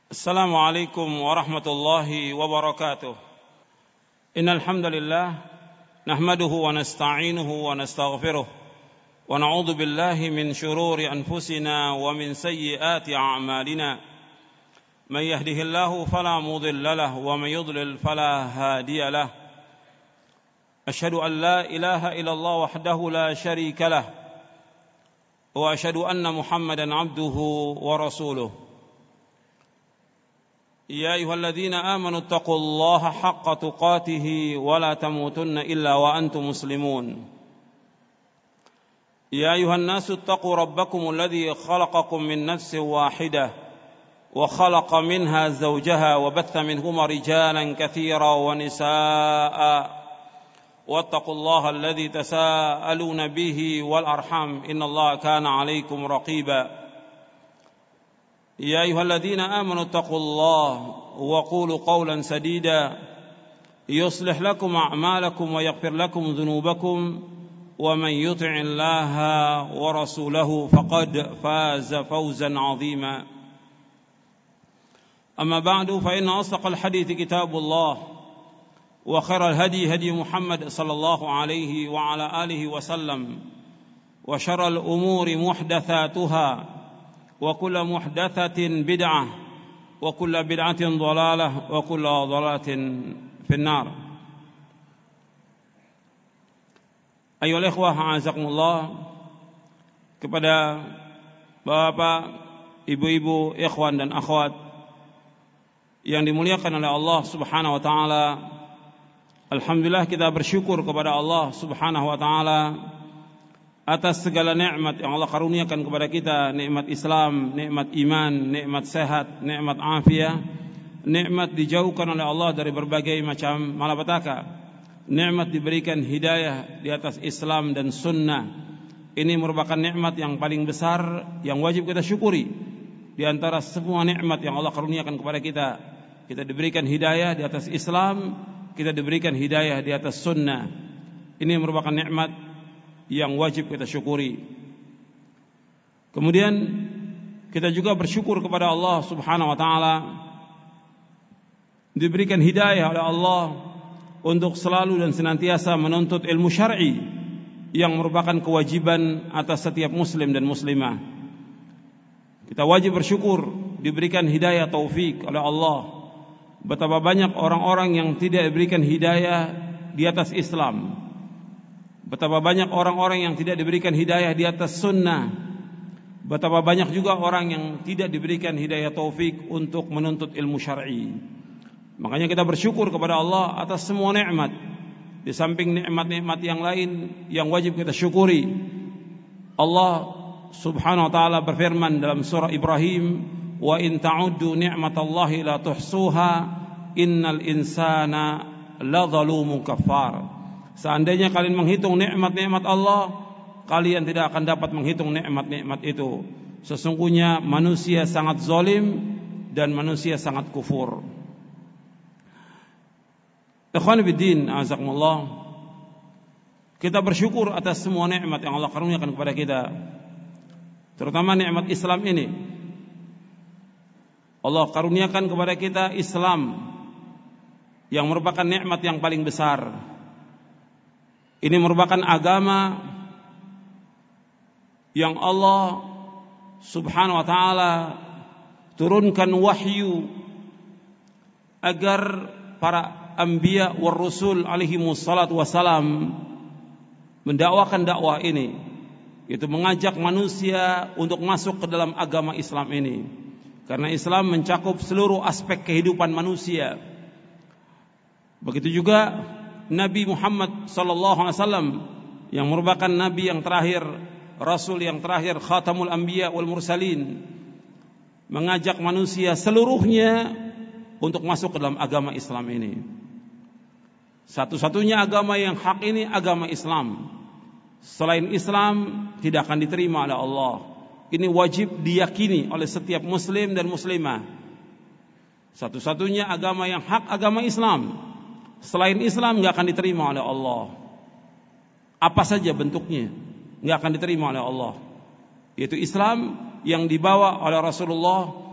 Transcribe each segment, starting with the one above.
Assalamualaikum warahmatullahi wabarakatuh. Innal hamdalillah nahmaduhu wa nasta'inuhu wa nastaghfiruh wa na'udzu billahi min shururi anfusina wa min sayyiati a'malina. Man yahdihillahu fala mudilla lahu wa man yudlil fala hadiya lahu. Asyhadu an la ilaha illallah wahdahu la syarika lahu wa asyhadu anna Muhammadan 'abduhu wa rasuluh. يا أيها الذين آمنوا اتقوا الله حق تقاته ولا تموتن إلا وأنتم مسلمون يا أيها الناس اتقوا ربكم الذي خلقكم من نفس واحدة وخلق منها زوجها وبث منهما رجالا كثيرا ونساء واتقوا الله الذي تساءلون به والأرحام إن الله كان عليكم رقيبا يا أيها الذين آمنوا اتقوا الله وقولوا قولا سديدا يصلح لكم أعمالكم ويغفر لكم ذنوبكم ومن يطع الله ورسوله فقد فاز فوزا عظيما أما بعد فإن أصدق الحديث كتاب الله وخير الهدي هدي محمد صلى الله عليه وعلى آله وسلم وشر الأمور محدثاتها وكل محدثة بدعة وكل بدعة ضلالة وكل ضلالة في النار. Ayyuhal ikhwah a'azakumullah, kepada bapak, ibu-ibu, ikhwan dan akhwat yang dimuliakan oleh Allah Subhanahu wa taala. Alhamdulillah kita bersyukur kepada Allah Subhanahu wa taala atas segala nikmat yang Allah karuniakan kepada kita, nikmat Islam, nikmat iman, nikmat sehat, nikmat afiah, nikmat dijauhkan oleh Allah dari berbagai macam malapetaka, nikmat diberikan hidayah di atas Islam dan sunnah. Ini merupakan nikmat yang paling besar yang wajib kita syukuri di antara semua nikmat yang Allah karuniakan kepada kita. Kita diberikan hidayah di atas Islam, kita diberikan hidayah di atas sunnah. Ini merupakan nikmat yang wajib kita syukuri. Kemudian kita juga bersyukur kepada Allah Subhanahu wa taala diberikan hidayah oleh Allah untuk selalu dan senantiasa menuntut ilmu syar'i yang merupakan kewajiban atas setiap muslim dan muslimah. Kita wajib bersyukur diberikan hidayah taufik oleh Allah. Betapa banyak orang-orang yang tidak diberikan hidayah di atas Islam. Betapa banyak orang-orang yang tidak diberikan hidayah di atas sunnah. Betapa banyak juga orang yang tidak diberikan hidayah taufik untuk menuntut ilmu syar'i. Makanya kita bersyukur kepada Allah atas semua nikmat. Di samping nikmat-nikmat yang lain yang wajib kita syukuri, Allah Subhanahu wa taala berfirman dalam surah Ibrahim, "Wa in ta'uddu ni'matallahi la tuhsuha, innal insana ladzalumun kafar." Seandainya kalian menghitung nikmat-nikmat Allah, kalian tidak akan dapat menghitung nikmat-nikmat itu. Sesungguhnya manusia sangat zalim dan manusia sangat kufur. Ikhwan fiddin, azakumullah, kita bersyukur atas semua nikmat yang Allah karuniakan kepada kita, terutama nikmat Islam ini. Allah karuniakan kepada kita Islam yang merupakan nikmat yang paling besar. Ini merupakan agama yang Allah Subhanahu wa taala turunkan wahyu agar para anbiya war rusul alaihi wassalatu wassalam mendakwakan dakwah ini, yaitu mengajak manusia untuk masuk ke dalam agama Islam ini. Karena Islam mencakup seluruh aspek kehidupan manusia. Begitu juga Nabi Muhammad sallallahu alaihi wasallam yang merupakan nabi yang terakhir, rasul yang terakhir, khatamul anbiya wal mursalin, mengajak manusia seluruhnya untuk masuk ke dalam agama Islam ini. Satu-satunya agama yang hak ini agama Islam. Selain Islam tidak akan diterima oleh Allah. Ini wajib diyakini oleh setiap muslim dan muslimah. Satu-satunya agama yang hak agama Islam. Selain Islam gak akan diterima oleh Allah. Apa saja bentuknya gak akan diterima oleh Allah. Yaitu Islam yang dibawa oleh Rasulullah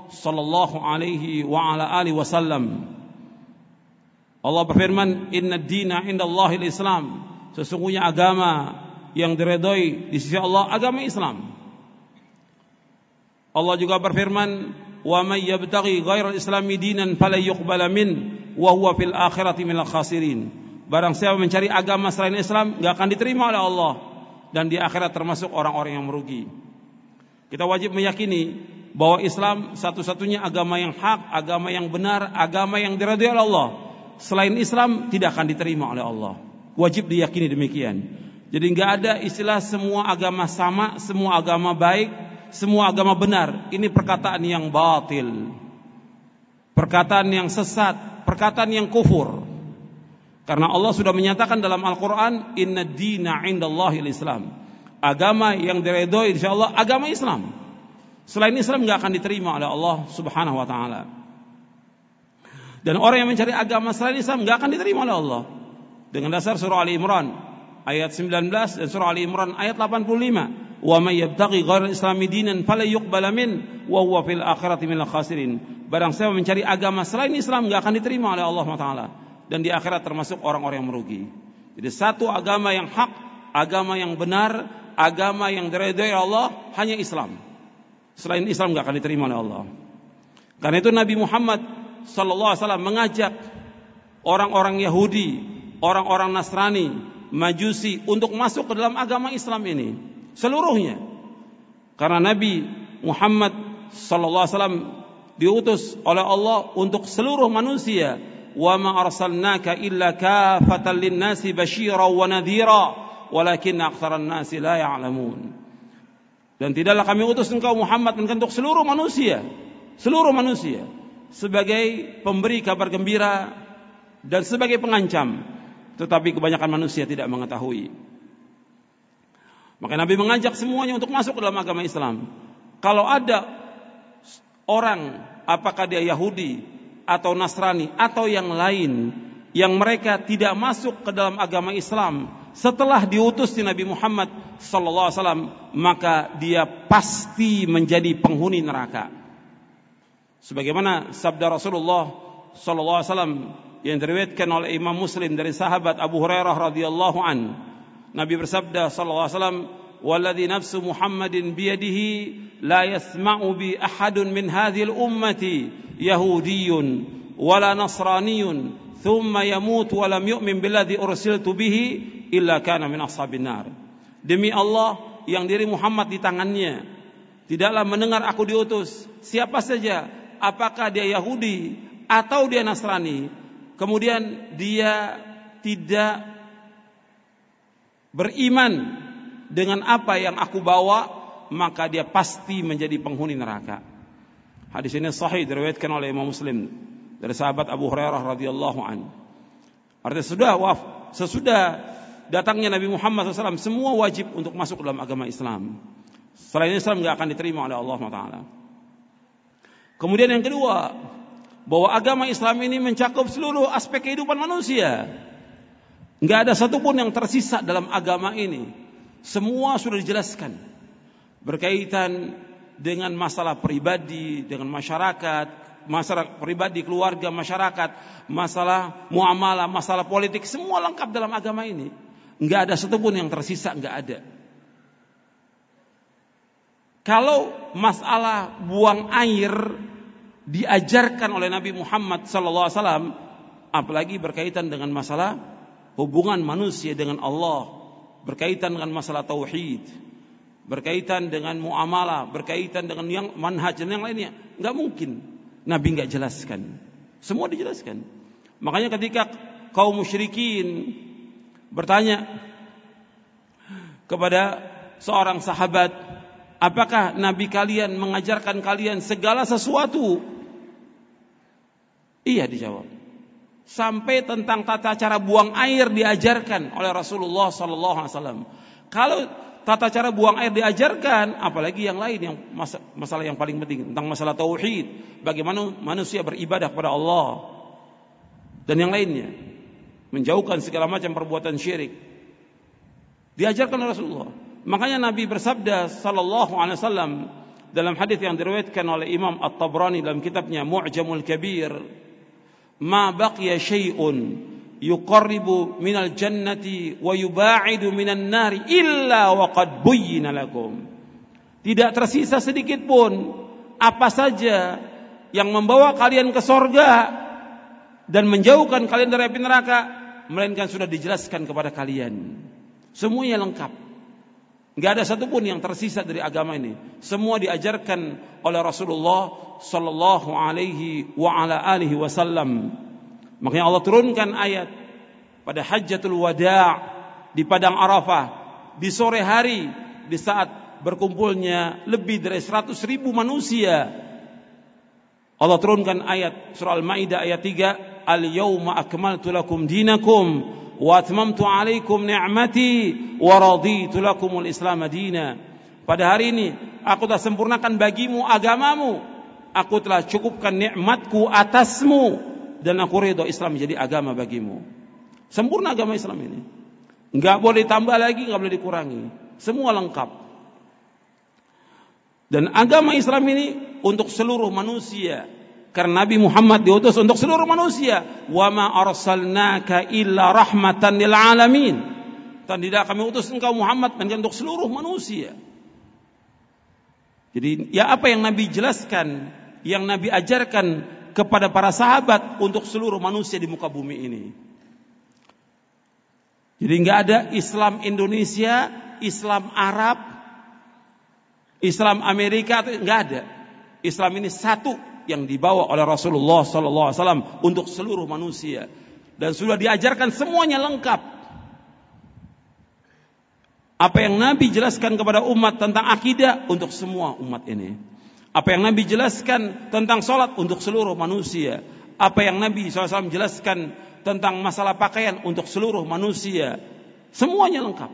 sallallahu alaihi wa ala alihi wasallam. Allah berfirman, "Inna ad-dina 'indallahil Islam." Sesungguhnya agama yang diredai di sisi Allah agama Islam. Allah juga berfirman, "Wa may yabtaghi ghairal islami dinan fala yuqbala min wa huwa fil akhirati minal khasirin." Barang siapa mencari agama selain Islam, enggak akan diterima oleh Allah, dan di akhirat termasuk orang-orang yang merugi. Kita wajib meyakini bahwa Islam satu-satunya agama yang hak, agama yang benar, agama yang diridhai oleh Allah. Selain Islam tidak akan diterima oleh Allah. Wajib diyakini demikian. Jadi enggak ada istilah semua agama sama, semua agama baik, semua agama benar. Ini perkataan yang batil, perkataan yang sesat, perkataan yang kufur. Karena Allah sudah menyatakan dalam Al-Quran, "Inna ad-dina 'indallahil Islam." Agama yang diridhai insyaallah agama Islam. Selain Islam enggak akan diterima oleh Allah Subhanahu wa taala. Dan orang yang mencari agama selain Islam enggak akan diterima oleh Allah. Dengan dasar surah Ali Imran ayat 19 dan surah Ali Imran ayat 85, "Wa may yabtaghi ghairal islami dinan fala yuqbala min wa huwa fil akhirati minal khasirin." Barang siapa mencari agama selain Islam enggak akan diterima oleh Allah Taala, dan di akhirat termasuk orang-orang yang merugi. Jadi satu agama yang hak, agama yang benar, agama yang diridhai Allah hanya Islam. Selain Islam enggak akan diterima oleh Allah. Karena itu Nabi Muhammad sallallahu alaihi wasallam mengajak orang-orang Yahudi, orang-orang Nasrani, Majusi untuk masuk ke dalam agama Islam ini seluruhnya. Karena Nabi Muhammad sallallahu alaihi wasallam diutus oleh Allah untuk seluruh manusia. Wa ma arsalnaka illa kafatan lin-nasi basyiran wa nadhira walakinna aktsaran nasi la ya'lamun. Dan tidaklah kami utus engkau Muhammad untuk seluruh manusia sebagai pemberi kabar gembira dan sebagai pengancam, tetapi kebanyakan manusia tidak mengetahui. Maka Nabi mengajak semuanya untuk masuk ke dalam agama Islam. Kalau ada orang, apakah dia Yahudi atau Nasrani atau yang lain, yang mereka tidak masuk ke dalam agama Islam setelah diutus di Nabi Muhammad sallallahu alaihi wasallam, maka dia pasti menjadi penghuni neraka. Sebagaimana sabda Rasulullah sallallahu alaihi wasallam yang diriwayatkan oleh Imam Muslim dari sahabat Abu Hurairah radhiyallahu an. Nabi bersabda sallallahu alaihi wasallam, "Walladzi nafsu Muhammadin biyadihi la yasma'u bi ahadun min hadhil ummati yahudiyyun wala nasraniyyun thumma yamut wa lam yu'min billadzi ursiltu bihi illa kana min ashabin nar." Demi Allah yang diri Muhammad di tangannya, tidaklah mendengar aku diutus siapa saja, apakah dia Yahudi atau dia Nasrani, kemudian dia tidak beriman dengan apa yang aku bawa, maka dia pasti menjadi penghuni neraka. Hadis ini sahih diriwayatkan oleh Imam Muslim dari sahabat Abu Hurairah radhiyallahu an. Artinya sesudah datangnya Nabi Muhammad SAW, semua wajib untuk masuk dalam agama Islam. Selain Islam enggak akan diterima oleh Allah Taala. Kemudian yang kedua, bahwa agama Islam ini mencakup seluruh aspek kehidupan manusia. Enggak ada satupun yang tersisa dalam agama ini. Semua sudah dijelaskan berkaitan dengan masalah pribadi, dengan masyarakat, masalah pribadi, keluarga, masyarakat, masalah muamalah, masalah politik, semua lengkap dalam agama ini. Enggak ada satupun yang tersisa, enggak ada. Kalau masalah buang air diajarkan oleh Nabi Muhammad SAW, apalagi berkaitan dengan masalah hubungan manusia dengan Allah, berkaitan dengan masalah tauhid, berkaitan dengan muamalah, berkaitan dengan yang manhaj dan yang lainnya, enggak mungkin Nabi enggak jelaskan. Semua dijelaskan. Makanya ketika kaum musyrikin bertanya kepada seorang sahabat, apakah Nabi kalian mengajarkan kalian segala sesuatu? Iya, dijawab. Sampai tentang tata cara buang air diajarkan oleh Rasulullah SAW. Kalau tata cara buang air diajarkan, apalagi yang lain, yang masalah yang paling penting tentang masalah tauhid, bagaimana manusia beribadah kepada Allah dan yang lainnya, menjauhkan segala macam perbuatan syirik, diajarkan oleh Rasulullah. Makanya Nabi bersabda sallallahu alaihi wasallam dalam hadis yang diriwayatkan oleh Imam At-Tabrani dalam kitabnya Mu'jamul Kabir, ma baqiya syai'un yuqarribu minal jannati wa yuba'idu minan nari illa wa qad buyyina lakum. Tidak tersisa sedikit pun apa saja yang membawa kalian ke sorga dan menjauhkan kalian dari api neraka, melainkan sudah dijelaskan kepada kalian. Semuanya lengkap. Enggak ada satupun yang tersisa dari agama ini. Semua diajarkan oleh Rasulullah sallallahu alaihi wa ala alihi wasallam. Makanya Allah turunkan ayat pada Hajjatul Wada' di padang Arafah di sore hari, di saat berkumpulnya lebih dari 100.000 manusia. Allah turunkan ayat surah Al-Maidah ayat 3, Al-yawma akmaltu lakum dinakum wa atmamtu alaikum ni'mati wa raditu lakumul Islam madina. Pada hari ini aku telah sempurnakan bagimu agamamu, aku telah cukupkan nikmatku atasmu, dan aku ridha Islam menjadi agama bagimu. Sempurna agama Islam ini. Enggak boleh tambah lagi, enggak boleh dikurangi. Semua lengkap. Dan agama Islam ini untuk seluruh manusia. Karena Nabi Muhammad diutus untuk seluruh manusia. Wa ma arsalnaka illa rahmatan lil alamin. Dan tidak kami utus engkau Muhammad melainkan untuk seluruh manusia. Jadi ya apa yang Nabi jelaskan, yang Nabi ajarkan kepada para sahabat untuk seluruh manusia di muka bumi ini. Jadi enggak ada Islam Indonesia, Islam Arab, Islam Amerika, enggak ada. Islam ini satu yang dibawa oleh Rasulullah SAW untuk seluruh manusia, dan sudah diajarkan semuanya lengkap. Apa yang Nabi jelaskan kepada umat tentang akidah untuk semua umat ini. Apa yang Nabi jelaskan tentang sholat untuk seluruh manusia. Apa yang Nabi SAW jelaskan tentang masalah pakaian untuk seluruh manusia. Semuanya lengkap.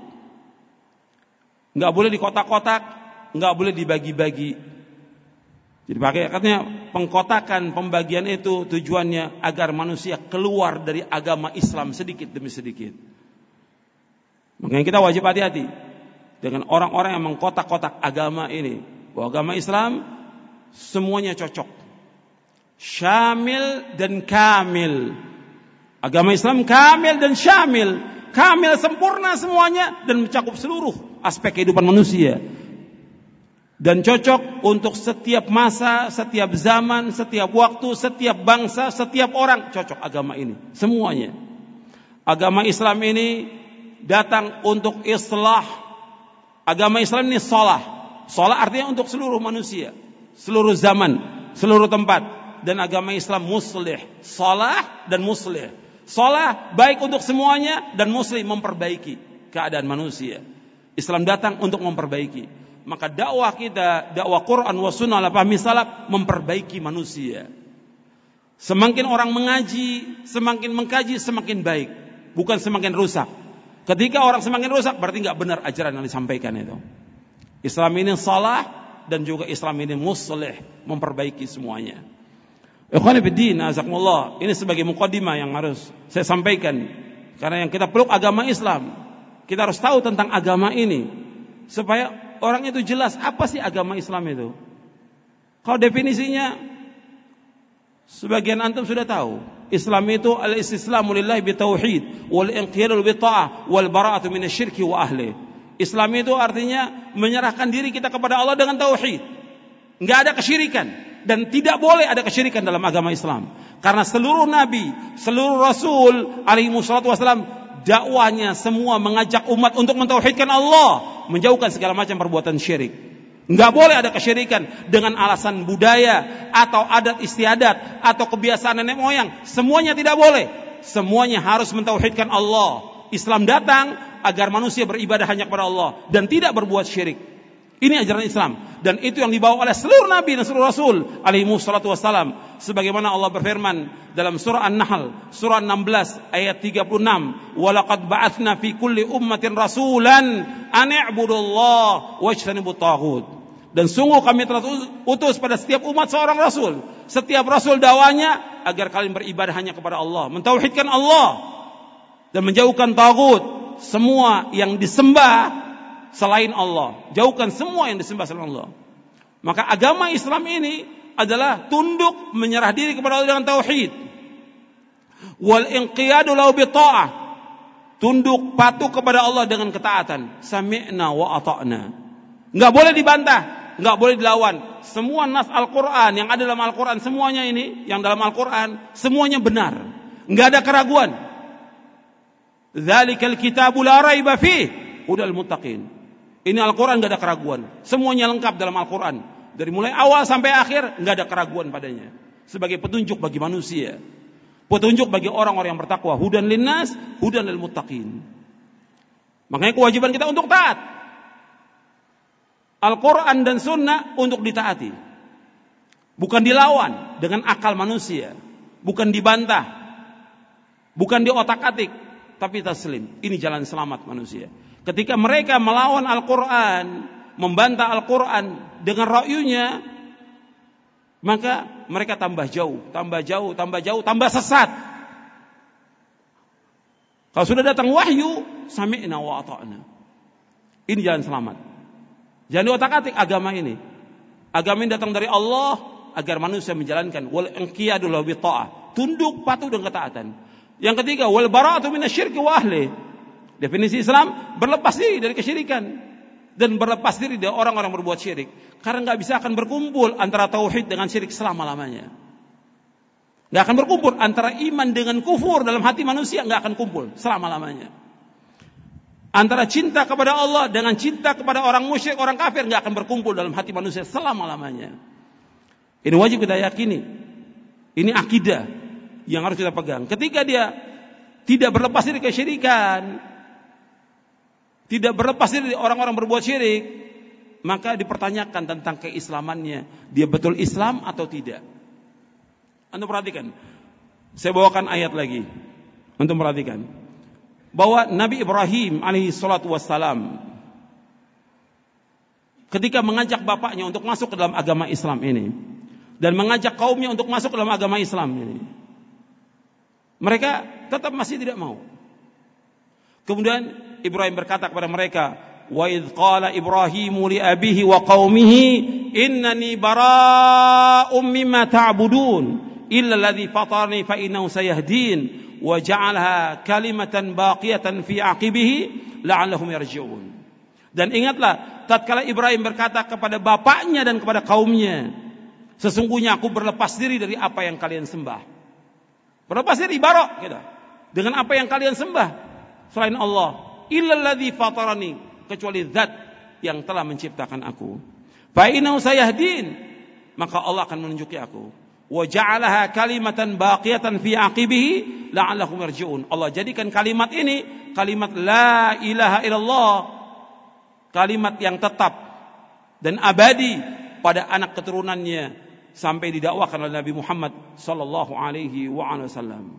Enggak boleh dikotak-kotak, enggak boleh dibagi-bagi. Jadi katanya pengkotakan, pembagian itu tujuannya agar manusia keluar dari agama Islam sedikit demi sedikit. Makanya kita wajib hati-hati dengan orang-orang yang mengkotak-kotak agama ini. Bahwa agama Islam semuanya cocok, syamil dan kamil. Agama Islam kamil dan syamil. Kamil sempurna semuanya dan mencakup seluruh aspek kehidupan manusia. Dan cocok untuk setiap masa, setiap zaman, setiap waktu, setiap bangsa, setiap orang. Cocok agama ini, semuanya. Agama Islam ini datang untuk islah. Agama Islam ini shalah. Shalah artinya untuk seluruh manusia, seluruh zaman, seluruh tempat. Dan agama Islam muslih, shalah dan muslih. Shalah baik untuk semuanya, dan muslih memperbaiki keadaan manusia. Islam datang untuk memperbaiki. Maka dakwah kita, dakwah Quran wa sunnah ala fahmi salaf, memperbaiki manusia. Semakin orang mengaji, semakin mengkaji, semakin baik, bukan semakin rusak. Ketika orang semakin rusak, berarti enggak benar ajaran yang disampaikan itu. Islam ini salah, dan juga Islam ini muslih, memperbaiki semuanya. Ikhwani fiddin, azakumullah. Ini sebagai muqaddimah yang harus saya sampaikan. Karena yang kita peluk agama Islam, kita harus tahu tentang agama ini, supaya orang itu jelas apa sih agama Islam itu. Kalau definisinya sebagian antum sudah tahu. Islam itu al-istislamu lillahi bitauhid wal inqiyadu bitta'ah wal bara'atu minasyirki wa ahli. Islam itu artinya menyerahkan diri kita kepada Allah dengan tauhid. Enggak ada kesyirikan, dan tidak boleh ada kesyirikan dalam agama Islam. Karena seluruh nabi, seluruh rasul alaihi wassalatu wassalam, dakwahnya semua mengajak umat untuk mentauhidkan Allah, menjauhkan segala macam perbuatan syirik. Enggak boleh ada kesyirikan dengan alasan budaya atau adat istiadat atau kebiasaan nenek moyang. Semuanya tidak boleh. Semuanya harus mentauhidkan Allah. Islam datang agar manusia beribadah hanya kepada Allah dan tidak berbuat syirik. Ini ajaran Islam, dan itu yang dibawa oleh seluruh nabi dan seluruh rasul alaihi wassalatu wassalam. Sebagaimana Allah berfirman dalam surah An-Nahl, surah 16 ayat 36, "Wa laqad ba'atsna fi kulli ummatin rasulan an i'budullaha wajtanibut taghut." Dan sungguh kami telah utus pada setiap umat seorang rasul. Setiap rasul dakwanya agar kalian beribadah hanya kepada Allah, mentauhidkan Allah dan menjauhkan taghut, semua yang disembah selain Allah. Jauhkan semua yang disembah selain Allah. Maka agama Islam ini adalah tunduk menyerah diri kepada Allah dengan tauhid. Wal inqiyadu lahu bi ta'ah. Tunduk patuh kepada Allah dengan ketaatan. Sami'na wa ata'na. Enggak boleh dibantah, enggak boleh dilawan. Semua nas Al-Qur'an yang ada dalam Al-Qur'an, semuanya ini yang dalam Al-Qur'an semuanya benar. Enggak ada keraguan. Dzalikal kitabu la raiba fih hudal muttaqin. Ini Al-Qur'an enggak ada keraguan. Semuanya lengkap dalam Al-Qur'an. Dari mulai awal sampai akhir enggak ada keraguan padanya. Sebagai petunjuk bagi manusia. Petunjuk bagi orang-orang yang bertakwa. Hudan linnas, hudan lil muttaqin. Makanya kewajiban kita untuk taat. Al-Quran dan Sunnah untuk ditaati. Bukan dilawan dengan akal manusia. Bukan dibantah. Bukan diotak-atik. Tapi taslim. Ini jalan selamat manusia. Ketika mereka melawan Al-Quran, membantah Al-Quran dengan ra'yunya, maka mereka tambah jauh, tambah sesat. Kalau sudah datang wahyu, sami'na wa ata'na. Ini jalan selamat. Jangan diotak-atik agama ini. Agama ini datang dari Allah agar manusia menjalankan wal inqiyadu lahu bi ta'ah. Tunduk patuh dengan ketaatan. Yang ketiga, wal bara'atu minasyirki wa ahli. Definisi Islam, berlepas diri dari kesyirikan dan berlepas diri dari orang-orang berbuat syirik. Karena enggak bisa akan berkumpul antara tauhid dengan syirik selama-lamanya. Enggak akan berkumpul antara iman dengan kufur dalam hati manusia, enggak akan kumpul selama-lamanya. Antara cinta kepada Allah dengan cinta kepada orang musyrik, orang kafir enggak akan berkumpul dalam hati manusia selama-lamanya. Ini wajib kita yakini. Ini akidah yang harus kita pegang. Ketika dia tidak berlepas diri kesyirikan, tidak berlepas diri dari orang-orang berbuat syirik, maka dipertanyakan tentang keislamannya. Dia betul Islam atau tidak? Anda perhatikan. Saya bawakan ayat lagi untuk perhatikan. Bahwa Nabi Ibrahim alaihi salatu wassalam ketika mengajak bapaknya untuk masuk ke dalam agama Islam ini dan mengajak kaumnya untuk masuk ke dalam agama Islam ini, mereka tetap masih tidak mau. Kemudian Ibrahim berkata kepada mereka, wa idz qala Ibrahimu li abihi wa qaumihi innani bara'um mimma ta'budun illa alladhi fatarani fa innahu sayahdin wa ja'alaha kalimatan baqiyatan fi aqibihi la'allahum yarji'un. Dan ingatlah tatkala Ibrahim berkata kepada bapaknya dan kepada kaumnya, sesungguhnya aku berlepas diri dari apa yang kalian sembah. Berlepas diri barok gitu. Dengan apa yang kalian sembah selain Allah. Illa alladzi fatarani, kecuali zat yang telah menciptakan aku. Fa innahu sayahdin, maka Allah akan menunjuki aku. Wa ja'alaha kalimatan baqiyatan fi aqibihi la'allahum yarji'un. Allah jadikan kalimat ini kalimat la ilaha illallah, kalimat yang tetap dan abadi pada anak keturunannya sampai didakwakan oleh Nabi Muhammad sallallahu alaihi wasallam.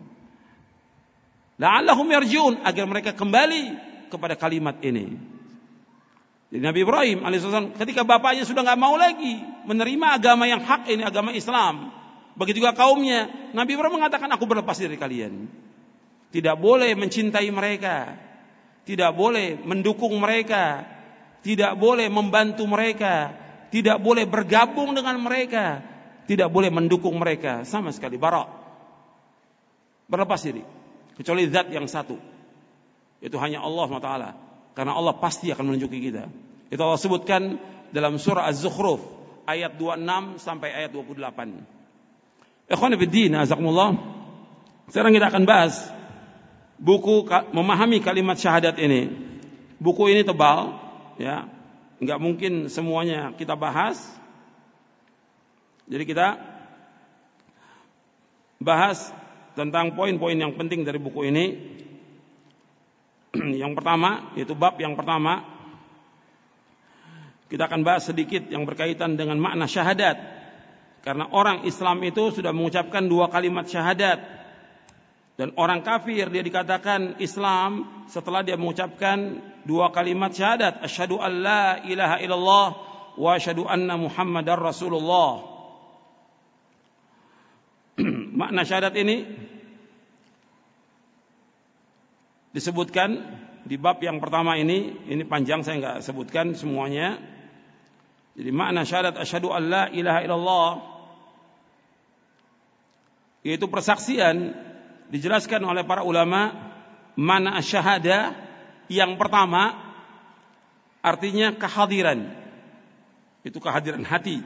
La'allahum yarji'un, agar mereka kembali kepada kalimat ini. Jadi Nabi Ibrahim alaihissalam ketika bapaknya sudah enggak mau lagi menerima agama yang hak ini, agama Islam, begitu juga kaumnya, Nabi Ibrahim mengatakan, aku berlepas diri kalian. Tidak boleh mencintai mereka, tidak boleh mendukung mereka, tidak boleh membantu mereka, tidak boleh bergabung dengan mereka, tidak boleh mendukung mereka sama sekali. Bara', berlepas diri, kecuali zat yang satu, itu hanya Allah SWT. Karena Allah pasti akan menunjuki kita. Itu Allah sebutkan dalam surah Az-Zukhruf ayat 26 sampai ayat 28. Ikhwan fillah, azakumullah. Sekarang kita akan bahas buku memahami kalimat syahadat ini. Buku ini tebal, ya. Enggak mungkin semuanya kita bahas. Jadi kita bahas tentang poin-poin yang penting dari buku ini. Yang pertama, yaitu bab yang pertama, kita akan bahas sedikit yang berkaitan dengan makna syahadat. Karena orang Islam itu sudah mengucapkan 2 kalimat syahadat. Dan orang kafir dia dikatakan Islam setelah dia mengucapkan 2 kalimat syahadat. Asyhadu an la ilaha illallah wa asyhadu anna Muhammadar Rasulullah. Makna syahadat ini disebutkan di bab yang pertama ini panjang, saya enggak sebutkan semuanya. Jadi makna syahadat asyhadu an la ilaha illallah yaitu persaksian, dijelaskan oleh para ulama makna asyhadah yang pertama artinya kehadiran. Itu kehadiran hati.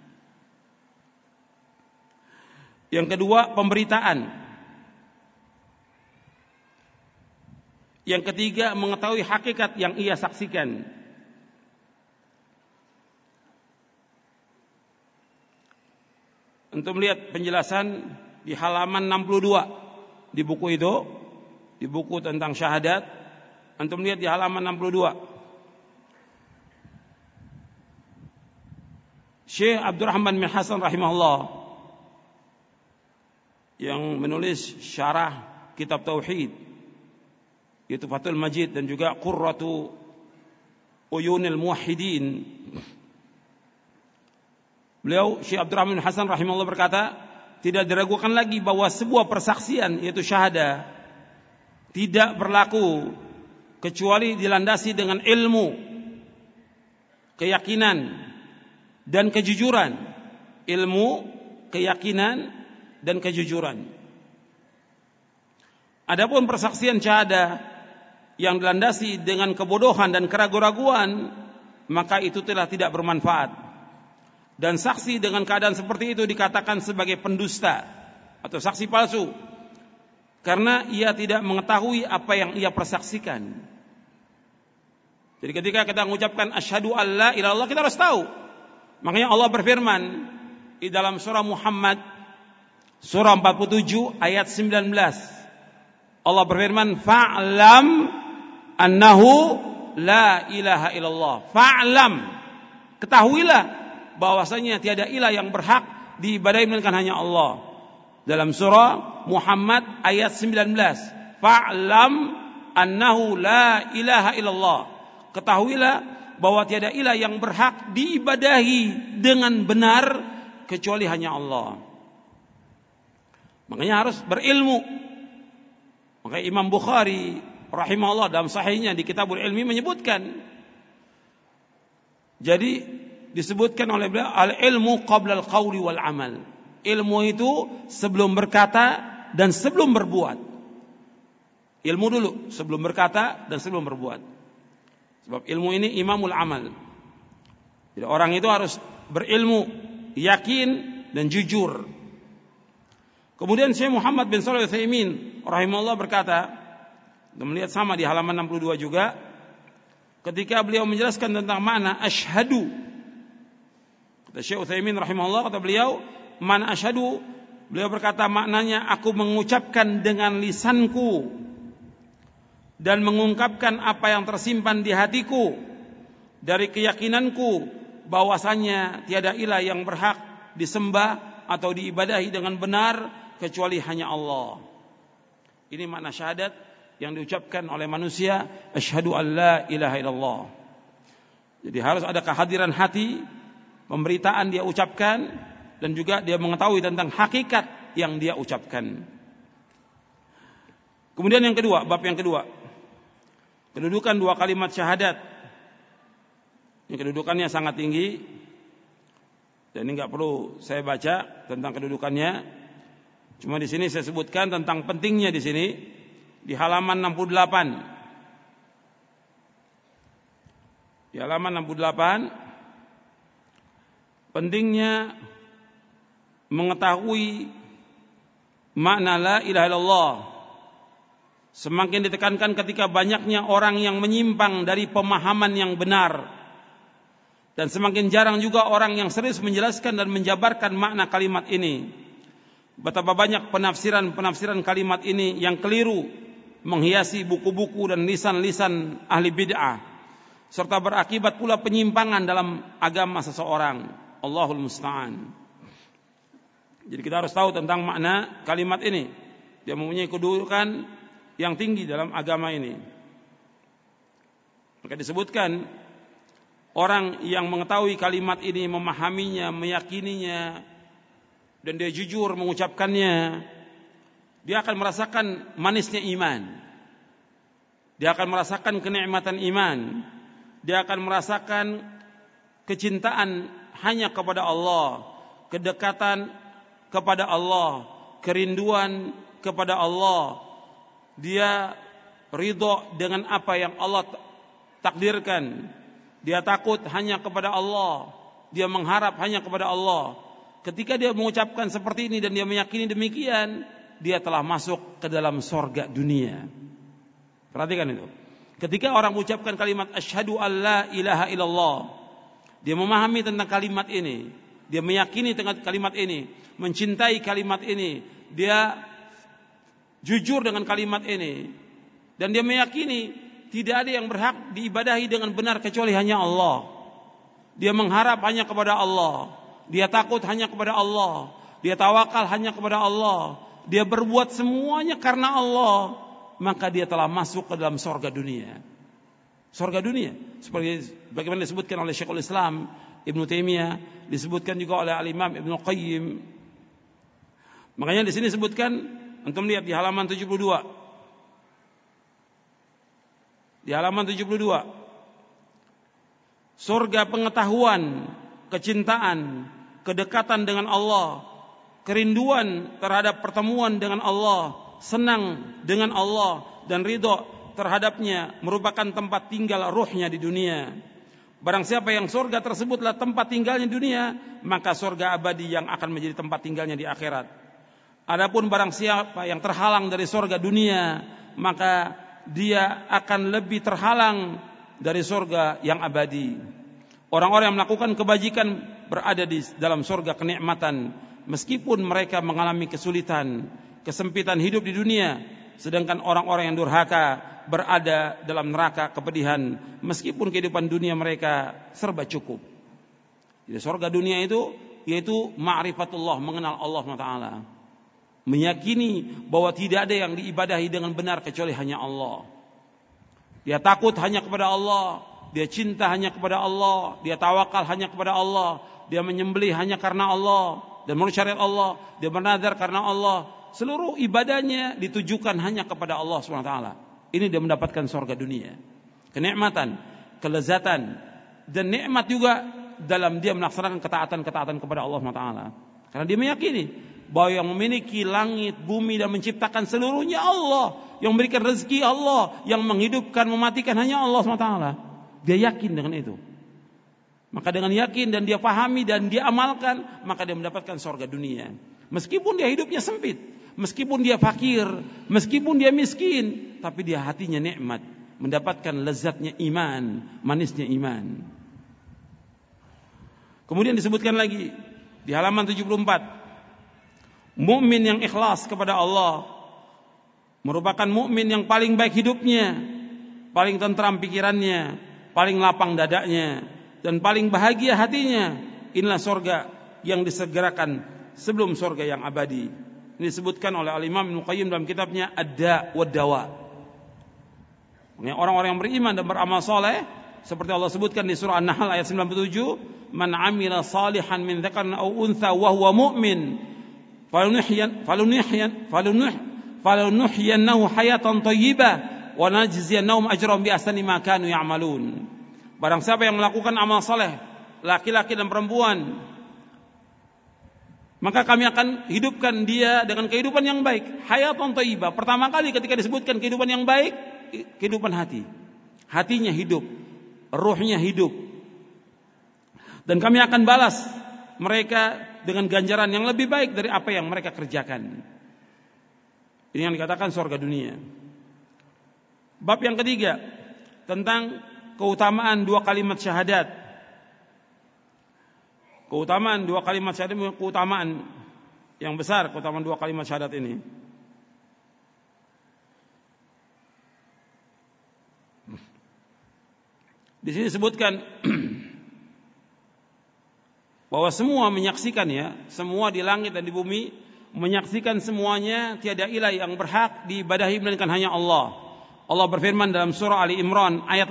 Yang kedua pemberitaan. Yang ketiga mengetahui hakikat yang ia saksikan. Untuk melihat penjelasan di halaman 62 di buku itu, di buku tentang syahadat, antum lihat di halaman 62. Syekh Abdurrahman bin Hasan rahimahullah yang menulis syarah kitab tauhid yaitu Fathul Majid dan juga Qurratu Uyunil Muwahhidin. Beliau Syekh Abdurrahman bin Hasan rahimahullah berkata, tidak diragukan lagi bahwa sebuah persaksian yaitu syahadah tidak berlaku kecuali dilandasi dengan ilmu, keyakinan dan kejujuran. Ilmu, keyakinan dan kejujuran. Adapun persaksian syahadah yang dilandasi dengan kebodohan dan keraguan-raguan, maka itu telah tidak bermanfaat. Dan saksi dengan keadaan seperti itu dikatakan sebagai pendusta atau saksi palsu, karena ia tidak mengetahui apa yang ia persaksikan. Jadi ketika kita mengucapkan asyhadu an la ilaha illallah, kita harus tahu. Makanya Allah berfirman di dalam surah Muhammad surah 47 ayat 19. Allah berfirman, fa'lam annahu la ilaha illallah. Fa'lam, ketahuilah bahwasanya tiada ilah yang berhak diibadahi melainkan hanya Allah. Dalam surah Muhammad ayat 19, fa'lam annahu la ilaha illallah. Ketahuilah bahwa tiada ilah yang berhak diibadahi dengan benar kecuali hanya Allah. Makanya harus berilmu. Makanya Imam Bukhari rahimahullah dalam sahihnya di Kitabul Ilmi menyebutkan, jadi disebutkan oleh beliau al-ilmu qabla al-qawli wal amal. Ilmu itu sebelum berkata dan sebelum berbuat. Ilmu dulu sebelum berkata dan sebelum berbuat. Sebab ilmu ini imamul amal. Jadi orang itu harus berilmu, yakin dan jujur. Kemudian Syekh Muhammad bin Shalih Al-Utsaimin rahimahullah berkata, kita melihat sama di halaman 62 juga, ketika beliau menjelaskan tentang makna asyhadu. Kata Syekh Utsaimin rahimahullah, kata beliau, man asyhadu, beliau berkata maknanya aku mengucapkan dengan lisanku dan mengungkapkan apa yang tersimpan di hatiku dari keyakinanku bahwasanya tiada ilah yang berhak disembah atau diibadahi dengan benar kecuali hanya Allah. Ini makna syahadat yang diucapkan oleh manusia, asyhadu an la ilaha illallah. Jadi harus ada kehadiran hati, pemberitaan dia ucapkan, dan juga dia mengetahui tentang hakikat yang dia ucapkan. Kemudian yang kedua, bab yang kedua, kedudukan dua kalimat syahadat. Ini kedudukannya sangat tinggi, dan ini nggak perlu saya baca tentang kedudukannya. Cuma di sini saya sebutkan tentang pentingnya di sini di halaman 68. Di halaman 68, pentingnya mengetahui makna la ilaha illallah semakin ditekankan ketika banyaknya orang yang menyimpang dari pemahaman yang benar, dan semakin jarang juga orang yang serius menjelaskan dan menjabarkan makna kalimat ini. Betapa banyak penafsiran kalimat ini yang keliru menghiasi buku-buku dan lisan-lisan ahli bid'ah, serta berakibat pula penyimpangan dalam agama seseorang. Allahul musta'an. Jadi kita harus tahu tentang makna kalimat ini. Dia mempunyai kedudukan yang tinggi dalam agama ini. Maka disebutkan orang yang mengetahui kalimat ini, memahaminya, meyakininya, dan dia jujur mengucapkannya, dia akan merasakan manisnya iman. Dia akan merasakan kenikmatan iman. Dia akan merasakan kecintaan hanya kepada Allah, kedekatan kepada Allah, kerinduan kepada Allah. Dia ridho dengan apa yang Allah takdirkan. Dia takut hanya kepada Allah. Dia mengharap hanya kepada Allah. Ketika dia mengucapkan seperti ini dan dia meyakini demikian, dia telah masuk ke dalam surga dunia. Perhatikan itu. Ketika orang mengucapkan kalimat asyhadu alla ilaha illallah, dia memahami tentang kalimat ini, dia meyakini tentang kalimat ini, mencintai kalimat ini, dia jujur dengan kalimat ini, dan dia meyakini tidak ada yang berhak diibadahi dengan benar kecuali hanya Allah. Dia mengharap hanya kepada Allah, dia takut hanya kepada Allah, dia tawakal hanya kepada Allah, dia berbuat semuanya karena Allah, maka dia telah masuk ke dalam surga dunia. Surga dunia, seperti bagaimana disebutkan oleh Syekhul Islam Ibnu Taimiyah, disebutkan juga oleh Al-Imam Ibnu Qayyim. Makanya di sini disebutkan, antum lihat di halaman 72. Di halaman 72. Surga pengetahuan, kecintaan, kedekatan dengan Allah, kerinduan terhadap pertemuan dengan Allah, senang dengan Allah dan ridho terhadapnya, merupakan tempat tinggal ruhnya di dunia. Barang siapa yang surga tersebutlah tempat tinggalnya di dunia, maka surga abadi yang akan menjadi tempat tinggalnya di akhirat. Adapun barang siapa yang terhalang dari surga dunia, maka dia akan lebih terhalang dari surga yang abadi. Orang-orang yang melakukan kebajikan berada di dalam surga kenikmatan, meskipun mereka mengalami kesulitan, kesempitan hidup di dunia. Sedangkan orang-orang yang durhaka berada dalam neraka kepedihan, meskipun kehidupan dunia mereka serba cukup. Jadi surga dunia itu yaitu ma'rifatullah, mengenal Allah SWT, meyakini bahwa tidak ada yang diibadahi dengan benar kecuali hanya Allah. Dia takut hanya kepada Allah, dia cinta hanya kepada Allah, dia tawakal hanya kepada Allah, dia menyembelih hanya karena Allah dan menurut syariat Allah, dia bernazar karena Allah. Seluruh ibadahnya ditujukan hanya kepada Allah SWT. Ini dia mendapatkan surga dunia. Kenikmatan, kelezatan, dan nikmat juga dalam dia melaksanakan ketaatan-ketaatan kepada Allah SWT. Karena dia meyakini bahwa yang memiliki langit, bumi dan menciptakan seluruhnya Allah, yang memberikan rezeki Allah, yang menghidupkan, mematikan hanya Allah SWT. Dia yakin dengan itu. Maka dengan yakin dan dia pahami dan dia amalkan, maka dia mendapatkan surga dunia. Meskipun dia hidupnya sempit, meskipun dia fakir, meskipun dia miskin, tapi dia hatinya nikmat, mendapatkan lezatnya iman, manisnya iman. Kemudian disebutkan lagi di halaman 74, mukmin yang ikhlas kepada Allah merupakan mukmin yang paling baik hidupnya, paling tentram pikirannya, paling lapang dadanya, dan paling bahagia hatinya. Inilah surga yang disegerakan sebelum surga yang abadi. Ini disebutkan oleh Al-Imam Ibnu Qayyim dalam kitabnya Ad-Da' wa Dawa. Orang-orang yang beriman dan beramal soleh, seperti Allah sebutkan di surah An-Nahl ayat 97, man amila salihan min dzakarin aw untha wa huwa mu'min falunuhyiyannahu hayatan thayyibah wa najziyannahum ajrahum bi ahsani ma kanu ya'malun. Barang siapa yang melakukan amal saleh, laki-laki dan perempuan, maka kami akan hidupkan dia dengan kehidupan yang baik, hayatan thayyibah. Pertama kali ketika disebutkan kehidupan yang baik, kehidupan hati. Hatinya hidup, ruhnya hidup. Dan kami akan balas mereka dengan ganjaran yang lebih baik dari apa yang mereka kerjakan. Ini yang dikatakan surga dunia. Bab yang ketiga, tentang keutamaan dua kalimat syahadat. Keutamaan dua kalimat syahadat, keutamaan yang besar, keutamaan dua kalimat syahadat ini. Di sini disebutkan bahwa semua menyaksikan, ya, semua di langit dan di bumi menyaksikan semuanya tiada ilah yang berhak diibadahi melainkan hanya Allah. Allah berfirman dalam surah Ali Imran ayat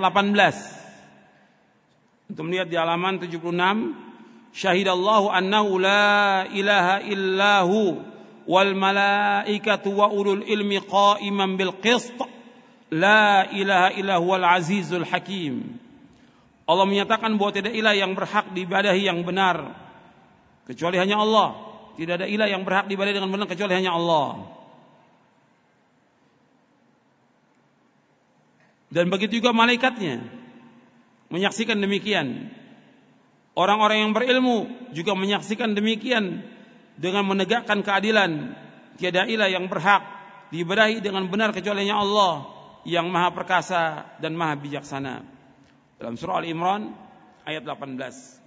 18. Untuk melihat di halaman 76, syahidallahu annahu la ilaha illahu wal malaikatu wa ulul ilmi qa'iman bil qist la ilaha illahu wal azizul hakim. Allah menyatakan bahwa tidak ilah yang berhak diibadahi yang benar kecuali hanya Allah. Tidak ada ilah yang berhak diibadahi dengan benar kecuali hanya Allah. Dan begitu juga malaikatnya menyaksikan demikian. Orang-orang yang berilmu juga menyaksikan demikian dengan menegakkan keadilan. Tiada ilah yang berhak diibadahi dengan benar kecuali hanya Allah yang Maha Perkasa dan Maha Bijaksana. Dalam surah Al-Imran ayat 18.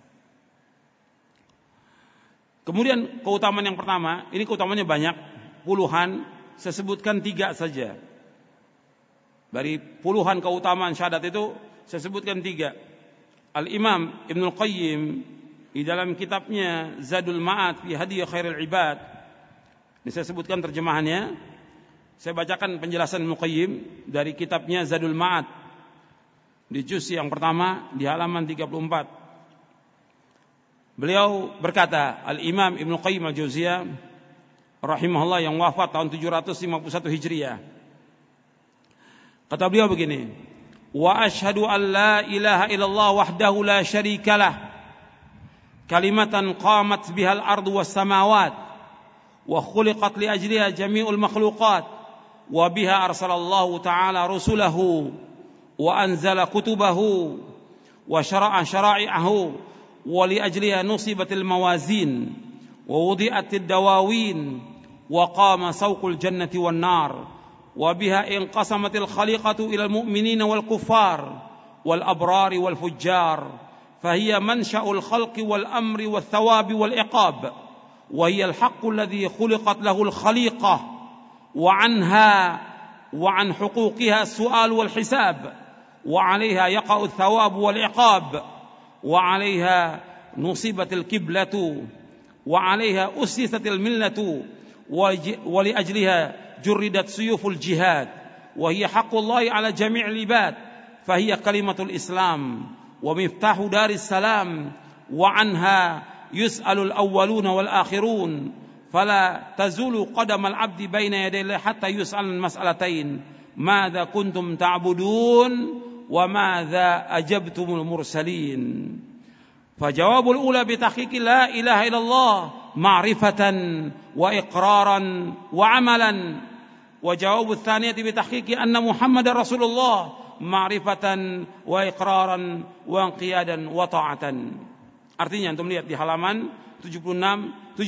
Kemudian keutamaan yang pertama, ini keutamaannya banyak, puluhan, saya sebutkan 3 saja. Dari puluhan keutamaan syahadat itu saya sebutkan 3. Al-Imam Ibnul Qayyim di dalam kitabnya Zadul Ma'ad fi Hadi Khairil Ibad, ini saya sebutkan terjemahannya. Saya bacakan penjelasan Ibnul Qayyim dari kitabnya Zadul Ma'ad di juz yang pertama di halaman 34. Beliau berkata, Al-Imam Ibnul Qayyim Al-Jauziyah rahimahullah yang wafat tahun 751 Hijriah. Kata beliau begini, wa asyhadu an la ilaha illallah wahdahu la syarikalah kalimatan qamat bihal ardu was samawat wa khuliqat li ajliha jami'ul makhluqat wa biha arsalallahu ta'ala rusulahu wa anzala kutubahu wa syara'a syara'i'ahu wa li ajliha nusibatil mawazin wa wudi'atid dawawin wa qama sawqul jannati wan nar وبها انقسمت الخليقة إلى المؤمنين والكفار والأبرار والفجار فهي منشأ الخلق والأمر والثواب والعقاب وهي الحق الذي خلقت له الخليقة وعنها وعن حقوقها السؤال والحساب وعليها يقع الثواب والعقاب وعليها نصبت الكبلة وعليها أسست الملة ولأجلها جردت سيوف الجهاد وهي حق الله على جميع العباد فهي كلمة الإسلام ومفتاح دار السلام وعنها يسأل الأولون والآخرون فلا تزول قدم العبد بين يدي الله حتى يسأل المسألتين ماذا كنتم تعبدون وماذا أجبتم المرسلين فجواب الأولى بتحقيق لا إله إلا الله معرفة وإقرارا وعملا وجواب الثانية بتحقيق أن محمد رسول الله معرفة وإقرارا وانقيادا وطاعة. Artinya antum lihat di halaman 76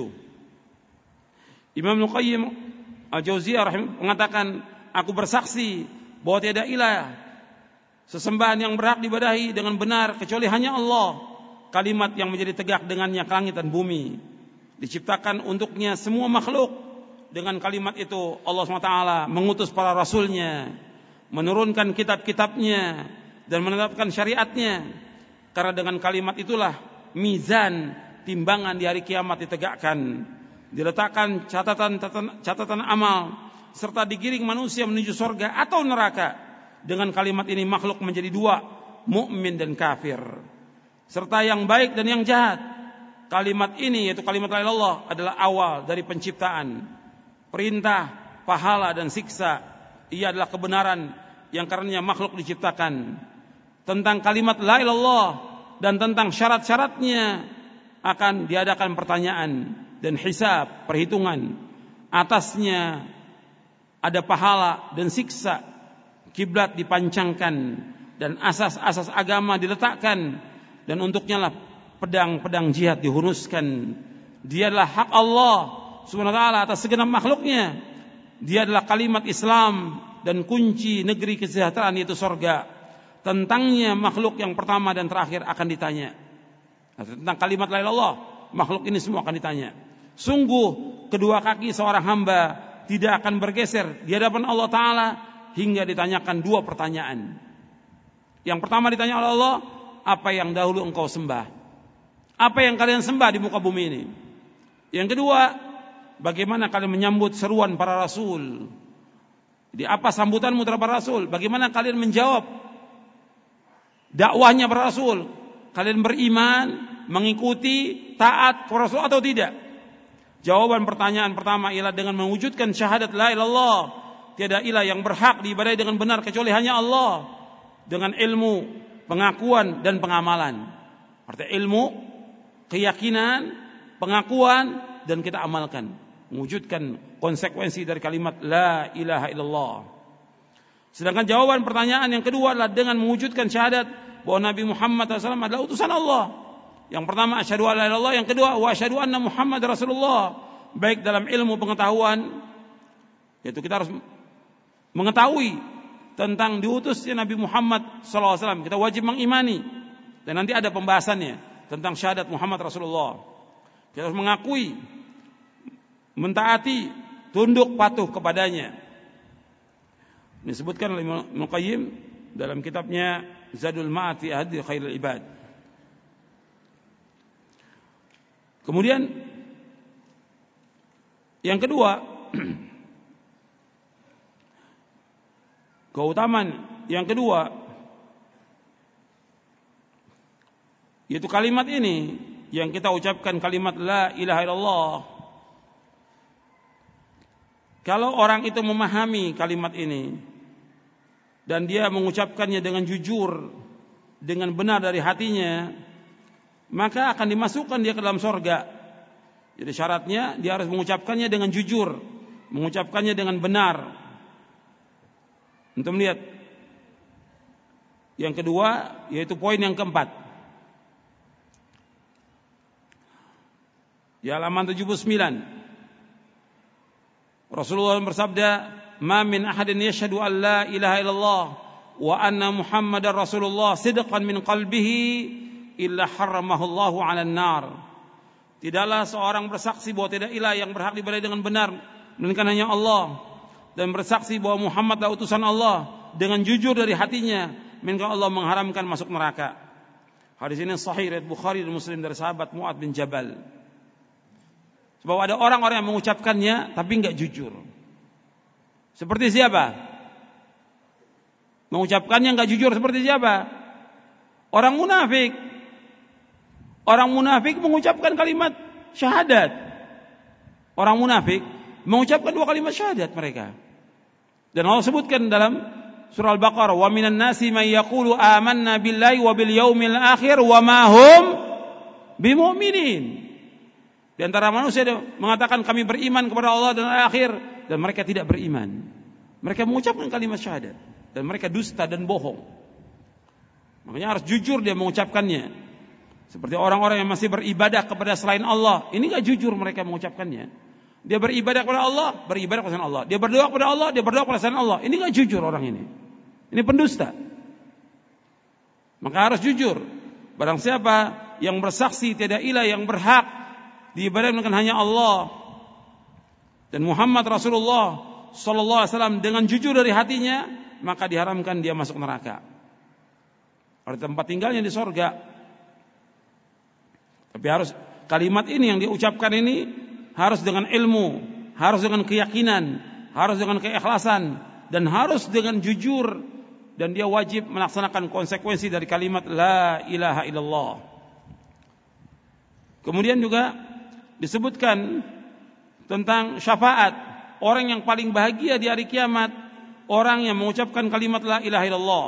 77. Imam Ibnu Qayyim Al-Jauziyah mengatakan, aku bersaksi bahwa tiada ilah sesembahan yang berhak diibadahi dengan benar kecuali hanya Allah. Kalimat yang menjadi tegak dengannya langit dan bumi, diciptakan untuknya semua makhluk. Dengan kalimat itu Allah SWT mengutus para rasulnya, menurunkan kitab-kitabnya dan menetapkan syariatnya. Karena dengan kalimat itulah mizan, timbangan di hari kiamat ditegakkan, diletakkan catatan amal, serta digiring manusia menuju surga atau neraka. Dengan kalimat ini makhluk menjadi 2, mukmin dan kafir, serta yang baik dan yang jahat. Kalimat ini, yaitu kalimat la ilaha illallah, adalah awal dari penciptaan, perintah, pahala dan siksa. Ia adalah kebenaran yang karenanya makhluk diciptakan. Tentang kalimat la ilaha illallah dan tentang syarat-syaratnya akan diadakan pertanyaan dan hisab, perhitungan. Atasnya ada pahala dan siksa. Kiblat dipancangkan dan asas-asas agama diletakkan, dan untuknya lah pedang-pedang jihad dihunuskan. Dia adalah hak Allah Subhanahu wa taala atas segenap makhluknya. Dia adalah kalimat Islam dan kunci negeri kesejahteraan, yaitu surga. Tentangnya makhluk yang pertama dan terakhir akan ditanya. Tentang kalimat la ilaha illallah, makhluk ini semua akan ditanya. Sungguh kedua kaki seorang hamba tidak akan bergeser di hadapan Allah Ta'ala hingga ditanyakan 2 pertanyaan. Yang pertama ditanya oleh Allah, apa yang dahulu engkau sembah? Apa yang kalian sembah di muka bumi ini? Yang kedua, bagaimana kalian menyambut seruan para rasul? Jadi apa sambutanmu terhadap para rasul? Bagaimana kalian menjawab dakwahnya para rasul? Kalian beriman, mengikuti, taat para rasul atau tidak? Jawaban pertanyaan pertama ialah dengan mewujudkan syahadat la ilaha illallah, tiada ilah yang berhak diibadahi dengan benar kecuali hanya Allah. Dengan ilmu pengakuan dan pengamalan. Artinya ilmu, keyakinan, pengakuan, dan kita amalkan. Mewujudkan konsekuensi dari kalimat la ilaha illallah. Sedangkan jawaban pertanyaan yang kedua adalah dengan mewujudkan syahadat bahwa Nabi Muhammad SAW adalah utusan Allah. Yang pertama asyhadu an la ilaha illallah, yang kedua wa asyhadu anna Muhammad Rasulullah. Baik dalam ilmu pengetahuan, yaitu kita harus mengetahui tentang diutusnya Nabi Muhammad SAW. Kita wajib mengimani. Dan nanti ada pembahasannya tentang syahadat Muhammad Rasulullah. Kita harus mengakui, mentaati, tunduk patuh kepadanya. Disebutkan oleh Ibnu Qayyim dalam kitabnya Zadul Ma'ad fi Hadi Khairul Ibad. Kemudian yang kedua, keutamaan yang kedua, yaitu kalimat ini yang kita ucapkan, kalimat la ilaha illallah. Kalau orang itu memahami kalimat ini dan dia mengucapkannya dengan jujur, dengan benar dari hatinya, maka akan dimasukkan dia ke dalam surga. Jadi syaratnya dia harus mengucapkannya dengan jujur, mengucapkannya dengan benar. Untuk melihat yang kedua, yaitu poin yang keempat. Di halaman 79. Rasulullah bersabda, "Ma min ahadin yashhadu an la ilaha illallah wa anna Muhammadar Rasulullah sidqan min qalbihi illa harramahu Allahu 'alan nar." Tidaklah seorang bersaksi bahwa tidak ilah yang berhak diibadahi dengan benar melainkan hanya Allah, dan bersaksi bahwa Muhammad adalah utusan Allah dengan jujur dari hatinya, maka Allah mengharamkan masuk neraka. Hadis ini sahih riwayat Bukhari dan Muslim dari sahabat Mu'adz bin Jabal. Sebab ada orang-orang yang mengucapkannya tapi enggak jujur. Seperti siapa? Mengucapkannya enggak jujur seperti siapa? Orang munafik. Orang munafik mengucapkan kalimat syahadat. Orang munafik mengucapkan dua kalimat syahadat mereka. Dan Allah sebutkan dalam surah Al-Baqarah, "Wa minan nasi may yaqulu amanna billahi wa bil yaumil akhir wa ma hum bimu'minin." Di antara manusia yang mengatakan kami beriman kepada Allah dan akhir, dan mereka tidak beriman. Mereka mengucapkan kalimat syahadat dan mereka dusta dan bohong. Makanya harus jujur dia mengucapkannya. Seperti orang-orang yang masih beribadah kepada selain Allah, ini enggak jujur mereka mengucapkannya. Dia beribadah kepada Allah, beribadah kepada Allah. Dia berdoa kepada Allah, dia berdoa kepada selain Allah. Ini enggak jujur orang ini. Ini pendusta. Maka harus jujur. Barang siapa yang bersaksi tidak ilah yang berhak diibadahi melainkan hanya Allah dan Muhammad Rasulullah sallallahu alaihi wasallam dengan jujur dari hatinya, maka diharamkan dia masuk neraka. Ada tempat tinggalnya di surga. Tapi harus kalimat ini yang diucapkan ini harus dengan ilmu, harus dengan keyakinan, harus dengan keikhlasan, dan harus dengan jujur, dan dia wajib melaksanakan konsekuensi dari kalimat la ilaha illallah. Kemudian juga disebutkan tentang syafaat. Orang yang paling bahagia di hari kiamat, orang yang mengucapkan kalimat la ilaha illallah.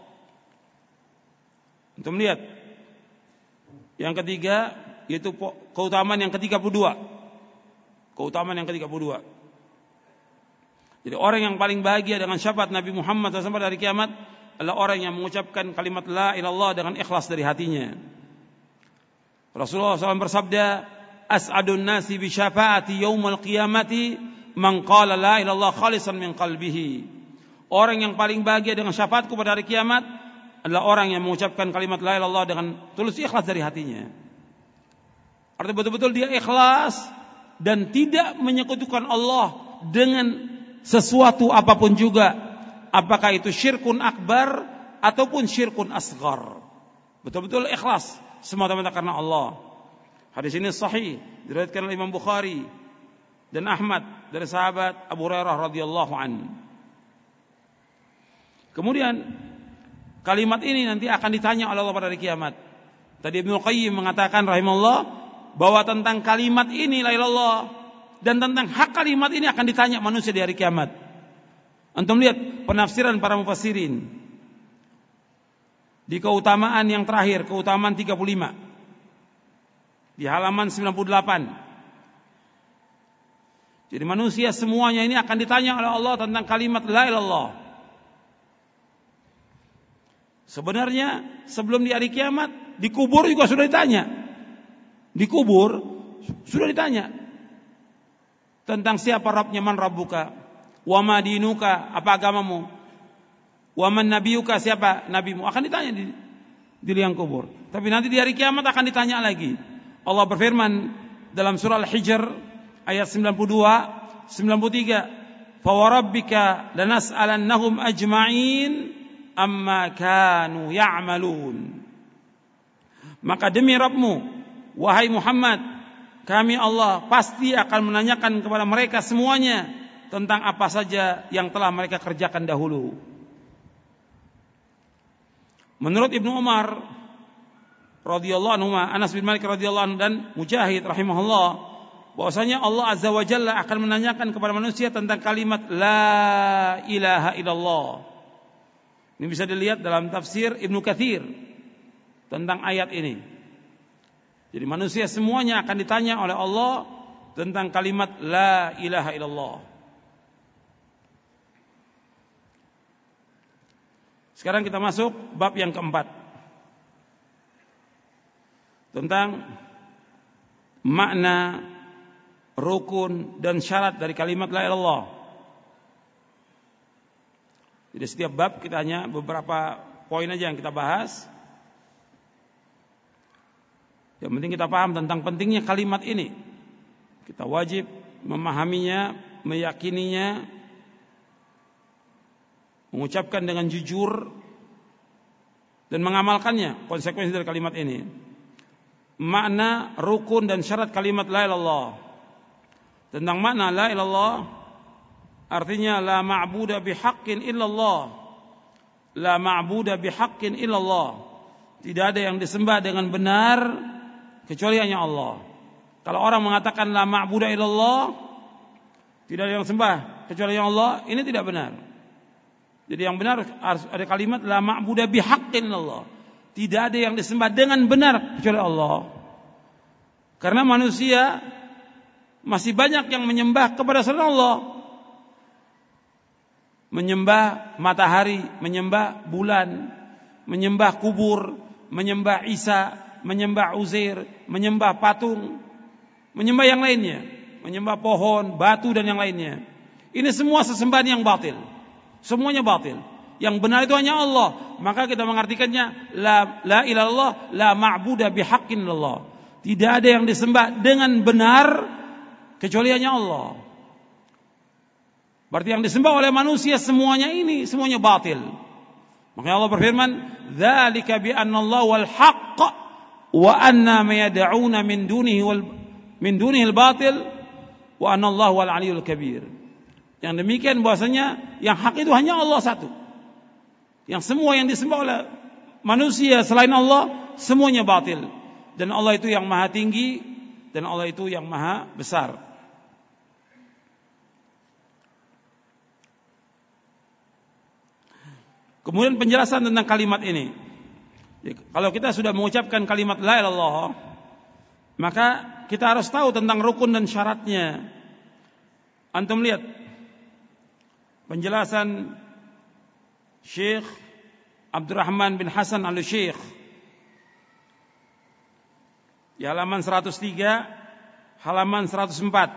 Untuk melihat yang ketiga, yaitu keutamaan yang ke-32. Keutamaan yang ke-32. Jadi orang yang paling bahagia dengan syafaat Nabi Muhammad SAW dari kiamat adalah orang yang mengucapkan kalimat la ilaha illallah dengan ikhlas dari hatinya. Rasulullah SAW bersabda, "As'adun nasi bi syafaati yaumil qiyamati man qala la ilaha illallah khalisan min qalbihi." Orang yang paling bahagia dengan syafaatku pada hari kiamat adalah orang yang mengucapkan kalimat la ilaha illallah dengan tulus ikhlas dari hatinya. Artinya betul-betul dia ikhlas dan tidak menyekutukan Allah dengan sesuatu apapun juga, apakah itu syirkun akbar ataupun syirkun asghar. Betul-betul ikhlas semata-mata karena Allah. Hadis ini sahih diriwayatkan oleh Imam Bukhari dan Ahmad dari sahabat Abu Hurairah radhiyallahu anhu. Kemudian kalimat ini nanti akan ditanya oleh Allah pada hari kiamat. Tadi Ibnu Qayyim mengatakan rahimahullah bahwa tentang kalimat ini la ilaha illallah dan tentang hak kalimat ini akan ditanya manusia di hari kiamat. Antum lihat penafsiran para mufassirin. di keutamaan yang terakhir, keutamaan 35 di halaman 98. Jadi manusia semuanya ini akan ditanya oleh Allah tentang kalimat la ilaha illallah. Sebenarnya sebelum di hari kiamat, di kubur juga sudah ditanya. Di kubur sudah ditanya tentang siapa Rabbnya, man rabbuka, wa ma dinuka, apa agamamu, wa man nabiyuka, siapa nabimu. Akan ditanya di liang kubur. Tapi nanti di hari kiamat akan ditanya lagi. Allah berfirman dalam surah Al-Hijr ayat 92, 93, fa wa rabbika lanas'alannahum ajma'in amma kanu ya'malun. Maka demi Rabbmu, wahai Muhammad, kami Allah pasti akan menanyakan kepada mereka semuanya tentang apa saja yang telah mereka kerjakan dahulu. Menurut Ibnu Umar radhiyallahu anhu, Anas bin Malik radhiyallahu anhu, dan Mujahid rahimahullah, bahwasanya Allah azza wa jalla akan menanyakan kepada manusia tentang kalimat la ilaha illallah. Ini bisa dilihat dalam tafsir Ibnu Katsir tentang ayat ini. Jadi manusia semuanya akan ditanya oleh Allah tentang kalimat la ilaha illallah. Sekarang kita masuk bab yang keempat, tentang makna, rukun dan syarat dari kalimat la ilaha illallah. Jadi setiap bab kita hanya beberapa poin aja yang kita bahas. Yang penting kita paham tentang pentingnya kalimat ini. Kita wajib memahaminya, meyakininya, mengucapkan dengan jujur dan mengamalkannya, konsekuensi dari kalimat ini. Makna, rukun dan syarat kalimat la ilaha illallah. Tentang makna la ilaha illallah, artinya la ma'budu bihaqqin illallah. La ma'budu bihaqqin illallah. Tidak ada yang disembah dengan benar kecuali hanya Allah. Kalau orang mengatakan la ma'budu illallah, tidak ada yang sembah kecuali hanya Allah, ini tidak benar. Jadi yang benar harus ada kalimat la ma'budu bihaqqin illallah. Tidak ada yang disembah dengan benar kecuali Allah. Karena manusia masih banyak yang menyembah kepada selain Allah. Menyembah matahari, menyembah bulan, menyembah kubur, menyembah Isa, menyembah Uzair, menyembah patung, menyembah yang lainnya, menyembah pohon, batu dan yang lainnya. Ini semua sesembahan yang batil. Semuanya batil. Yang benar itu hanya Allah. Maka kita mengartikannya la ilaha illallah, la ma'budu bihaqqin illallah. Tidak ada yang disembah dengan benar kecuali hanya Allah. Berarti yang disembah oleh manusia semuanya ini semuanya batil. Makanya Allah berfirman, "Dzalika bi anna Allah wal haqq wa anna ma yad'una min dunihi al-batil wa anna Allah wal 'aliyyul kabir." Yang demikian bahwasanya yang hak itu hanya Allah satu. Yang semua yang disembah oleh manusia selain Allah semuanya batil. Dan Allah itu yang maha tinggi dan Allah itu yang maha besar. Kemudian penjelasan tentang kalimat ini. Kalau kita sudah mengucapkan kalimat la ilaha illallah, maka kita harus tahu tentang rukun dan syaratnya. Antum lihat penjelasan Syekh Abdurrahman bin Hasan Al-Syekh di halaman 103, halaman 104.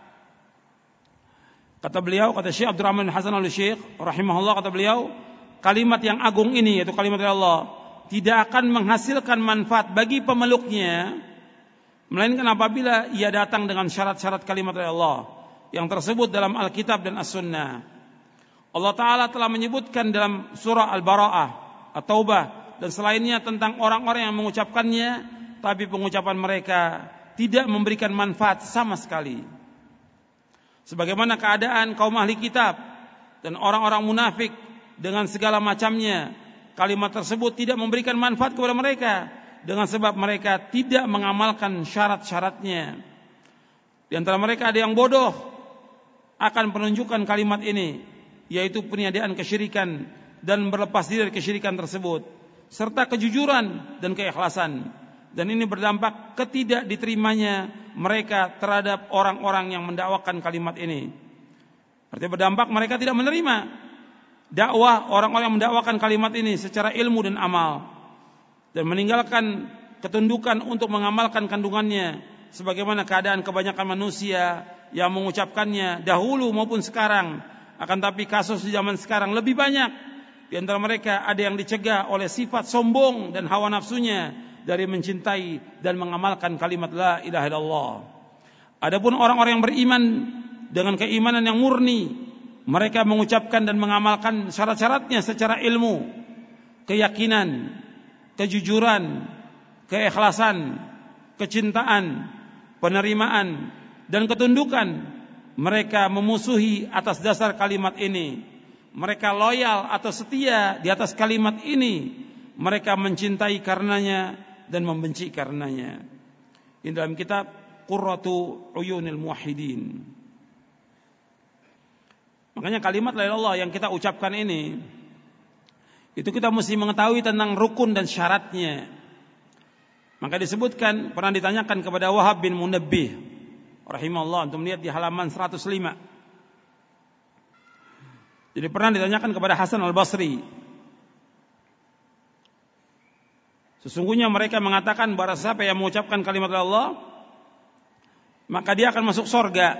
Kata beliau, kata Syekh Abdurrahman bin Hasan Al-Syekh rahimahullah, kata beliau, kalimat yang agung ini, yaitu kalimat Allah, tidak akan menghasilkan manfaat bagi pemeluknya, melainkan apabila ia datang dengan syarat-syarat kalimat Allah yang tersebut dalam Alkitab dan As-Sunnah. Allah Ta'ala telah menyebutkan dalam surah Al-Bara'ah, At-Taubah dan selainnya tentang orang-orang yang mengucapkannya, tapi pengucapan mereka tidak memberikan manfaat sama sekali. Sebagaimana keadaan kaum ahli kitab dan orang-orang munafik dengan segala macamnya, kalimat tersebut tidak memberikan manfaat kepada mereka dengan sebab mereka tidak mengamalkan syarat-syaratnya. Di antara mereka ada yang bodoh akan penunjukan kalimat ini, yaitu peniadaan kesyirikan dan berlepas diri dari kesyirikan tersebut, serta kejujuran dan keikhlasan. Dan ini berdampak ketidak diterimanya mereka terhadap orang-orang yang mendakwakan kalimat ini. Artinya berdampak mereka tidak menerima dakwah orang-orang yang mendakwakan kalimat ini secara ilmu dan amal, dan meninggalkan ketundukan untuk mengamalkan kandungannya, sebagaimana keadaan kebanyakan manusia yang mengucapkannya dahulu maupun sekarang. Akan tapi kasus di zaman sekarang lebih banyak. Di antara mereka ada yang dicegah oleh sifat sombong dan hawa nafsunya dari mencintai dan mengamalkan kalimat la ilaha illallah. Adapun orang-orang yang beriman dengan keimanan yang murni, mereka mengucapkan dan mengamalkan syarat-syaratnya secara ilmu, keyakinan, kejujuran, keikhlasan, kecintaan, penerimaan, dan ketundukan. Mereka memusuhi atas dasar kalimat ini. Mereka loyal atau setia di atas kalimat ini. Mereka mencintai karenanya dan membenci karenanya. Ini dalam kitab Qurratu Uyunil Muwahhidin. Makanya kalimat la ilaha illallah yang kita ucapkan ini, itu kita mesti mengetahui tentang rukun dan syaratnya. Maka disebutkan, pernah ditanyakan kepada Wahab bin Munabbih rahimahullah, untuk melihat di halaman 105. Jadi pernah ditanyakan kepada Hasan al-Basri, sesungguhnya mereka mengatakan bahwa siapa yang mengucapkan kalimat Allah, maka dia akan masuk surga.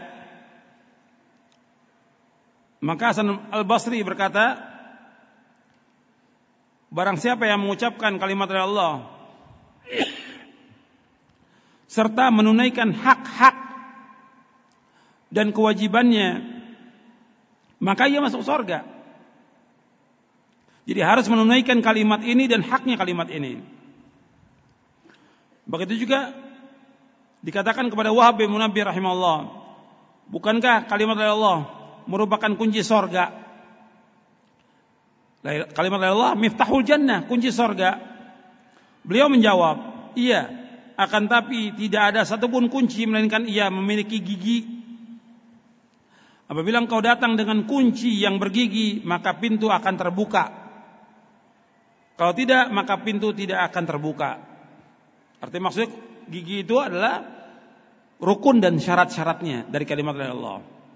Maka Hasan al-Basri berkata, barang siapa yang mengucapkan kalimat Allah serta menunaikan hak-hak dan kewajibannya, maka ia masuk surga. Jadi harus menunaikan kalimat ini dan haknya kalimat ini. Begitu juga dikatakan kepada Wahab bin Munabbih rahimahullah, bukankah kalimat Allah merupakan kunci surga? Kalimat Allah miftahul jannah, kunci surga. Beliau menjawab, iya, akan tapi tidak ada satupun kunci melainkan ia memiliki gigi. Apabila engkau datang dengan kunci yang bergigi, maka pintu akan terbuka. Kalau tidak, maka pintu tidak akan terbuka. Artinya maksud gigi itu adalah rukun dan syarat-syaratnya dari kalimat la ilaha illallah.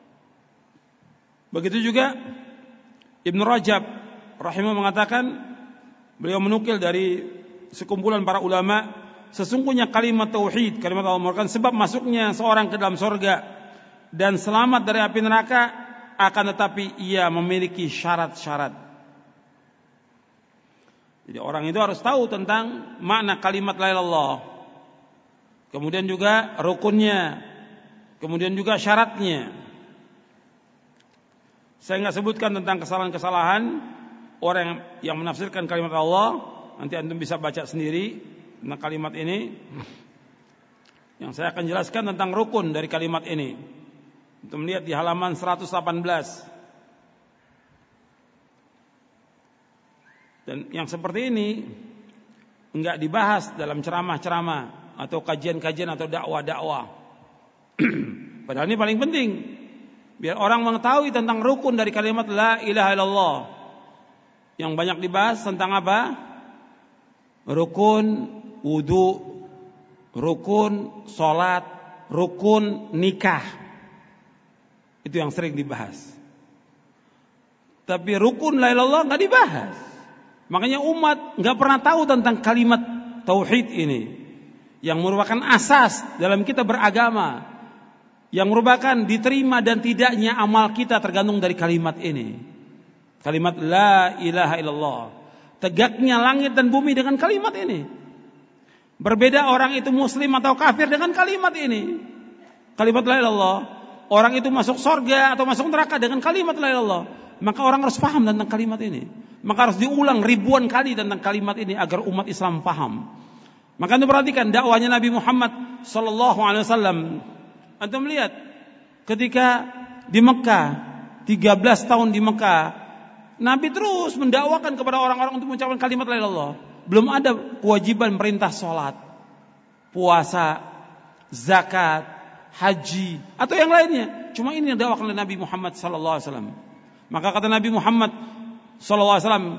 Begitu juga Ibn Rajab rahimah mengatakan, beliau menukil dari sekumpulan para ulama, sesungguhnya kalimat tauhid, kalimat Allah merupakan sebab masuknya seorang ke dalam surga dan selamat dari api neraka, akan tetapi ia memiliki syarat-syarat. Jadi orang itu harus tahu tentang makna kalimat la ilaha illallah, kemudian juga rukunnya, kemudian juga syaratnya. Saya enggak sebutkan tentang kesalahan-kesalahan orang yang menafsirkan kalimat Allah. Nanti antum bisa baca sendiri tentang kalimat ini. Yang saya akan jelaskan tentang rukun dari kalimat ini. Untuk melihat di halaman 118. Dan yang seperti ini enggak dibahas dalam ceramah-ceramah atau kajian-kajian atau dakwah-dakwah. Padahal ini paling penting, biar orang mengetahui tentang rukun dari kalimat la ilaha illallah. Yang banyak dibahas tentang apa? Rukun wudu, rukun salat, rukun nikah. Itu yang sering dibahas. Tapi rukun la ilaha illallah enggak dibahas. Makanya umat enggak pernah tahu tentang kalimat tauhid ini, yang merupakan asas dalam kita beragama, yang merupakan diterima dan tidaknya amal kita tergantung dari kalimat ini. Kalimat la ilaha illallah. Tegaknya langit dan bumi dengan kalimat ini. Berbeda orang itu muslim atau kafir dengan kalimat ini. Kalimat la ilaha illallah. Orang itu masuk surga atau masuk neraka dengan kalimat la ilaha illallah. Maka orang harus paham tentang kalimat ini. Maka harus diulang ribuan kali tentang kalimat ini agar umat Islam paham. Maka anda perhatikan dakwahnya Nabi Muhammad sallallahu alaihi wasallam. Anda melihat ketika di Mekah, 13 tahun di Mekah, Nabi terus mendakwakan kepada orang-orang untuk mengucapkan kalimat la ilaha illallah. Belum ada kewajiban perintah salat, puasa, zakat, haji atau yang lainnya. Cuma ini yang didakwakan oleh Nabi Muhammad sallallahu alaihi wasallam. Maka kata Nabi Muhammad sallallahu alaihi wasallam,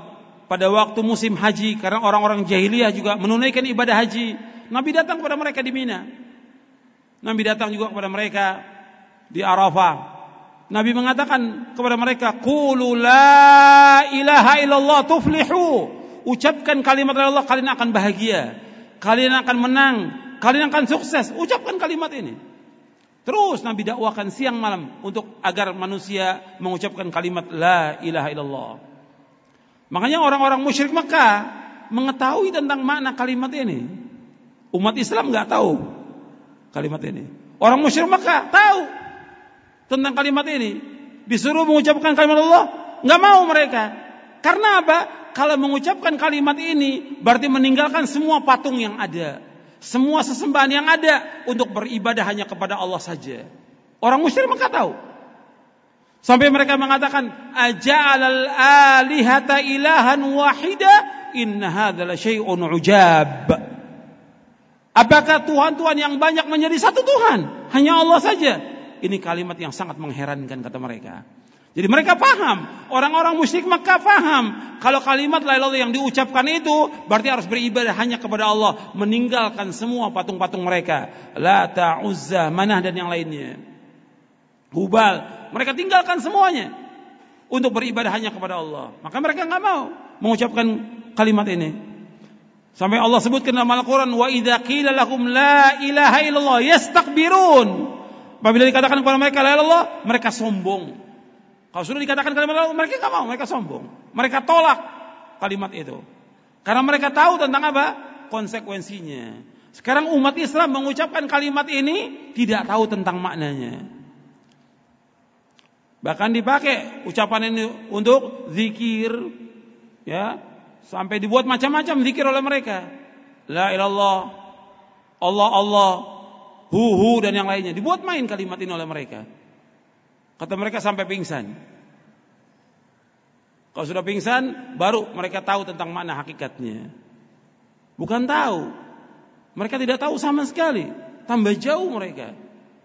pada waktu musim haji, karena orang-orang jahiliyah juga menunaikan ibadah haji. Nabi datang kepada mereka di Mina. Nabi datang juga kepada mereka di Arafah. Nabi mengatakan kepada mereka, qulu la ilaha illallah tuflihu. Ucapkan kalimat la ilaha illallah, kalian akan bahagia, kalian akan menang, kalian akan sukses. Ucapkan kalimat ini. Terus Nabi dakwakan siang malam untuk agar manusia mengucapkan kalimat la ilaha illallah. Makanya orang-orang musyrik Mekah mengetahui tentang makna kalimat ini. Umat Islam enggak tahu kalimat ini. Orang musyrik Mekah tahu tentang kalimat ini. Disuruh mengucapkan kalimat Allah, enggak mau mereka. Karena apa? Kalau mengucapkan kalimat ini berarti meninggalkan semua patung yang ada, semua sesembahan yang ada, untuk beribadah hanya kepada Allah saja. Orang musyrik Mekah tahu. Sampai mereka mengatakan, aja'alal alihata ilahan wahida, inna hadza la syai'un ujab. Apakah Tuhan-Tuhan yang banyak menjadi satu Tuhan? Hanya Allah saja. Ini kalimat yang sangat mengherankan, kata mereka. Jadi mereka paham, orang-orang musyrik Makkah paham, kalau kalimat la ilaha illallah yang diucapkan itu berarti harus beribadah hanya kepada Allah, meninggalkan semua patung-patung mereka, Lata, Uzza, Manah dan yang lainnya, Hubal, mereka tinggalkan semuanya untuk beribadah hanya kepada Allah. Maka mereka enggak mau mengucapkan kalimat ini. Sampai Allah sebutkan dalam Al-Quran, wa idza qila lahum la ilaha illallah yastakbirun. Apabila dikatakan kepada mereka la ilaha illallah, mereka sombong. Kalau sudah dikatakan kalimat la ilaha illallah, mereka enggak mau, mereka sombong. Mereka tolak kalimat itu. Karena mereka tahu tentang apa? Konsekuensinya. Sekarang umat Islam mengucapkan kalimat ini tidak tahu tentang maknanya. Bahkan dipakai ucapan ini untuk zikir, ya, sampai dibuat macam-macam zikir oleh mereka. La ilallah, Allah Allah, hu dan yang lainnya. Dibuat main kalimat ini oleh mereka. Kata mereka sampai pingsan. Kalau sudah pingsan, baru mereka tahu tentang makna hakikatnya. Bukan tahu, mereka tidak tahu sama sekali. Tambah jauh mereka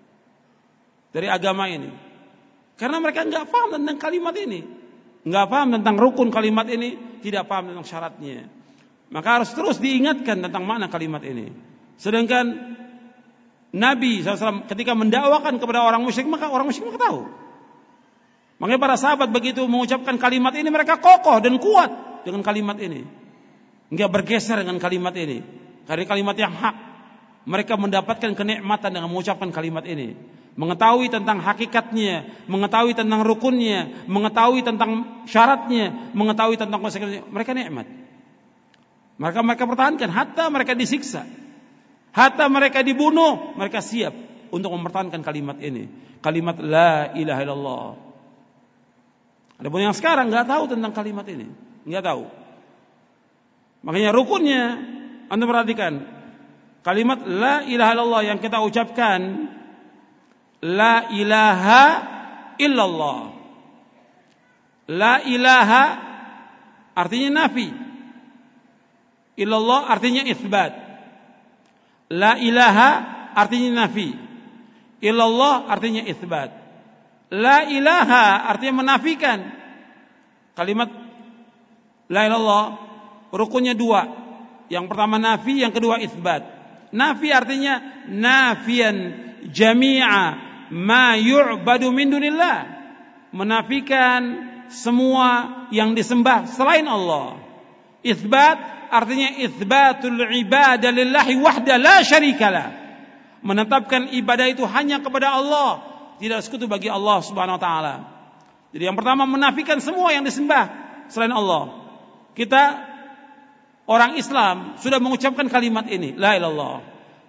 dari agama ini. Karena mereka enggak paham tentang kalimat ini, enggak paham tentang rukun kalimat ini, tidak paham tentang syaratnya. Maka harus terus diingatkan tentang makna kalimat ini. Sedangkan Nabi SAW ketika mendakwakan kepada orang musyrik, maka orang musyrik tahu. Makanya para sahabat begitu mengucapkan kalimat ini, mereka kokoh dan kuat dengan kalimat ini, enggak bergeser dengan kalimat ini. Karena kalimat yang hak, mereka mendapatkan kenikmatan dengan mengucapkan kalimat ini. Mengetahui tentang hakikatnya, mengetahui tentang rukunnya, mengetahui tentang syaratnya, mengetahui tentang konsekuensinya, mereka nikmat. Mereka pertahankan, hatta mereka disiksa, hatta mereka dibunuh, mereka siap untuk mempertahankan kalimat ini, kalimat la ilaha illallah. Adapun yang sekarang enggak tahu tentang kalimat ini, enggak tahu. Makanya rukunnya, Anda perhatikan, kalimat la ilaha illallah yang kita ucapkan, la ilaha illallah. La ilaha artinya nafi, illallah artinya itsbat. La ilaha artinya nafi, illallah artinya itsbat. La ilaha artinya menafikan. Kalimat la ilallah rukunnya dua. Yang pertama nafi, yang kedua itsbat. Nafi artinya nafian jami'a ma yu'badu min dunillah, menafikan semua yang disembah selain Allah. Itsbat artinya itsbatul ibadah lillahi wahda la syarikalah, menetapkan ibadah itu hanya kepada Allah, tidak sekutu bagi Allah Subhanahu wa taala. Jadi yang pertama menafikan semua yang disembah selain Allah. Kita orang Islam sudah mengucapkan kalimat ini, la ilallah.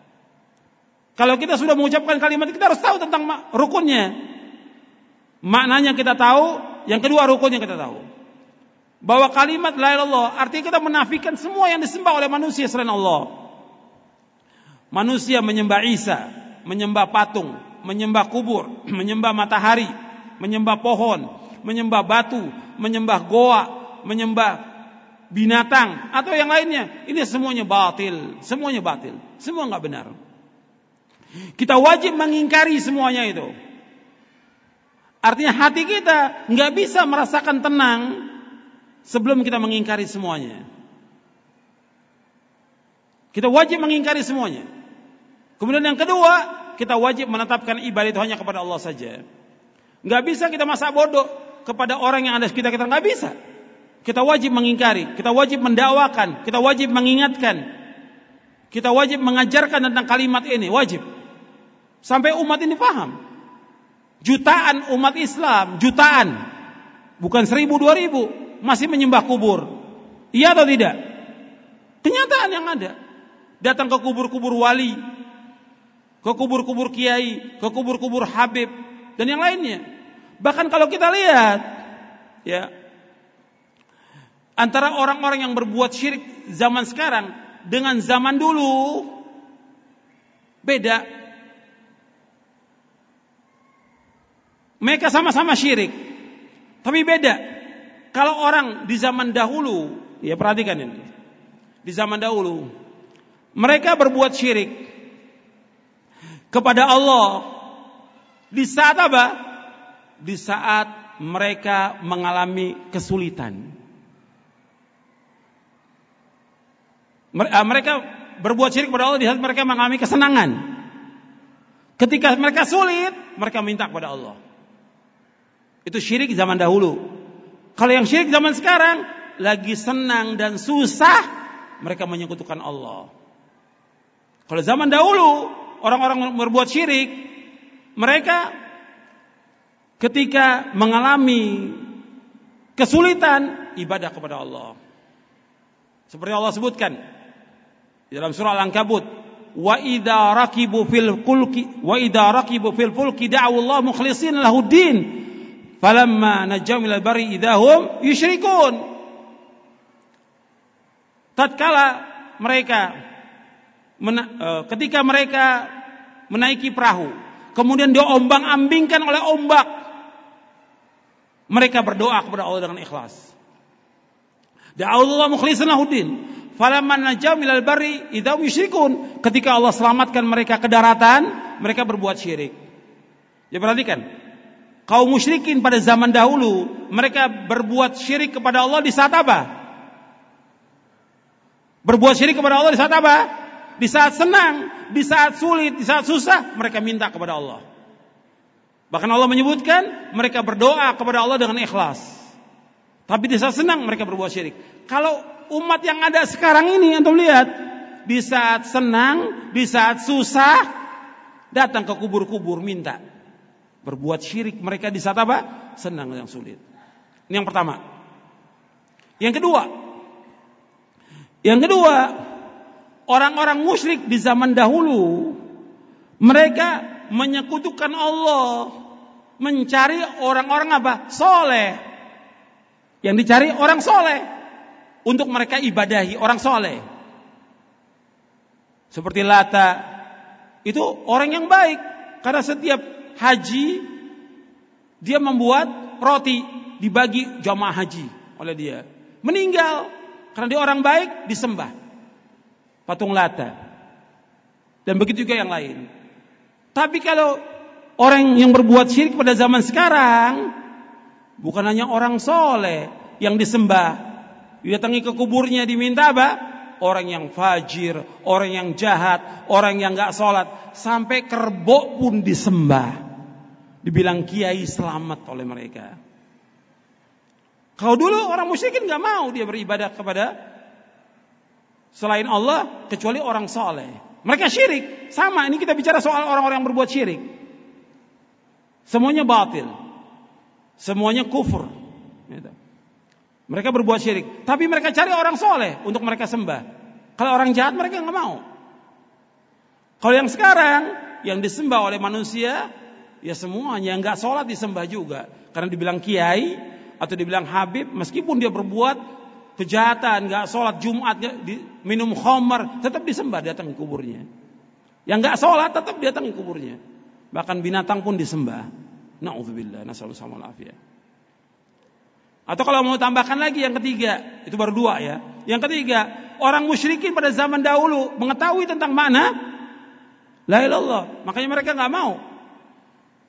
Kalau kita sudah mengucapkan kalimat, kita harus tahu tentang rukunnya. Maknanya kita tahu, yang kedua rukunnya kita tahu. Bahwa kalimat la ilaha illallah artinya kita menafikan semua yang disembah oleh manusia selain Allah. Manusia menyembah Isa, menyembah patung, menyembah kubur, menyembah matahari, menyembah pohon, menyembah batu, menyembah goa, menyembah binatang atau yang lainnya. Ini semuanya batil, semuanya batil, semua enggak benar. Kita wajib mengingkari semuanya itu. Artinya hati kita enggak bisa merasakan tenang sebelum kita mengingkari semuanya. Kita wajib mengingkari semuanya. Kemudian yang kedua, kita wajib menetapkan ibadah itu hanya kepada Allah saja. Nggak bisa kita masa bodoh kepada orang yang ada sekitar kita, nggak bisa. Kita wajib mengingkari, kita wajib mendakwakan, kita wajib mengingatkan, kita wajib mengajarkan tentang kalimat ini, wajib. Sampai umat ini paham. Jutaan umat Islam, jutaan, bukan 1000, 2000, masih menyembah kubur. Iya atau tidak? Kenyataan yang ada. Datang ke kubur-kubur wali, ke kubur-kubur kiai, ke kubur-kubur habib, dan yang lainnya. Bahkan kalau kita lihat, ya, antara orang-orang yang berbuat syirik zaman sekarang dengan zaman dulu beda. Mereka sama-sama syirik, tapi beda. Kalau orang di zaman dahulu, ya perhatikan ini. Di zaman dahulu, mereka berbuat syirik kepada Allah di saat apa? Di saat mereka mengalami kesulitan. Mereka berbuat syirik kepada Allah di saat mereka mengalami kesenangan. Ketika mereka sulit, mereka minta kepada Allah. Itu syirik zaman dahulu. Kalau yang syirik zaman sekarang, lagi senang dan susah, mereka menyekutukan Allah. Kalau zaman dahulu, orang-orang berbuat syirik, mereka ketika mengalami kesulitan, ibadah kepada Allah. Seperti Allah sebutkan di dalam surah Al-Ankabut, wa idza raqibu fil fulki da'u Allah mukhlishina lahu din falamma najjahum ilal barri idahum yusyrikun. Tatkala mereka ketika mereka menaiki perahu, kemudian diombang-ambingkan oleh ombak, mereka berdoa kepada Allah dengan ikhlas. Da'u Allah mukhlishina lahu din falamma najjahum ilal barri idahum yusyrikun. Ketika Allah selamatkan mereka ke daratan, mereka berbuat syirik. Ya, perhatikan. Kaum musyrikin pada zaman dahulu, mereka berbuat syirik kepada Allah di saat apa? Berbuat syirik kepada Allah di saat apa? Di saat senang, di saat sulit, di saat susah, mereka minta kepada Allah. Bahkan Allah menyebutkan mereka berdoa kepada Allah dengan ikhlas. Tapi di saat senang mereka berbuat syirik. Kalau umat yang ada sekarang ini, antum lihat, di saat senang, di saat susah, datang ke kubur-kubur minta. Berbuat syirik mereka di saat apa? Senang yang sulit. Ini yang pertama. Yang kedua, orang-orang musyrik di zaman dahulu, mereka menyekutukan Allah, mencari orang-orang apa? Soleh. Yang dicari orang soleh untuk mereka ibadahi, orang soleh. Seperti Lata, itu orang yang baik, karena setiap haji dia membuat roti dibagi jamaah haji oleh dia. Meninggal karena dia orang baik, disembah patung Lata. Dan begitu juga yang lain. Tapi kalau orang yang berbuat syirik pada zaman sekarang, bukan hanya orang soleh yang disembah, didatangi ke kuburnya diminta apa? Orang yang fajir, orang yang jahat, orang yang gak sholat, sampai kerbau pun disembah. Dibilang kiai selamat oleh mereka. Kalau dulu orang musyrikin gak mau dia beribadah kepada selain Allah kecuali orang soleh. Mereka syirik. Sama, ini kita bicara soal orang-orang yang berbuat syirik. Semuanya batil, semuanya kufur. Mereka berbuat syirik, tapi mereka cari orang soleh untuk mereka sembah. Kalau orang jahat mereka nggak mau. Kalau yang sekarang yang disembah oleh manusia, ya semuanya nggak sholat disembah juga, karena dibilang kiai atau dibilang habib, meskipun dia berbuat kejahatan, nggak sholat Jumat, minum khamar, tetap disembah, datang ke kuburnya. Yang nggak sholat tetap datang ke kuburnya. Bahkan binatang pun disembah. Na'udzubillah, nasallallahu alaihi wasallam. Atau kalau mau tambahkan lagi yang ketiga, itu baru dua ya. Yang ketiga, orang musyrikin pada zaman dahulu mengetahui tentang makna la ilaha illallah, makanya mereka nggak mau.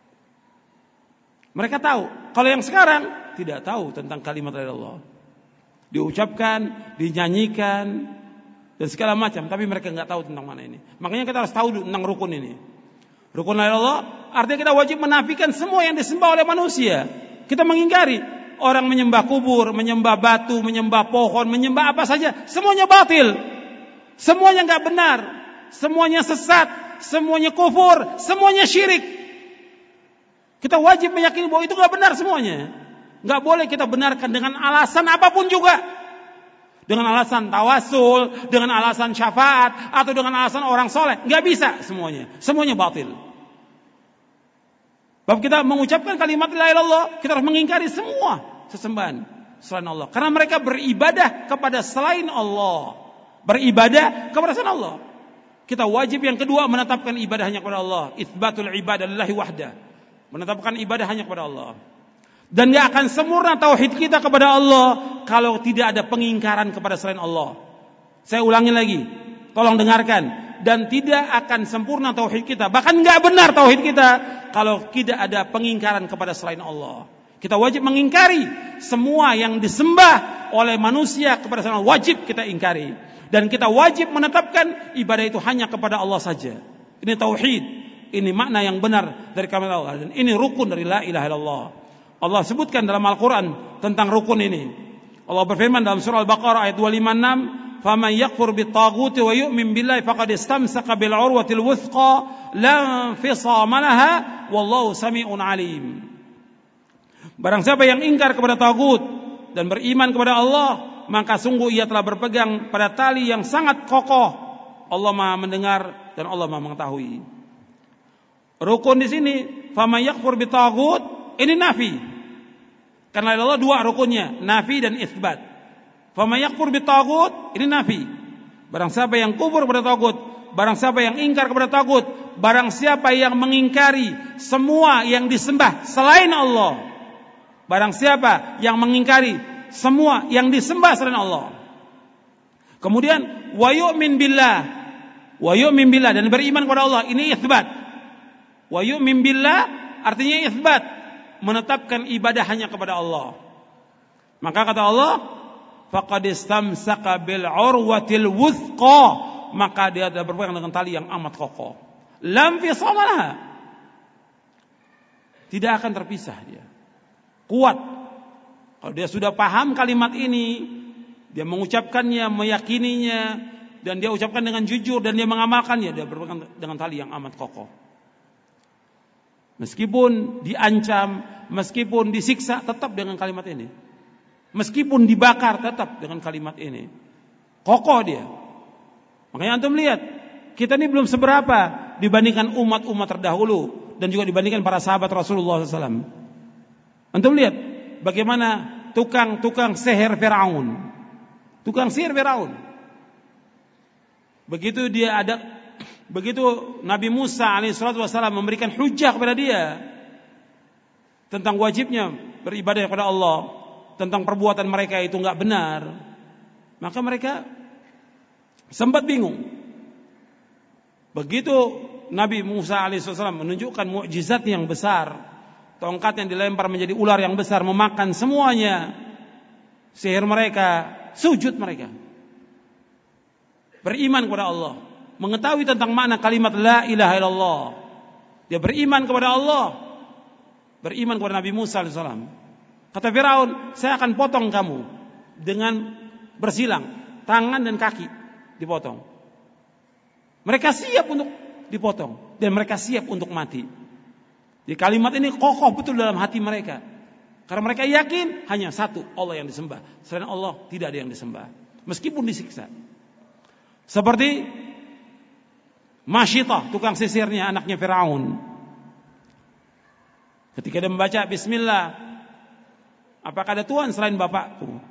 Mereka tahu. Kalau yang sekarang tidak tahu tentang kalimat la ilaha illallah. diucapkan, dinyanyikan, dan segala macam. Tapi mereka nggak tahu tentang mana ini. Makanya kita harus tahu tentang rukun ini. Rukun la ilaha illallah artinya kita wajib menafikan semua yang disembah oleh manusia. Kita mengingkari orang menyembah kubur, menyembah batu, menyembah pohon, menyembah apa saja, semuanya batil. Semuanya nggak benar, semuanya sesat, semuanya kufur, semuanya syirik. Kita wajib meyakini bahwa itu nggak benar semuanya. Nggak boleh kita benarkan dengan alasan apapun juga. Dengan alasan tawasul, dengan alasan syafaat, atau dengan alasan orang soleh. Nggak bisa semuanya. Semuanya batil. Sebab kita mengucapkan kalimat la ilaha illallah, kita harus mengingkari semua sesembahan selain Allah. Karena mereka beribadah kepada selain Allah. Beribadah kepada selain Allah. Kita wajib yang kedua menetapkan ibadah hanya kepada Allah. Itsbatul ibadah lillahi wahdah. Menetapkan ibadah hanya kepada Allah. Dan gak akan sempurna tauhid kita kepada Allah kalau tidak ada pengingkaran kepada selain Allah. Saya ulangi lagi, tolong dengarkan. Dan tidak akan sempurna tauhid kita, bahkan gak benar tauhid kita kalau tidak ada pengingkaran kepada selain Allah. Kita wajib mengingkari semua yang disembah oleh manusia kepada selain Allah. Wajib kita ingkari. Dan kita wajib menetapkan ibadah itu hanya kepada Allah saja. Ini tauhid. Ini makna yang benar dari kalimat Allah. Dan ini rukun dari la ilaha illallah. Allah sebutkan dalam Al-Quran tentang rukun ini. Allah berfirman dalam surah Al-Baqarah ayat 256, "Faman yakfur bit-taghuti wa yu'min billahi faqad istamsaka bil 'urwatil wuthqa la infisama laha wallahu sami'un 'alim." Barang siapa yang ingkar kepada tagut dan beriman kepada Allah, maka sungguh ia telah berpegang pada tali yang sangat kokoh. Allah Maha mendengar dan Allah Maha mengetahui. Rukun di sini, faman yakfur bitaghut, ini nafi. Karena Allah dua rukunnya, nafi dan itsbat. Faman yakfur bitaghut, ini nafi. Barang siapa yang kufur kepada tagut, barang siapa yang ingkar kepada tagut, barang siapa yang mengingkari semua yang disembah selain Allah, barang siapa yang mengingkari semua yang disembah selain Allah. Kemudian wa yu'min billah dan beriman kepada Allah, ini itsbat. Wa yu'min billah artinya itsbat, menetapkan ibadah hanya kepada Allah. Maka kata Allah, faqad istamsaka bil 'urwatil wuthqa, maka dia telah berpegang dengan tali yang amat kokoh. Lam fisama laha, tidak akan terpisah dia. Kuat. Kalau dia sudah paham kalimat ini, dia mengucapkannya, meyakininya, dan dia ucapkan dengan jujur dan dia mengamalkannya, dia berpegang dengan tali yang amat kokoh. Meskipun diancam, meskipun disiksa, tetap dengan kalimat ini. Meskipun dibakar, tetap dengan kalimat ini. Kokoh dia. Makanya antum lihat, kita ini belum seberapa dibandingkan umat-umat terdahulu dan juga dibandingkan para sahabat Rasulullah SAW. Antum lihat bagaimana tukang sihir Firaun. Tukang sihir Firaun. Begitu Nabi Musa alaihissalam memberikan hujjah kepada dia tentang wajibnya beribadah kepada Allah, tentang perbuatan mereka itu enggak benar, maka mereka sempat bingung. Begitu Nabi Musa alaihissalam menunjukkan mukjizat yang besar, tongkat yang dilempar menjadi ular yang besar memakan semuanya, sihir mereka, sujud mereka, beriman kepada Allah, mengetahui tentang makna kalimat la ilaha illallah. Dia beriman kepada Allah, beriman kepada Nabi Musa AS. Kata Firaun, saya akan potong kamu dengan bersilang, tangan dan kaki dipotong. Mereka siap untuk dipotong dan mereka siap untuk mati. Di kalimat ini kokoh betul dalam hati mereka, karena mereka yakin hanya satu Allah yang disembah, selain Allah tidak ada yang disembah, meskipun disiksa. Seperti Masyitah, tukang sisirnya, anaknya Firaun. Ketika dia membaca Bismillah, apakah ada Tuhan selain Bapakku?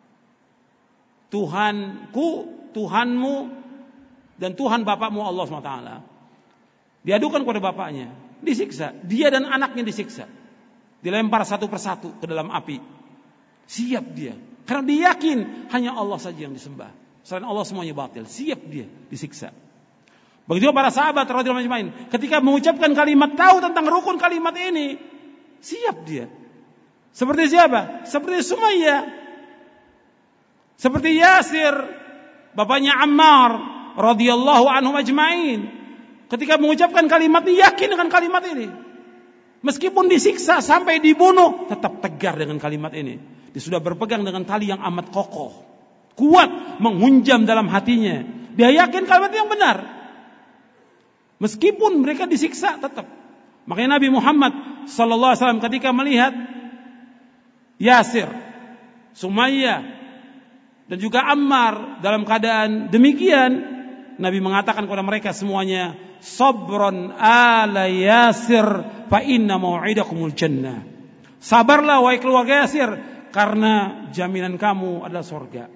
Tuhanku, Tuhanmu, dan Tuhan Bapakmu Allah SWT. Diadukan kepada bapaknya, disiksa. Dia dan anaknya disiksa, dilempar satu persatu ke dalam api. Siap dia, karena dia yakin hanya Allah saja yang disembah, selain Allah semuanya batil. Siap dia disiksa. Begitu para sahabat radhiyallahu anhum ketika mengucapkan kalimat, tahu tentang rukun kalimat ini, siap dia. Seperti siapa? Seperti Sumayyah. Seperti Yasir, bapaknya Ammar radhiyallahu anhum ajma'in. Ketika mengucapkan kalimat ini, yakin dengan kalimat ini. Meskipun disiksa sampai dibunuh, tetap tegar dengan kalimat ini. Dia sudah berpegang dengan tali yang amat kokoh, kuat, menghunjam dalam hatinya. Dia yakin kalimat yang benar. Meskipun mereka disiksa, tetap. Makanya Nabi Muhammad sallallahu alaihi wasallam ketika melihat Yasir, Sumayyah, dan juga Ammar dalam keadaan demikian, Nabi mengatakan kepada mereka semuanya, sabron ala Yasir fa inna mau'idakumul jannah. Sabarlah wahai keluarga Yasir, karena jaminan kamu adalah surga.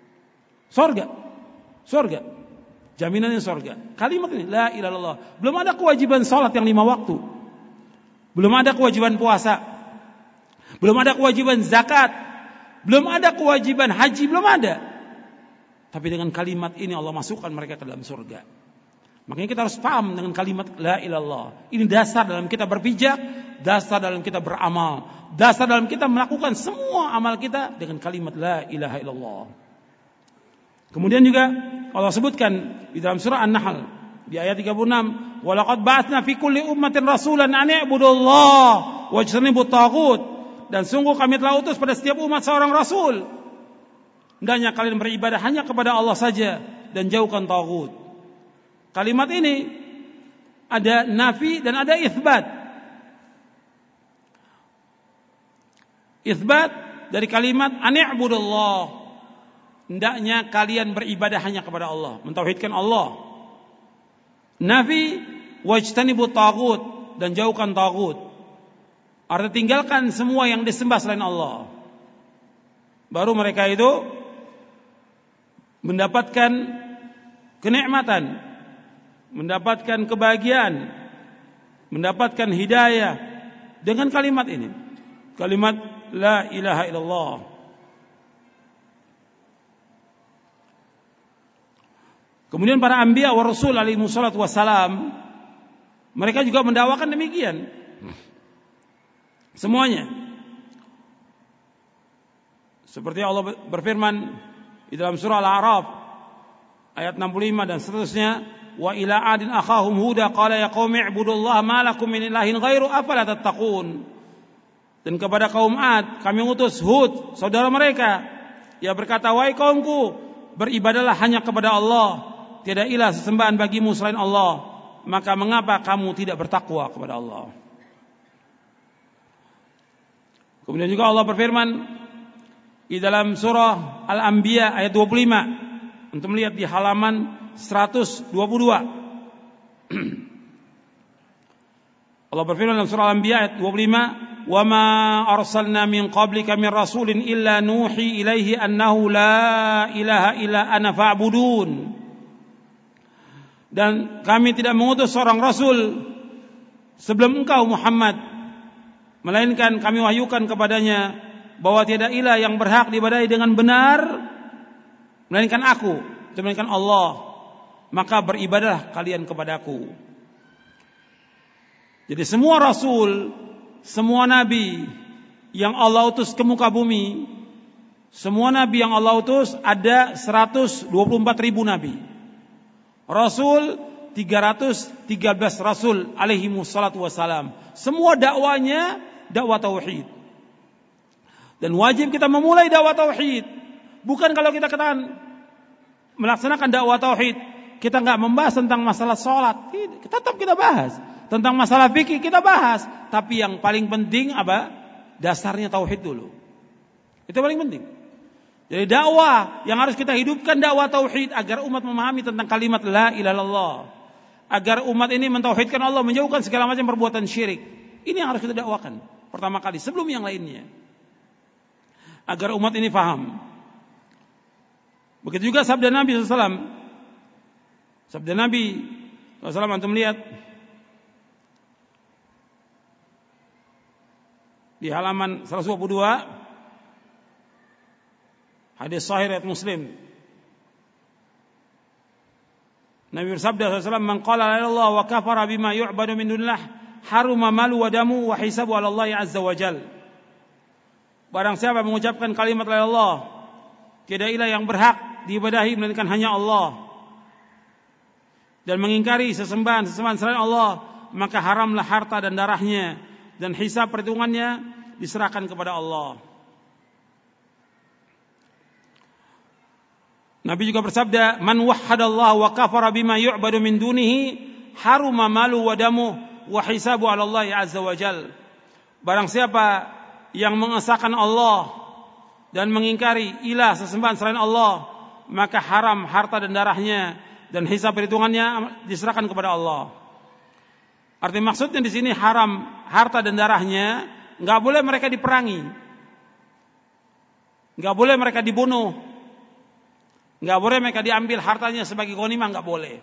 Surga. Jaminannya surga. Kalimat ini la ilaha illallah. Belum ada kewajiban salat yang 5 waktu. Belum ada kewajiban puasa. Belum ada kewajiban zakat. Belum ada kewajiban haji, belum ada. Tapi dengan kalimat ini Allah masukkan mereka ke dalam surga. Makanya kita harus paham dengan kalimat la ilallah. Ini dasar dalam kita berpijak, dasar dalam kita beramal, dasar dalam kita melakukan semua amal kita dengan kalimat la ilaha illallah. Kemudian juga Allah sebutkan di dalam surah An-Nahl di ayat 36, "Wa laqad ba'atsna fi kulli ummatin rasulan an i'budullaha wajtanibut taghut." Dan sungguh kami telah utus pada setiap umat seorang rasul. Hendaknya kalian beribadah hanya kepada Allah saja dan jauhkan taghut. Kalimat ini ada nafi dan ada itsbat. Itsbat dari kalimat ani'budullah. Hendaknya kalian beribadah hanya kepada Allah, mentauhidkan Allah. Nafi wajtanibut taghut, dan jauhkan taghut. Artinya tinggalkan semua yang disembah selain Allah. Baru mereka itu mendapatkan kenikmatan, mendapatkan kebahagiaan, mendapatkan hidayah dengan kalimat ini. Kalimat la ilaha illallah. Kemudian para anbiya wa rasul alaihi wassalatu wassalam, mereka juga mendakwakan demikian. Semuanya. Seperti Allah berfirman di dalam surah Al-A'raf ayat 65 dan seterusnya, wa ila adin akhahum huda qala ya qaumi ibudullaha ma lakum min ilahin ghairu afala tattaqun. Dan kepada kaum Ad kami utus Hud, saudara mereka, ia berkata, wahai kaumku, beribadahlah hanya kepada Allah, tiada ilah sesembahan bagimu selain Allah, maka mengapa kamu tidak bertakwa kepada Allah? Kemudian juga Allah berfirman di dalam surah Al-Anbiya ayat 25. Untuk melihat di halaman 122. Allah berfirman dalam surah Al-Anbiya ayat 25, "Wa ma arsalna min qablika min rasulin illa nuhi ilaihi annahu la ilaha illa ana fa'budun." Dan kami tidak mengutus seorang rasul sebelum engkau Muhammad, melainkan kami wahyukan kepadanya bahwa tiada ilah yang berhak diibadahi dengan benar melainkan aku, melainkan Allah. Maka beribadahlah kalian kepadaku. Jadi semua rasul, semua nabi yang Allah utus ke muka bumi, semua nabi yang Allah utus, ada 124.000 nabi. Rasul 313 rasul alaihi wassalatu wassalam. Semua dakwanya dakwah tauhid. Dan wajib kita memulai dakwah tauhid. Bukan kalau kita katakan melaksanakan dakwah tauhid, kita enggak membahas tentang masalah salat. Tetap kita bahas. Tentang masalah fikih kita bahas. Tapi yang paling penting apa? Dasarnya tauhid dulu. Itu paling penting. Jadi dakwah yang harus kita hidupkan dakwah tauhid agar umat memahami tentang kalimat la ilaha illallah. Agar umat ini mentauhidkan Allah, menjauhkan segala macam perbuatan syirik. Ini yang harus kita dakwakan pertama kali sebelum yang lainnya. Agar umat ini faham. Begitu juga sabda Nabi SAW. Sabda Nabi SAW antum lihat di halaman 122, hadis sahih riwayat Muslim. Nabi bersabda SAW, "Man qala la ilaha illallah wa kafara bima yu'badu min dunillah, haruma malu wa damu wa hisabu 'ala Allah azza wa jalla." Barang siapa mengucapkan kalimat la ilaha illallah tiada ilah yang berhak diibadahi melainkan hanya Allah, dan mengingkari sesembahan selain Allah, maka haramlah harta dan darahnya, dan hisab perhitungannya diserahkan kepada Allah. Nabi juga bersabda, "Man wahhadallah wa kafara bima yu'badu min dunihi, haruma malu wa damu wa hisabu 'ala Allah azza wa jal." Barang siapa yang mengesahkan Allah dan mengingkari ilah sesembahan selain Allah, maka haram harta dan darahnya, dan hisab perhitungannya diserahkan kepada Allah. Arti maksudnya di sini haram harta dan darahnya, enggak boleh mereka diperangi, enggak boleh mereka dibunuh, enggak boleh mereka diambil hartanya sebagai ghanimah, enggak boleh.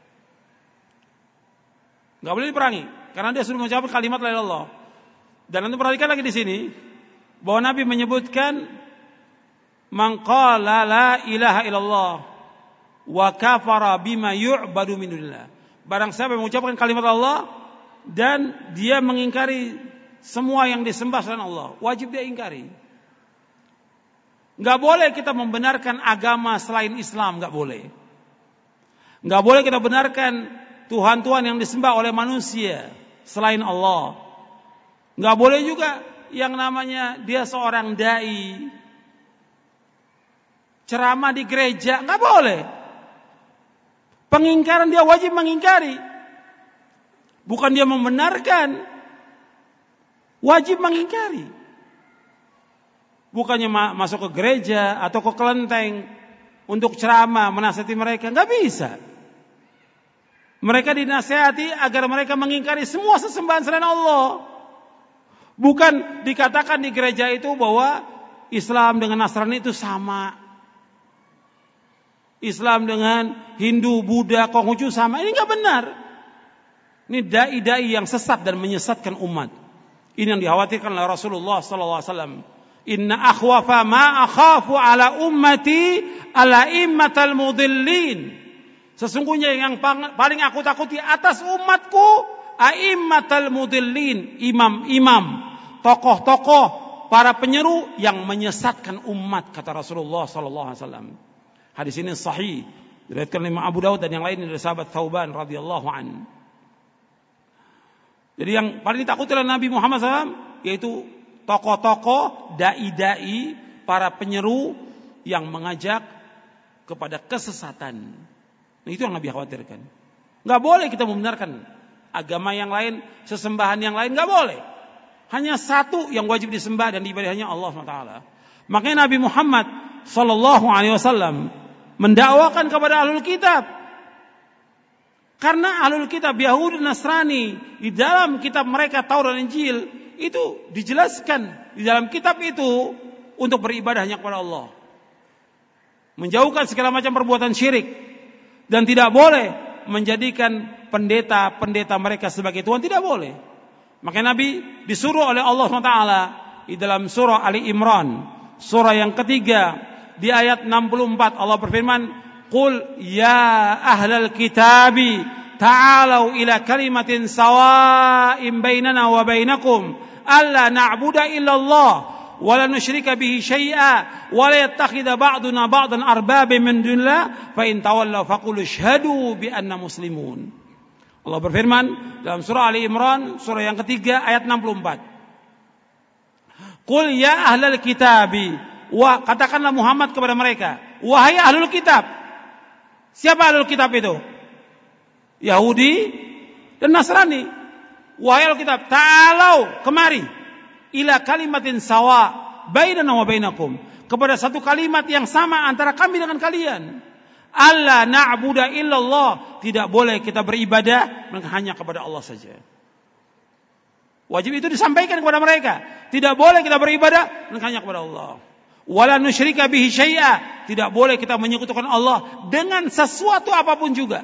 Enggak boleh diperangi karena dia sudah mengucapkan kalimat la ilaha illallah. Dan nanti perhatikan lagi di sini bahwa Nabi menyebutkan man qala la ilaha illallah wa kafara bima yu'badu min dunillah. Barang siapa yang mengucapkan kalimat Allah dan dia mengingkari semua yang disembah selain Allah, wajib dia ingkari. Enggak boleh kita membenarkan agama selain Islam, enggak boleh. Enggak boleh kita benarkan tuhan-tuhan yang disembah oleh manusia selain Allah. Enggak boleh juga yang namanya dia seorang dai ceramah di gereja, enggak boleh. Pengingkaran dia wajib mengingkari. Bukan dia membenarkan, wajib mengingkari. Bukannya masuk ke gereja atau ke kelenteng untuk ceramah menasihati mereka, enggak bisa. Mereka dinasihati agar mereka mengingkari semua sesembahan selain Allah. Bukan dikatakan di gereja itu bahwa Islam dengan Nasrani itu sama. Islam dengan Hindu, Buddha, Konghucu sama. Ini enggak benar. Ini dai-dai yang sesat dan menyesatkan umat. Ini yang dikhawatirkan oleh Rasulullah sallallahu alaihi wasallam. Inna akhwafa ma akhafu ala ummati ala immatal mudillin. Sesungguhnya yang paling aku takuti atas umatku a'immatal mudillin, imam-imam, tokoh-tokoh, para penyeru yang menyesatkan umat, kata Rasulullah sallallahu alaihi wasallam. Hadis ini sahih, diriwayatkan oleh Imam Abu Dawud dan yang lain dari sahabat Thauban radhiyallahu an. Jadi yang paling ditakuti oleh Nabi Muhammad SAW yaitu tokoh-tokoh, dai-dai, para penyeru yang mengajak kepada kesesatan. Nah, itu yang Nabi khawatirkan. Enggak boleh kita membenarkan agama yang lain, sesembahan yang lain, enggak boleh. Hanya satu yang wajib disembah dan diibadahi hanya Allah SWT. Makanya Nabi Muhammad sallallahu alaihi wasallam mendakwakan kepada ahlul kitab. Karena ahlul kitab Yahudi dan Nasrani di dalam kitab mereka Taurat dan Injil itu dijelaskan di dalam kitab itu untuk beribadah hanya kepada Allah. Menjauhkan segala macam perbuatan syirik. Dan tidak boleh menjadikan pendeta-pendeta mereka sebagai Tuhan, tidak boleh. Maka Nabi disuruh oleh Allah SWT di dalam surah Ali Imran, surah yang ketiga, di ayat 64 Allah berfirman, "Qul ya ahlal kitabi ta'alau ila kalimatin sawa'in bainana wa bainakum alla na'budu illallah wa la nusyrika bihi syai'a wa la yattakhidha ba'duna ba'dan arbaban min dunillah fa in tawallaw faqul asyhadu bi anna muslimun." Allah berfirman dalam surah Ali Imran, surah yang ketiga ayat 64. Qul ya ahlal kitabi, wa katakanlah Muhammad kepada mereka, wahai ahlul kitab. Siapa ahlul kitab itu? Yahudi dan Nasrani. Wahai ahlul kitab, ta'alau, kemari, ila kalimatin sawa bainana wa bainakum, kepada satu kalimat yang sama antara kami dengan kalian. Alla na'budu illallah, tidak boleh kita beribadah hanya kepada Allah saja. Wajib itu disampaikan kepada mereka. Tidak boleh kita beribadah hanya kepada Allah. Wala nusyrika bihi syai'a, tidak boleh kita menyekutukan Allah dengan sesuatu apapun juga.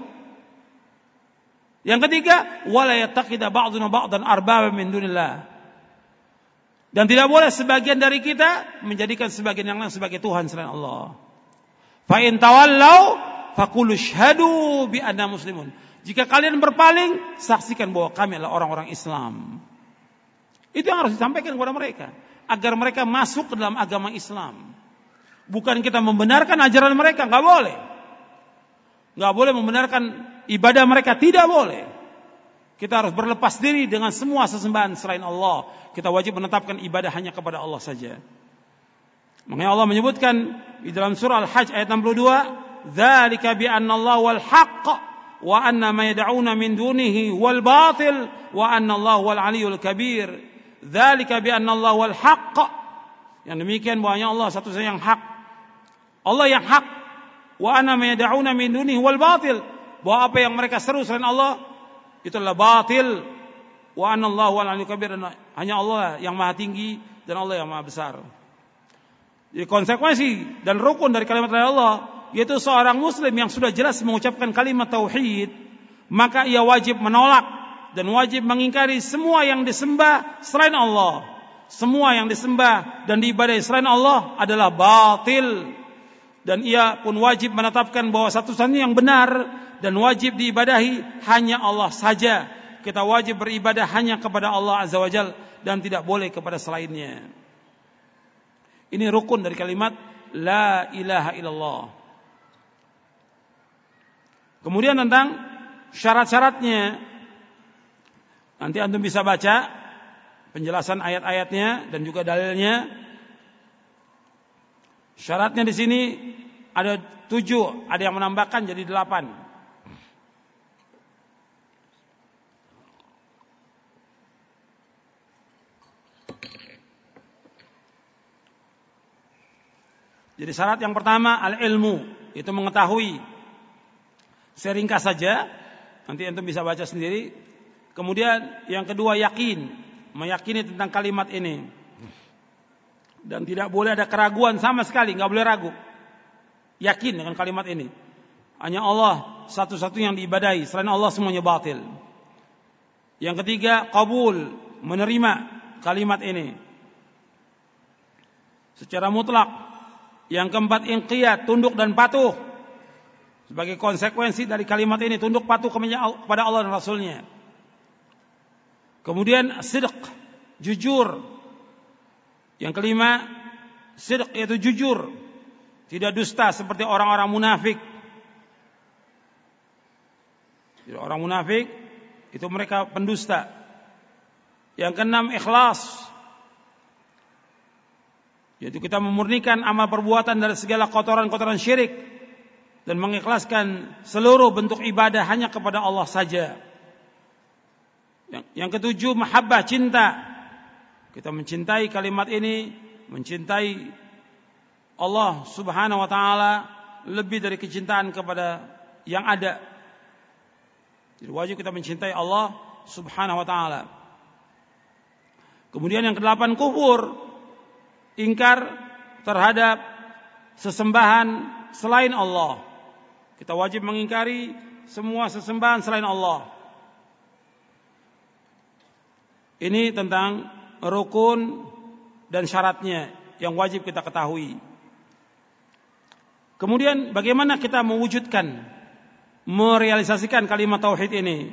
Yang ketiga, wala yattakhidha ba'duna ba'dan arbaban min dunillah. Dan tidak boleh sebagian dari kita menjadikan sebagian yang lain sebagai Tuhan selain Allah. Fa in tawallau faqulu asyhadu bi anna muslimun. Jika kalian berpaling, saksikan bahwa kami adalah orang-orang Islam. Itu yang harus disampaikan kepada mereka agar mereka masuk ke dalam agama Islam. Bukan kita membenarkan ajaran mereka, enggak boleh. Enggak boleh membenarkan ibadah mereka, tidak boleh. Kita harus berlepas diri dengan semua sesembahan selain Allah. Kita wajib menetapkan ibadah hanya kepada Allah saja. Makanya Allah menyebutkan di dalam surah Al-Hajj ayat 62, "Dzalika bi anna Allah wal haqq wa anna ma yad'una min dunihi wal batil wa anna Allah wal aliyyul kabir." Dzalika bi anna Allah wal haqq. Yang demikian bahwasanya Allah satu-satunya yang hak. Allah yang hak. Wa anna ma yad'una min dunihi wal batil. Bahwa apa yang mereka seru selain Allah itu adalah batil. Wa anna Allah wal aliyyul kabir. Dan hanya Allah yang maha tinggi dan Allah yang maha besar. Jadi konsekuensi dan rukun dari kalimat Allah, yaitu seorang muslim yang sudah jelas mengucapkan kalimat tauhid, maka ia wajib menolak dan wajib mengingkari semua yang disembah selain Allah. Semua yang disembah dan diibadahi selain Allah adalah batil. Dan ia pun wajib menetapkan bahwa satu-satunya yang benar dan wajib diibadahi hanya Allah saja. Kita wajib beribadah hanya kepada Allah Azza wa Jalla dan tidak boleh kepada selainnya. Ini rukun dari kalimat La ilaha illallah. Kemudian tentang syarat-syaratnya, nanti antum bisa baca penjelasan ayat-ayatnya dan juga dalilnya. Syaratnya di sini ada 7, ada yang menambahkan jadi 8. Jadi syarat yang pertama al-ilmu, itu mengetahui. Saya ringkas saja, nanti antum bisa baca sendiri. Kemudian yang kedua yakin, meyakini tentang kalimat ini. Dan tidak boleh ada keraguan sama sekali, enggak boleh ragu. Yakin dengan kalimat ini. Hanya Allah satu-satunya yang diibadahi, selain Allah semuanya batil. Yang ketiga qabul, menerima kalimat ini secara mutlak. Yang keempat inqiyad, tunduk dan patuh. Sebagai konsekuensi dari kalimat ini, tunduk patuh kepada Allah dan Rasulnya. Kemudian sidq, jujur. Yang kelima sidq, yaitu jujur, tidak dusta seperti orang-orang munafik. Jadi orang munafik itu mereka pendusta. Yang keenam ikhlas, yaitu kita memurnikan amal perbuatan dari segala kotoran-kotoran syirik dan mengikhlaskan seluruh bentuk ibadah hanya kepada Allah saja. Yang ketujuh mahabbah, cinta. Kita mencintai kalimat ini, mencintai Allah Subhanahu wa taala lebih dari kecintaan kepada yang ada. Jadi wajib kita mencintai Allah Subhanahu wa taala. Kemudian yang kedelapan kufur, ingkar terhadap sesembahan selain Allah. Kita wajib mengingkari semua sesembahan selain Allah. Ini tentang rukun dan syaratnya yang wajib kita ketahui. Kemudian bagaimana kita mewujudkan, merealisasikan kalimat tauhid ini?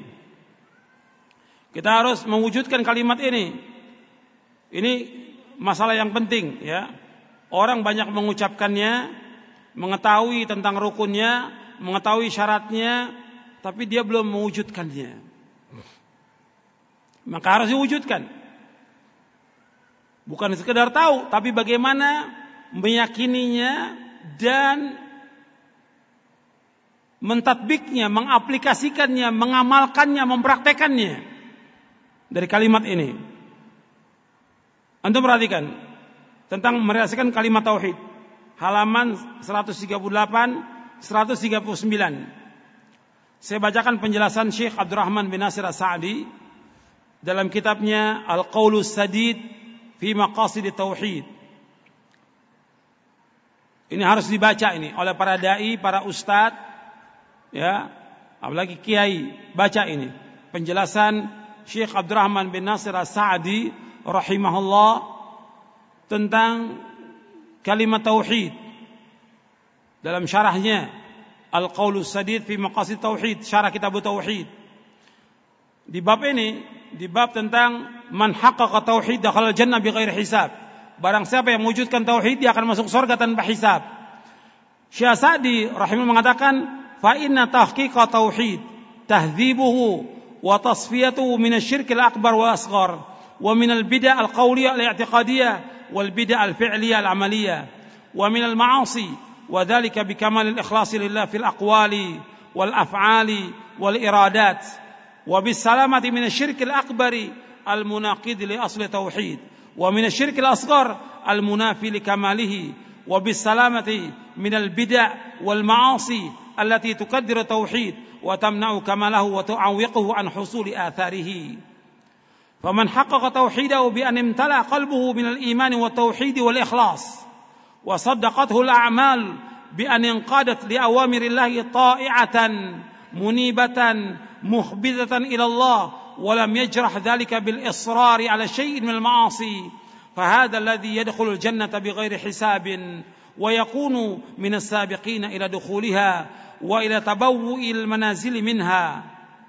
Kita harus mewujudkan kalimat ini. Ini masalah yang penting, ya. Orang banyak mengucapkannya, mengetahui tentang rukunnya, mengetahui syaratnya, tapi dia belum mewujudkannya. Maka harus diwujudkan. Bukan sekedar tahu, tapi bagaimana meyakininya dan mentatbiknya, mengaplikasikannya, mengamalkannya, mempraktekannya dari kalimat ini. Antum perhatikan tentang merealisasikan kalimat tauhid. Halaman 138, 139. Saya bacakan penjelasan Syekh Abdurrahman bin Nasir As-Sa'di dalam kitabnya Al-Qaulus Sadid fi Maqasidit Tauhid. Ini harus dibaca ini oleh para dai, para ustadz, ya, apalagi kiai. Baca ini penjelasan Syekh Abdurrahman bin Nasir As-Sa'di rahimahullah tentang kalimat tauhid dalam syarahnya Al-Qaulus Sadid fi Maqasid Tauhid, syarah kitab tauhid. Di bab ini, di bab tentang man haqqaqa tauhid dakhala jannah bighairi hisab, Barang siapa yang mewujudkan tauhid, dia akan masuk surga tanpa hisab. Syekh Sa'di rahimahullah mengatakan, fa inna tahqiqa tauhid tahdhibuhu wa tasfiyatuhu min asy-syirk al-akbar wal asghar wa min al-bid'ah al-qawliyah al-i'tiqadiyah wal bid'ah al-fi'liyah al-amaliyah wa min al-ma'asi wa dhalika bi kamal al-ikhlas lillah fil aqwali wal af'ali wal iradat wa bis salamati min asy-syirk al-akbar al-munaqid li asli tauhid wa min asy-syirk al-asghar al-munafi li kamalihi wa bis salamati min al-bid'ah wal ma'asi allati tukaddiru tauhid wa tamna'u kamalahu wa tu'awwiquhu an husuli atharihi. Faman haqqaqa tauhidahu bi an imtala qalbuhu min al-iman wa tauhid wal ikhlas wa saddaqathu al-a'mal bi an inqadat li awamirillahi ta'i'atan munibatan mukhbidatan ila Allah wa lam yajrah dhalika bil israr ala shay'in min al-ma'asi fa hadha alladhi yadkhulu al-jannata bighayri hisabin wa yakunu min as-sabiqin ila dukhuliha wa ila tabawwu'il manazil minha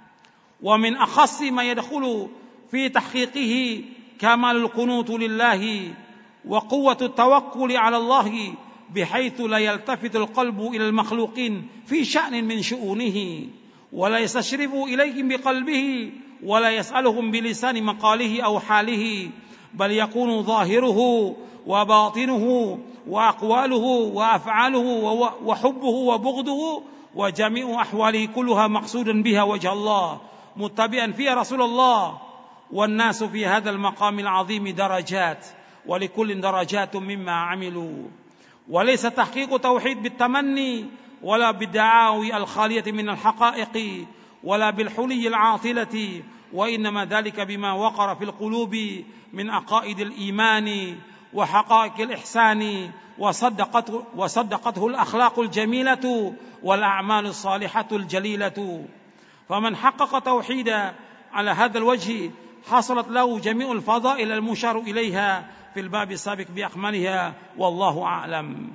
wa min akhassi ma yadkhulu fi tahqiqihi kamalul qunut lillahi wa quwwatu tawakkuli 'ala Allah bihaitsu la yaltafitu al-qalbu ila al-makhluqin fi sya'nin min syu'unihi wa la yastashrifu ilayhim biqalbihi wa la yas'aluhum bilisani maqalihi aw halihi bal yakunu zahiruhu wa batinuhu wa aqwaluhu wa af'aluhu wa hubbuhu wa bughduhu wa jami'u ahwalihi kulluha maqsudan biha wajha Allah muttabi'an fiha Rasulullah wan nasu fi hadzal maqamil 'azim darajat wa likullin darajatun mimma 'amilu wa laysa tahqiqu tauhid bitamanni wala bid'awi al-khaliyati min al-haqa'iqi wala bil huliyyi al-'atilati wa innama dhalika bima waqara fil qulubi min aqaidil imani wa haqa'iqil ihsani wa saddaqathu al-akhlaqul jamilatu wal a'malus salihatul jalilatu faman haqqaqa tauhida ala hadzal wajhi hasalat lahu jami'ul fadail al-musyaru ilaiha fil bab as-sabiq bi akmaliha wallahu a'lam.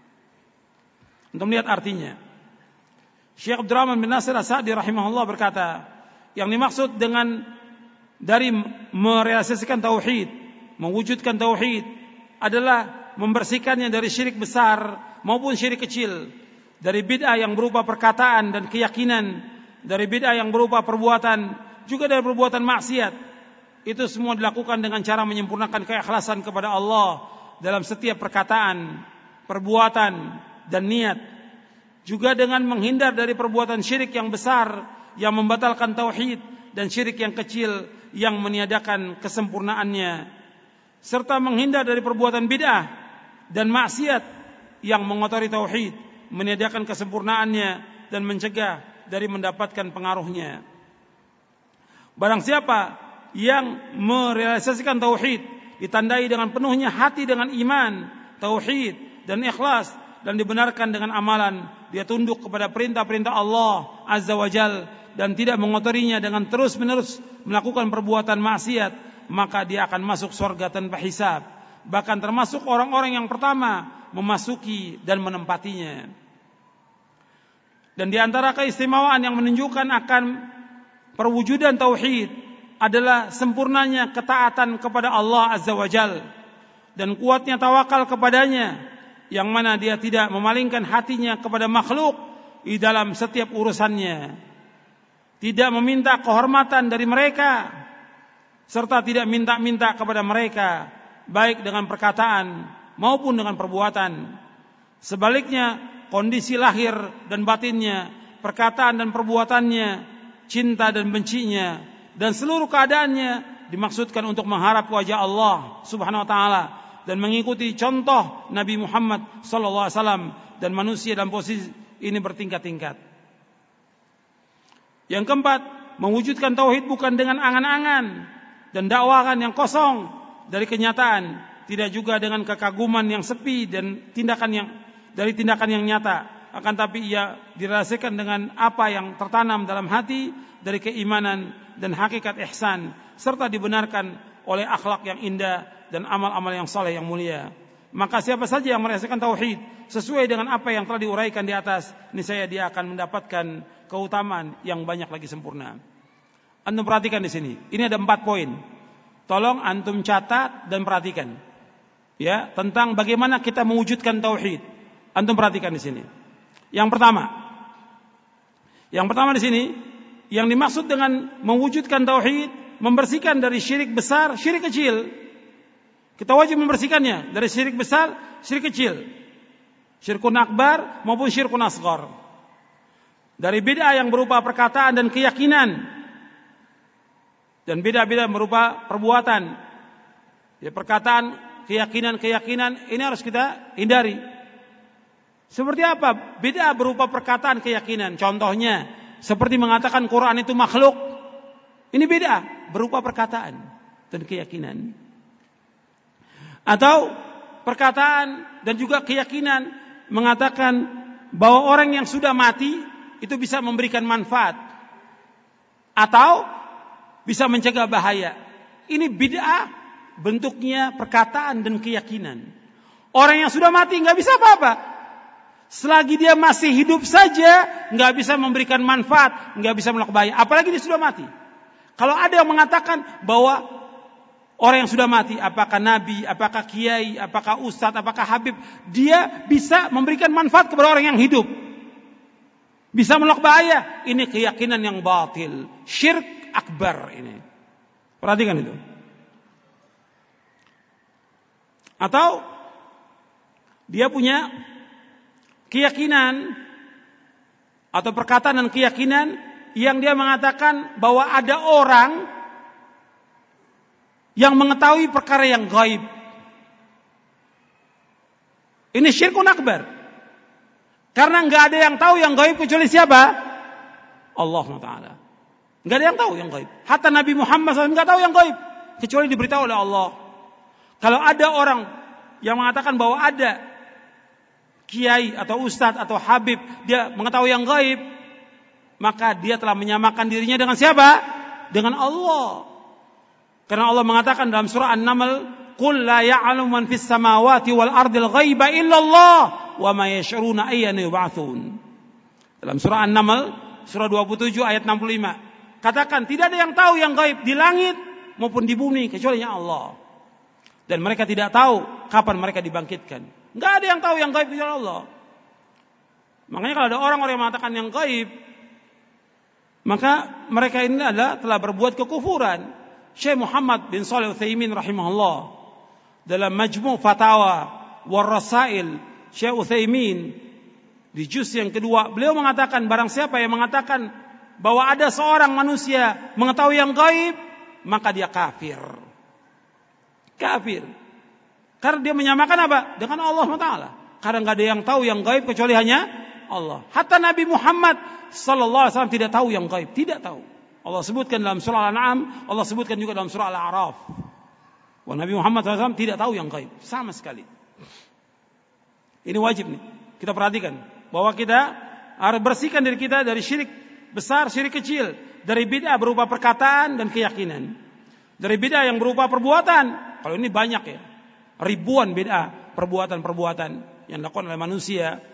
Untuk melihat artinya, Syekh Abdurrahman bin Nasir As-Sa'di rahimahullah berkata, yang dimaksud dengan dari merealisasikan tauhid, mewujudkan tauhid adalah membersihkannya dari syirik besar maupun syirik kecil, dari bid'ah yang berupa perkataan dan keyakinan, dari bid'ah yang berupa perbuatan, juga dari perbuatan maksiat. Itu semua dilakukan dengan cara menyempurnakan keikhlasan kepada Allah dalam setiap perkataan, perbuatan, dan niat. Juga dengan menghindar dari perbuatan syirik yang besar yang membatalkan tauhid dan syirik yang kecil yang meniadakan kesempurnaannya, serta menghindar dari perbuatan bid'ah dan maksiat yang mengotori tauhid, meniadakan kesempurnaannya dan mencegah dari mendapatkan pengaruhnya. Barang siapa yang merealisasikan tauhid ditandai dengan penuhnya hati dengan iman, tauhid dan ikhlas, dan dibenarkan dengan amalan, dia tunduk kepada perintah-perintah Allah Azza wa Jal dan tidak mengotorinya dengan terus-menerus melakukan perbuatan maksiat, maka dia akan masuk surga tanpa hisab, bahkan termasuk orang-orang yang pertama memasuki dan menempatinya. Dan di antara keistimewaan yang menunjukkan akan perwujudan tauhid adalah sempurnanya ketaatan kepada Allah Azza wa Jal dan kuatnya tawakal kepadanya, yang mana dia tidak memalingkan hatinya kepada makhluk di dalam setiap urusannya, tidak meminta kehormatan dari mereka, serta tidak minta-minta kepada mereka baik dengan perkataan maupun dengan perbuatan. Sebaliknya, kondisi lahir dan batinnya, perkataan dan perbuatannya, cinta dan bencinya, dan seluruh keadaannya dimaksudkan untuk mengharap wajah Allah Subhanahu wa taala dan mengikuti contoh Nabi Muhammad sallallahu alaihi wasallam, dan manusia dalam posisi ini bertingkat-tingkat. Yang keempat, mewujudkan tauhid bukan dengan angan-angan dan dakwahan yang kosong dari kenyataan, tidak juga dengan kekaguman yang sepi dan tindakan yang nyata, akan tapi ia dirahasiakan dengan apa yang tertanam dalam hati dari keimanan dan hakikat ihsan, serta dibenarkan oleh akhlak yang indah dan amal-amal yang saleh yang mulia. Maka siapa saja yang merasakan tauhid sesuai dengan apa yang telah diuraikan di atas, niscaya dia akan mendapatkan keutamaan yang banyak lagi sempurna. Antum perhatikan di sini. Ini ada 4 poin. Tolong antum catat dan perhatikan. ya, tentang bagaimana kita mewujudkan tauhid. Antum perhatikan di sini. Yang pertama di sini, yang dimaksud dengan mewujudkan tauhid, membersihkan dari syirik besar, syirik kecil. Kita wajib membersihkannya dari syirik besar, syirik kecil. Syirkun akbar maupun syirkun asghar. Dari bid'ah yang berupa perkataan dan keyakinan, dan bid'ah berupa perbuatan. Ya, perkataan, keyakinan ini harus kita hindari. Seperti apa? Bid'ah berupa perkataan keyakinan. Contohnya, seperti mengatakan Quran itu makhluk. Ini bid'ah berupa perkataan dan keyakinan. Atau perkataan dan juga keyakinan mengatakan bahwa orang yang sudah mati itu bisa memberikan manfaat atau bisa mencegah bahaya. Ini bid'ah bentuknya perkataan dan keyakinan. Orang yang sudah mati nggak bisa apa-apa. Selagi dia masih hidup saja, nggak bisa memberikan manfaat, nggak bisa melakukan bahaya. Apalagi dia sudah mati. Kalau ada yang mengatakan bahwa orang yang sudah mati, apakah nabi, apakah kiai, apakah ustadz, apakah habib, dia bisa memberikan manfaat kepada orang yang hidup, bisa melakukan bahaya. Ini keyakinan yang batil, syirik akbar ini. Perhatikan itu. Atau dia punya keyakinan atau perkataan dan keyakinan yang dia mengatakan bahwa ada orang yang mengetahui perkara yang gaib. Ini syirkun akbar. Karena enggak ada yang tahu yang gaib kecuali siapa? Allah Ta'ala. Enggak ada yang tahu yang gaib. Hatta Nabi Muhammad SAW enggak tahu yang gaib kecuali diberitahu oleh Allah. Kalau ada orang yang mengatakan bahwa ada kiai atau ustadz atau habib, dia mengetahui yang gaib, maka dia telah menyamakan dirinya dengan siapa? Dengan Allah. Karena Allah mengatakan dalam surah An-Naml, "Qul la ya'lamu man fis samawati wal ardil ghaiba illallah wa ma yash'uruna ayyana yub'atsun." Dalam surah An-Naml, surah 27 ayat 65. Katakan, tidak ada yang tahu yang gaib di langit maupun di bumi kecuali Allah. Dan mereka tidak tahu kapan mereka dibangkitkan. Enggak ada yang tahu yang gaib kecuali Allah. Makanya kalau ada orang-orang yang mengatakan yang gaib, maka mereka ini adalah telah berbuat kekufuran. Syekh Muhammad bin Shalih Al-Utsaimin rahimahullah dalam Majmu' Fatawa war Rasail, Syekh Utsaimin di juz yang kedua, beliau mengatakan barang siapa yang mengatakan bahwa ada seorang manusia mengetahui yang gaib, maka dia kafir. Kafir. Karena dia menyamakan apa? Dengan Allah Ta'ala. Karena enggak ada yang tahu yang gaib kecuali hanya Allah. Hatta Nabi Muhammad sallallahu alaihi wasallam tidak tahu yang gaib, tidak tahu. Allah sebutkan dalam surah Al-An'am, Allah sebutkan juga dalam surah Al-A'raf. Bahwa Nabi Muhammad SAW tidak tahu yang gaib sama sekali. Ini wajib nih kita perhatikan bahwa kita harus bersihkan diri kita dari syirik besar, syirik kecil, dari bid'ah berupa perkataan dan keyakinan, dari bid'ah yang berupa perbuatan. Kalau ini banyak ya, ribuan bid'ah, perbuatan-perbuatan yang dilakukan oleh manusia.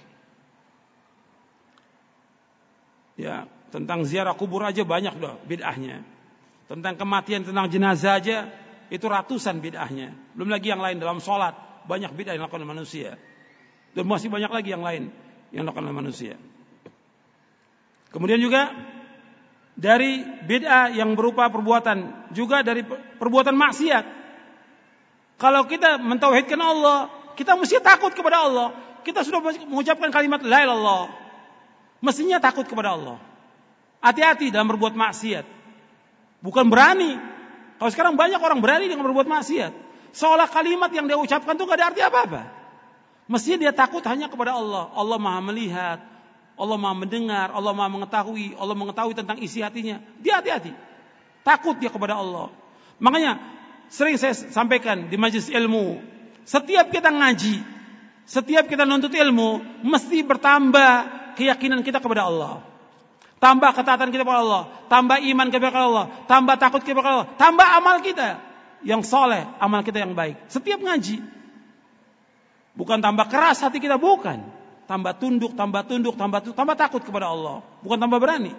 Ya, tentang ziarah kubur aja banyak doh bid'ahnya. Tentang kematian, tentang jenazah aja itu ratusan bid'ahnya. Belum lagi yang lain dalam sholat, banyak bid'ah yang dilakukan oleh manusia. Dan masih banyak lagi yang lain yang dilakukan oleh manusia. Kemudian juga dari bid'ah yang berupa perbuatan, juga dari perbuatan maksiat. Kalau kita mentauhidkan Allah, kita mesti takut kepada Allah. Kita sudah mengucapkan kalimat la ilaha illallah, mestinya takut kepada Allah. Hati-hati dalam berbuat maksiat. Bukan berani. Kalau sekarang banyak orang berani dengan berbuat maksiat, seolah kalimat yang dia ucapkan itu gak ada arti apa-apa. Mestinya dia takut hanya kepada Allah. Allah Maha melihat, Allah Maha mendengar, Allah Maha mengetahui, Allah mengetahui tentang isi hatinya. Dia hati-hati. Takut dia kepada Allah. Makanya sering saya sampaikan di majelis ilmu, setiap kita ngaji, setiap kita nuntut ilmu, mesti bertambah keyakinan kita kepada Allah. Tambah ketaatan kita kepada Allah, tambah iman kita kepada Allah, tambah takut kita kepada Allah, tambah amal kita yang soleh, amal kita yang baik. Setiap ngaji, bukan tambah keras hati kita, bukan. Tambah tunduk, tambah takut kepada Allah, bukan tambah berani.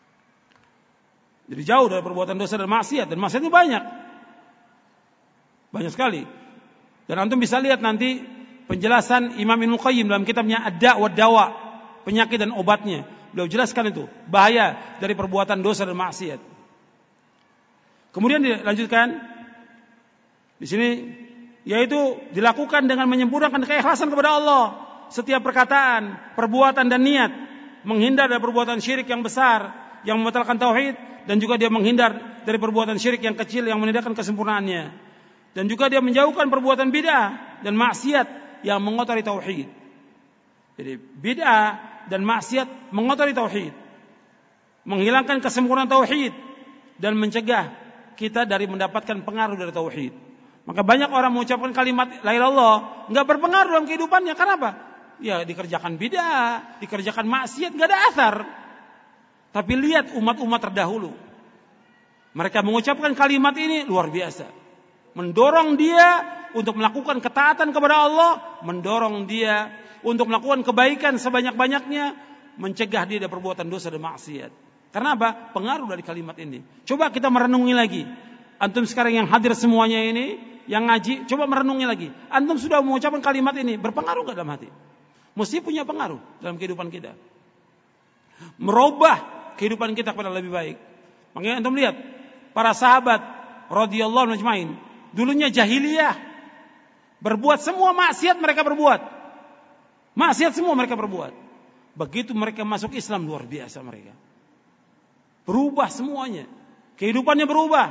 Jadi jauh dari perbuatan dosa dan maksiat itu banyak. Banyak sekali. Dan antum bisa lihat nanti penjelasan Imam Ibnu Qayyim dalam kitabnya Ad-Da' wa Dawa, penyakit dan obatnya. Beliau jelaskan itu, bahaya dari perbuatan dosa dan maksiat. Kemudian dilanjutkan di sini, yaitu dilakukan dengan menyempurnakan keikhlasan kepada Allah. Setiap perkataan, perbuatan dan niat, menghindar dari perbuatan syirik yang besar yang membatalkan tauhid, dan juga dia menghindar dari perbuatan syirik yang kecil yang menandakan kesempurnaannya. Dan juga dia menjauhkan perbuatan bid'ah dan maksiat yang mengotori tauhid. Jadi bid'ah dan maksiat mengotori tauhid, menghilangkan kesempurnaan tauhid dan mencegah kita dari mendapatkan pengaruh dari tauhid. Maka banyak orang mengucapkan kalimat la ilaha illallah enggak berpengaruh dalam kehidupannya. Kenapa? Ya dikerjakan bid'ah, dikerjakan maksiat, enggak ada athar. Tapi lihat umat-umat terdahulu, mereka mengucapkan kalimat ini luar biasa. Mendorong dia untuk melakukan ketaatan kepada Allah, mendorong dia untuk melakukan kebaikan sebanyak-banyaknya, mencegah dia dari perbuatan dosa dan maksiat. Karena apa? Pengaruh dari kalimat ini. Coba kita merenungi lagi. Antum sekarang yang hadir semuanya ini, yang ngaji, coba merenungi lagi. Antum sudah mengucapkan kalimat ini, berpengaruh enggak dalam hati? Mesti punya pengaruh dalam kehidupan kita. Merubah kehidupan kita kepada lebih baik. Makanya antum lihat para sahabat radhiyallahu anhum ajmain, dulunya jahiliyah, berbuat semua maksiat mereka berbuat. Maksiat semua mereka berbuat. Begitu mereka masuk Islam, luar biasa mereka. Berubah semuanya. Kehidupannya berubah.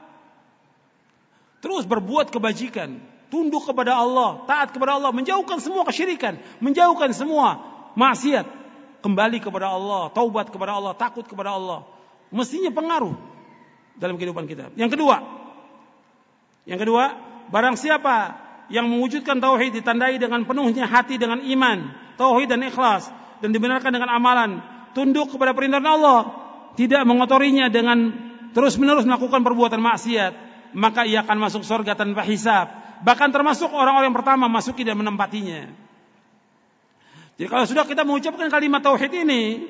Terus berbuat kebajikan, tunduk kepada Allah, taat kepada Allah, menjauhkan semua kesyirikan, menjauhkan semua maksiat, kembali kepada Allah, taubat kepada Allah, takut kepada Allah. Mestinya pengaruh dalam kehidupan kita. Yang kedua, barang siapa yang mewujudkan tauhid ditandai dengan penuhnya hati dengan iman, tauhid dan ikhlas, dan dibenarkan dengan amalan, tunduk kepada perintah Allah, tidak mengotorinya dengan terus-menerus melakukan perbuatan maksiat, maka ia akan masuk surga tanpa hisab, bahkan termasuk orang-orang yang pertama masuki dan menempatinya. Jadi kalau sudah kita mengucapkan kalimat tauhid ini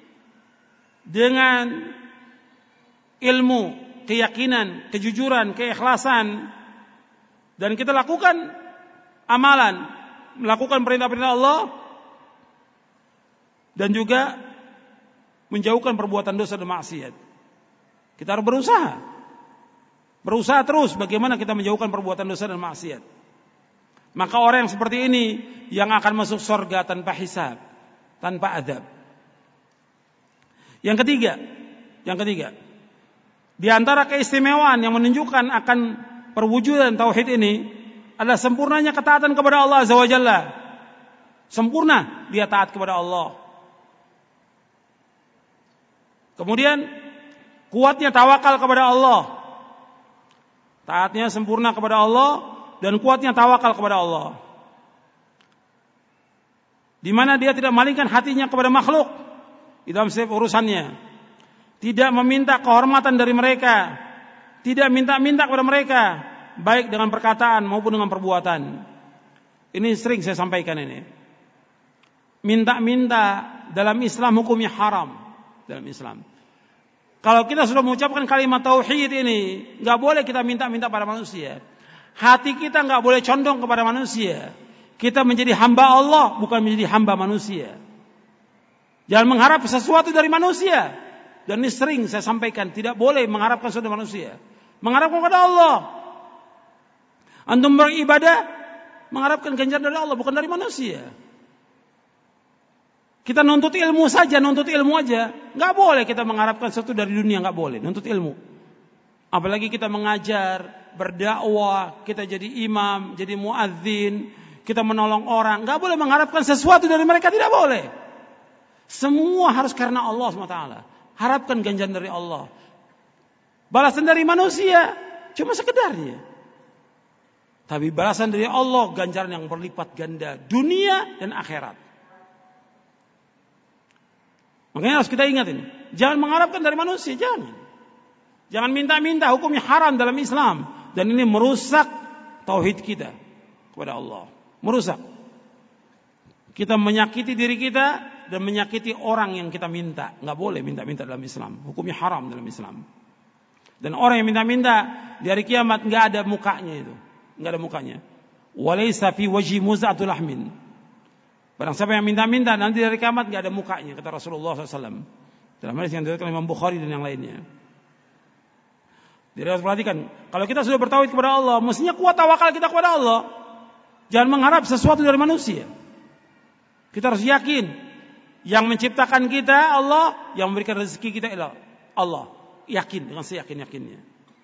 dengan ilmu, keyakinan, kejujuran, keikhlasan, dan kita lakukan amalan, melakukan perintah-perintah Allah, dan juga menjauhkan perbuatan dosa dan maksiat. Kita harus berusaha terus bagaimana kita menjauhkan perbuatan dosa dan maksiat. Maka orang yang seperti ini yang akan masuk surga tanpa hisab, tanpa adab. Yang ketiga, di antara keistimewaan yang menunjukkan akan perwujudan tauhid ini adalah sempurnanya ketaatan kepada Allah Azza wa Jalla. Sempurna dia taat kepada Allah. Kemudian kuatnya tawakal kepada Allah. Taatnya sempurna kepada Allah dan kuatnya tawakal kepada Allah. Di mana dia tidak malingkan hatinya kepada makhluk di dalam setiap urusannya. Tidak meminta kehormatan dari mereka, tidak minta-minta kepada mereka, baik dengan perkataan maupun dengan perbuatan. Ini sering saya sampaikan ini. Minta-minta dalam Islam hukumnya haram dalam Islam. Kalau kita sudah mengucapkan kalimat tauhid ini, enggak boleh kita minta-minta pada manusia. Hati kita enggak boleh condong kepada manusia. Kita menjadi hamba Allah, bukan menjadi hamba manusia. Jangan mengharap sesuatu dari manusia. Dan ini sering saya sampaikan, tidak boleh mengharapkan sesuatu dari manusia. Mengharapkan kepada Allah. Antum beribadah, mengharapkan ganjaran dari Allah, bukan dari manusia. Kita nuntut ilmu saja, nuntut ilmu aja. Enggak boleh kita mengharapkan sesuatu dari dunia, enggak boleh. Nuntut ilmu. Apalagi kita mengajar, berdakwah, kita jadi imam, jadi muadzin, kita menolong orang. Enggak boleh mengharapkan sesuatu dari mereka, tidak boleh. Semua harus karena Allah SWT. Harapkan ganjaran dari Allah. Balasan dari manusia cuma sekedarnya. Tapi balasan dari Allah ganjaran yang berlipat ganda, dunia dan akhirat. Makanya harus kita ingat ini. Jangan mengharapkan dari manusia, jangan. Jangan minta-minta, hukumnya haram dalam Islam. Dan ini merusak tauhid kita kepada Allah. Merusak. Kita menyakiti diri kita dan menyakiti orang yang kita minta. Enggak boleh minta-minta dalam Islam. Hukumnya haram dalam Islam. Dan orang yang minta-minta di hari kiamat enggak ada mukanya itu. enggak ada mukanya. Walaysa fi wajhi muz'atul lahmin. Barang siapa yang minta-minta nanti dari kiamat enggak ada mukanya, kata Rasulullah SAW. Dalam hadis yang diriwayatkan Imam Bukhari dan yang lainnya. Jadi harus perhatikan, kalau kita sudah bertauhid kepada Allah, mestinya kuat tawakal kita kepada Allah. Jangan mengharap sesuatu dari manusia. Kita harus yakin yang menciptakan kita Allah, yang memberikan rezeki kita adalah Allah. Yakin dengan seyakin-yakinnya.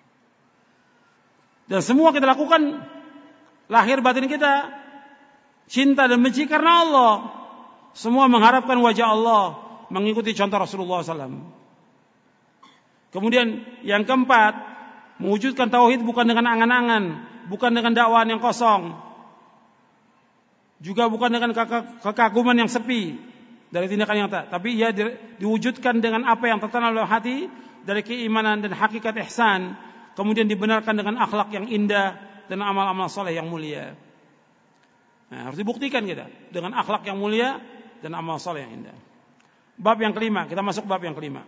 Dan semua kita lakukan lahir batin kita cinta dan benci karena Allah. Semua mengharapkan wajah Allah, mengikuti contoh Rasulullah SAW. Kemudian yang keempat, mewujudkan tauhid bukan dengan angan-angan, bukan dengan dakwaan yang kosong, juga bukan dengan kekaguman yang sepi dari tindakan yang tak, tapi ia diwujudkan dengan apa yang tertanam dalam hati dari keimanan dan hakikat ihsan, kemudian dibenarkan dengan akhlak yang indah dan amal-amal saleh yang mulia. Nah, harus dibuktikan kita dengan akhlak yang mulia dan amal saleh yang indah. Bab yang kelima, kita masuk bab yang kelima.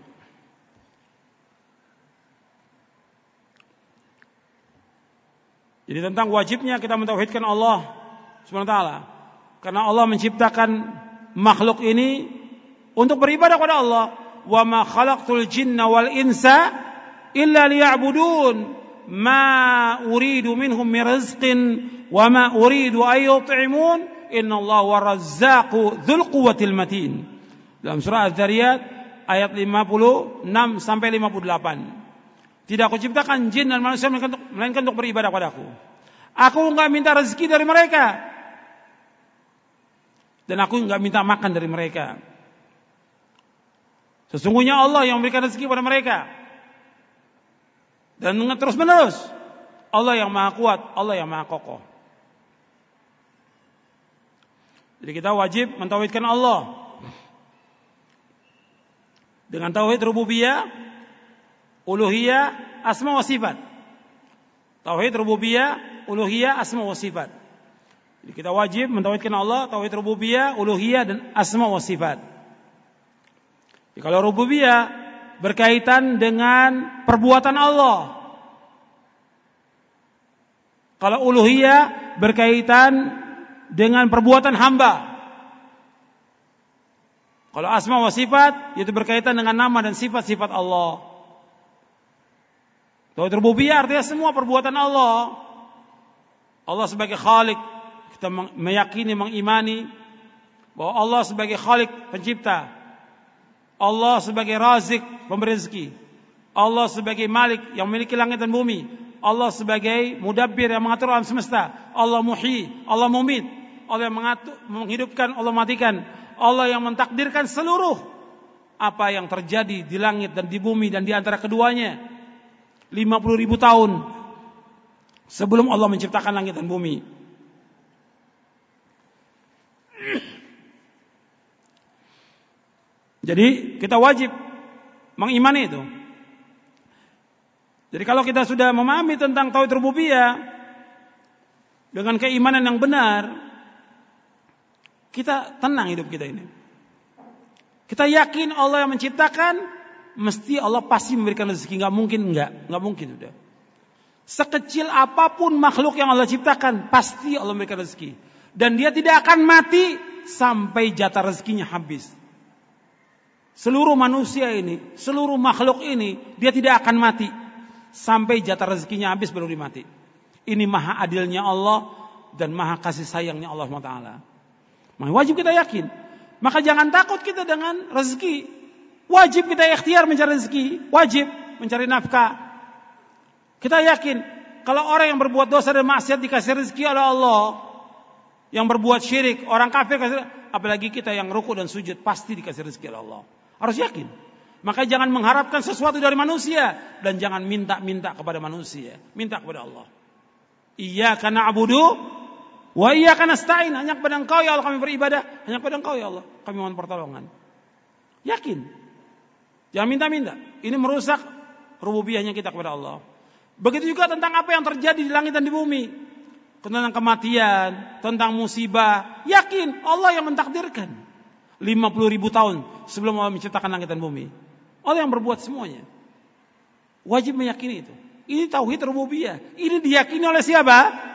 Jadi tentang wajibnya kita mentauhidkan Allah Subhanahu wa taala. Karena Allah menciptakan makhluk ini untuk beribadah kepada Allah. Wa ma khalaqtul jinna wal insa illa liya'budun ma uridu minhum min rizqin wa ma uridu ay yut'imun innallaha warazzaqu dzul quwwatil matin. Dalam surah Az-Zariyat ayat 56 sampai 58. Tidak aku ciptakan jin dan manusia melainkan untuk beribadah padaku. Aku enggak minta rezeki dari mereka. Dan aku enggak minta makan dari mereka. Sesungguhnya Allah yang memberikan rezeki pada mereka. Dan terus menerus. Allah yang maha kuat, Allah yang maha kokoh. Jadi kita wajib mentauhidkan Allah. Dengan tauhid rububiyah, uluhiyah, asma wa sifat. Tauhid rububiyah, uluhiyah, asma wa sifat. Jadi kita wajib mentauhidkan Allah, tauhid rububiyah, uluhiyah dan asma wa sifat. Jadi kalau rububiyah berkaitan dengan perbuatan Allah. Kalau uluhiyah berkaitan dengan perbuatan hamba. Kalau asma wa sifat itu berkaitan dengan nama dan sifat-sifat Allah. Tauhid rububiyah artinya semua perbuatan Allah. Allah sebagai Khalik, kita meyakini, mengimani bahwa Allah sebagai Khalik, pencipta. Allah sebagai Razik, pemberi rezeki. Allah sebagai Malik yang memiliki langit dan bumi. Allah sebagai Mudabbir yang mengatur alam semesta. Allah Muhyi, Allah Mumit. Allah yang menghidupkan, Allah matikan. Allah yang mentakdirkan seluruh apa yang terjadi di langit dan di bumi dan di antara keduanya 50.000 tahun sebelum Allah menciptakan langit dan bumi. Jadi kita wajib mengimani itu. Jadi kalau kita sudah memahami tentang tauhid rububiyah dengan keimanan yang benar, kita tenang hidup kita ini. Kita yakin Allah yang menciptakan, mesti Allah pasti memberikan rezeki. Nggak mungkin sudah. Sekecil apapun makhluk yang Allah ciptakan, pasti Allah memberikan rezeki. Dan dia tidak akan mati sampai jatah rezekinya habis. Seluruh manusia ini, seluruh makhluk ini, dia tidak akan mati sampai jatah rezekinya habis baru dimati. Ini maha adilnya Allah dan maha kasih sayangnya Allah SWT. Maka wajib kita yakin. Maka jangan takut kita dengan rezeki. Wajib kita ikhtiar mencari rezeki. Wajib mencari nafkah. Kita yakin kalau orang yang berbuat dosa dan maksiat dikasih rezeki oleh Allah, yang berbuat syirik, orang kafir apalagi kita yang rukuk dan sujud pasti dikasih rezeki oleh Allah. Harus yakin. Maka jangan mengharapkan sesuatu dari manusia dan jangan minta-minta kepada manusia. Minta kepada Allah. Iyyaka na'budu wa iyyaka nasta'in. Hanya kepada Engkau ya Allah kami beribadah. Hanya kepada Engkau ya Allah kami mohon pertolongan. Yakin. Jangan minta-minta. Ini merusak rububiyahnya kita kepada Allah. Begitu juga tentang apa yang terjadi di langit dan di bumi. Tentang kematian, tentang musibah. Yakin Allah yang mentakdirkan. 50.000 tahun sebelum Allah menciptakan langit dan bumi. Allah yang berbuat semuanya. Wajib meyakini itu. Ini tauhid rububiyah. Ini diyakini oleh siapa?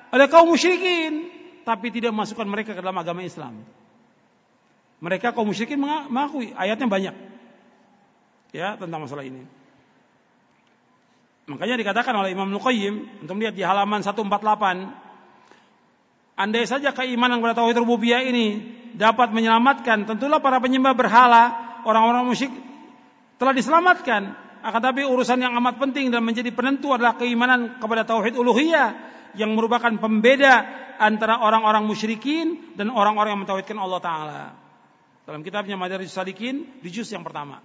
oleh kaum musyrikin, tapi tidak memasukkan mereka ke dalam agama Islam. Mereka kaum musyrikin mengakui, ayatnya banyak ya tentang masalah ini. Makanya dikatakan oleh Imam Al-Qayyim, untuk melihat di halaman 148, andai saja keimanan kepada tauhid rububiyah ini dapat menyelamatkan, tentulah para penyembah berhala, orang-orang musyrik telah diselamatkan. Akan tapi urusan yang amat penting dan menjadi penentu adalah keimanan kepada tauhid uluhiyah, yang merupakan pembeda antara orang-orang musyrikin dan orang-orang yang mentauhidkan Allah Ta'ala. Dalam kitabnya Madarijus Salikin di juz yang pertama.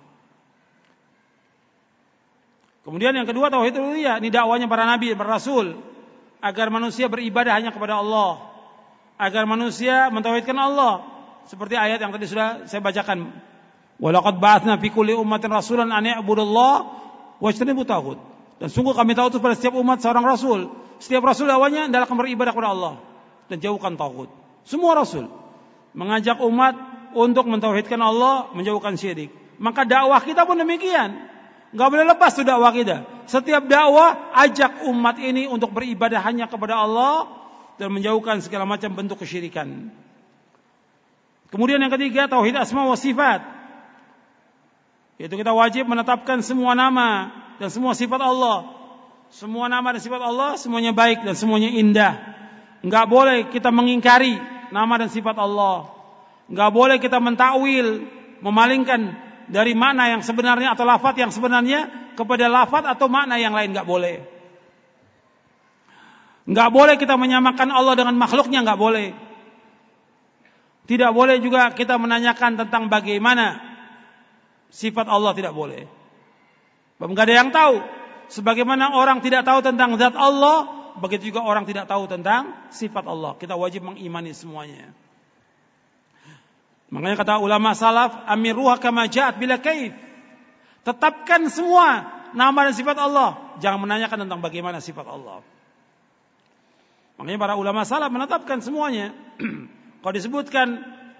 Kemudian yang kedua, tauhid uluhiyah. Ini dakwanya para nabi dan para rasul, agar manusia beribadah hanya kepada Allah, agar manusia mentauhidkan Allah. Seperti ayat yang tadi sudah saya bacakan. Walaqad ba'atsna fi kulli ummatin rasulan an i'budullaha wajtanibut taghut. Dan sungguh kami tahu itu pada setiap umat seorang rasul. Setiap rasul awalnya adalah beribadah kepada Allah dan jauhkan taghut. Semua rasul mengajak umat untuk mentauhidkan Allah, menjauhkan syirik. Maka dakwah kita pun demikian. Enggak boleh lepas tuh dakwah kita. Setiap dakwah ajak umat ini untuk beribadah hanya kepada Allah dan menjauhkan segala macam bentuk kesyirikan. Kemudian yang ketiga, tauhid asma wa sifat. Yaitu kita wajib menetapkan semua nama dan semua sifat Allah. Semua nama dan sifat Allah semuanya baik dan semuanya indah. Enggak boleh kita mengingkari nama dan sifat Allah. Enggak boleh kita mentakwil, memalingkan dari makna yang sebenarnya atau lafaz yang sebenarnya kepada lafaz atau makna yang lain, enggak boleh. Enggak boleh kita menyamakan Allah dengan makhluknya, enggak boleh. Tidak boleh juga kita menanyakan tentang bagaimana sifat Allah, tidak boleh. Enggak ada yang tahu. Sebagaimana orang tidak tahu tentang zat Allah, begitu juga orang tidak tahu tentang sifat Allah. Kita wajib mengimani semuanya. Makanya kata ulama salaf, amiruha kama ja'at bila kaif. Tetapkan semua nama dan sifat Allah, jangan menanyakan tentang bagaimana sifat Allah. Makanya para ulama salaf menetapkan semuanya. Kalau disebutkan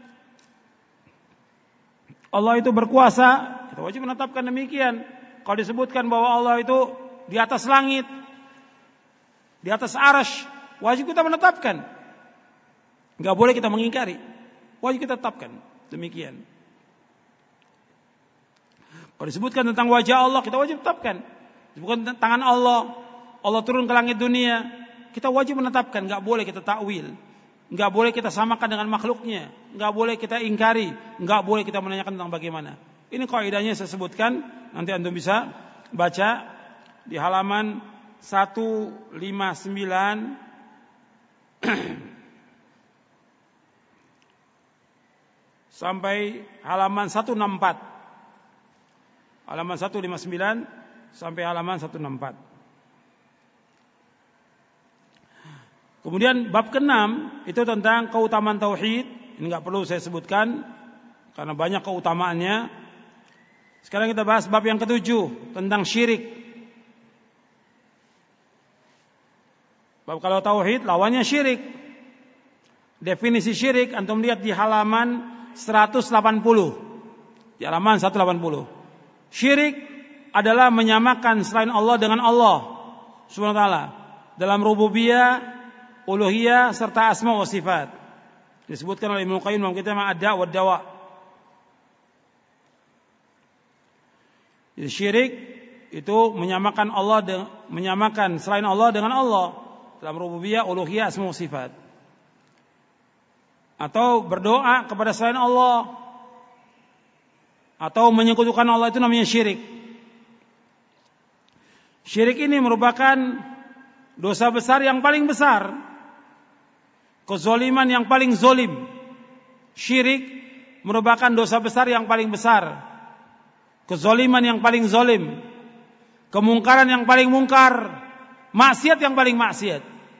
Allah itu berkuasa, kita wajib menetapkan demikian. Kalau disebutkan bahwa Allah itu di atas langit, di atas arsy, wajib kita menetapkan. Enggak boleh kita mengingkari. Wajib kita tetapkan. Demikian. Kalau disebutkan tentang wajah Allah, kita wajib tetapkan. Disebutkan tentang tangan Allah, Allah turun ke langit dunia, kita wajib menetapkan. Enggak boleh kita takwil. Enggak boleh kita samakan dengan makhluknya. Enggak boleh kita ingkari. Enggak boleh kita menanyakan tentang bagaimana. Ini kaidahnya saya sebutkan. Nanti antum bisa baca di halaman 159 sampai halaman 164. Halaman 159 sampai halaman 164. Kemudian bab ke-6 itu tentang keutamaan tauhid. Ini enggak perlu saya sebutkan karena banyak keutamaannya. Sekarang kita bahas bab yang ke-7 tentang syirik. Bab kalau tauhid lawannya syirik. Definisi syirik antum lihat di halaman 180. Di halaman 180. Syirik adalah menyamakan selain Allah dengan Allah Subhanahu wa taala dalam rububiyah, uluhiyah serta asma wa sifat. Disebutkan oleh Ibnu Qayyim dalam kitab Ad-Da' wa Dawa. Jadi syirik itu menyamakan menyamakan selain Allah dengan Allah dalam rububiyah, uluhiyah, asma wa sifat. Atau berdoa kepada selain Allah, atau menyekutukan Allah, itu namanya syirik. Syirik ini merupakan dosa besar yang paling besar, kezaliman yang paling zalim. Syirik merupakan dosa besar yang paling besar, kezaliman yang paling zalim, kemungkaran yang paling mungkar, maksiat yang paling maksiat.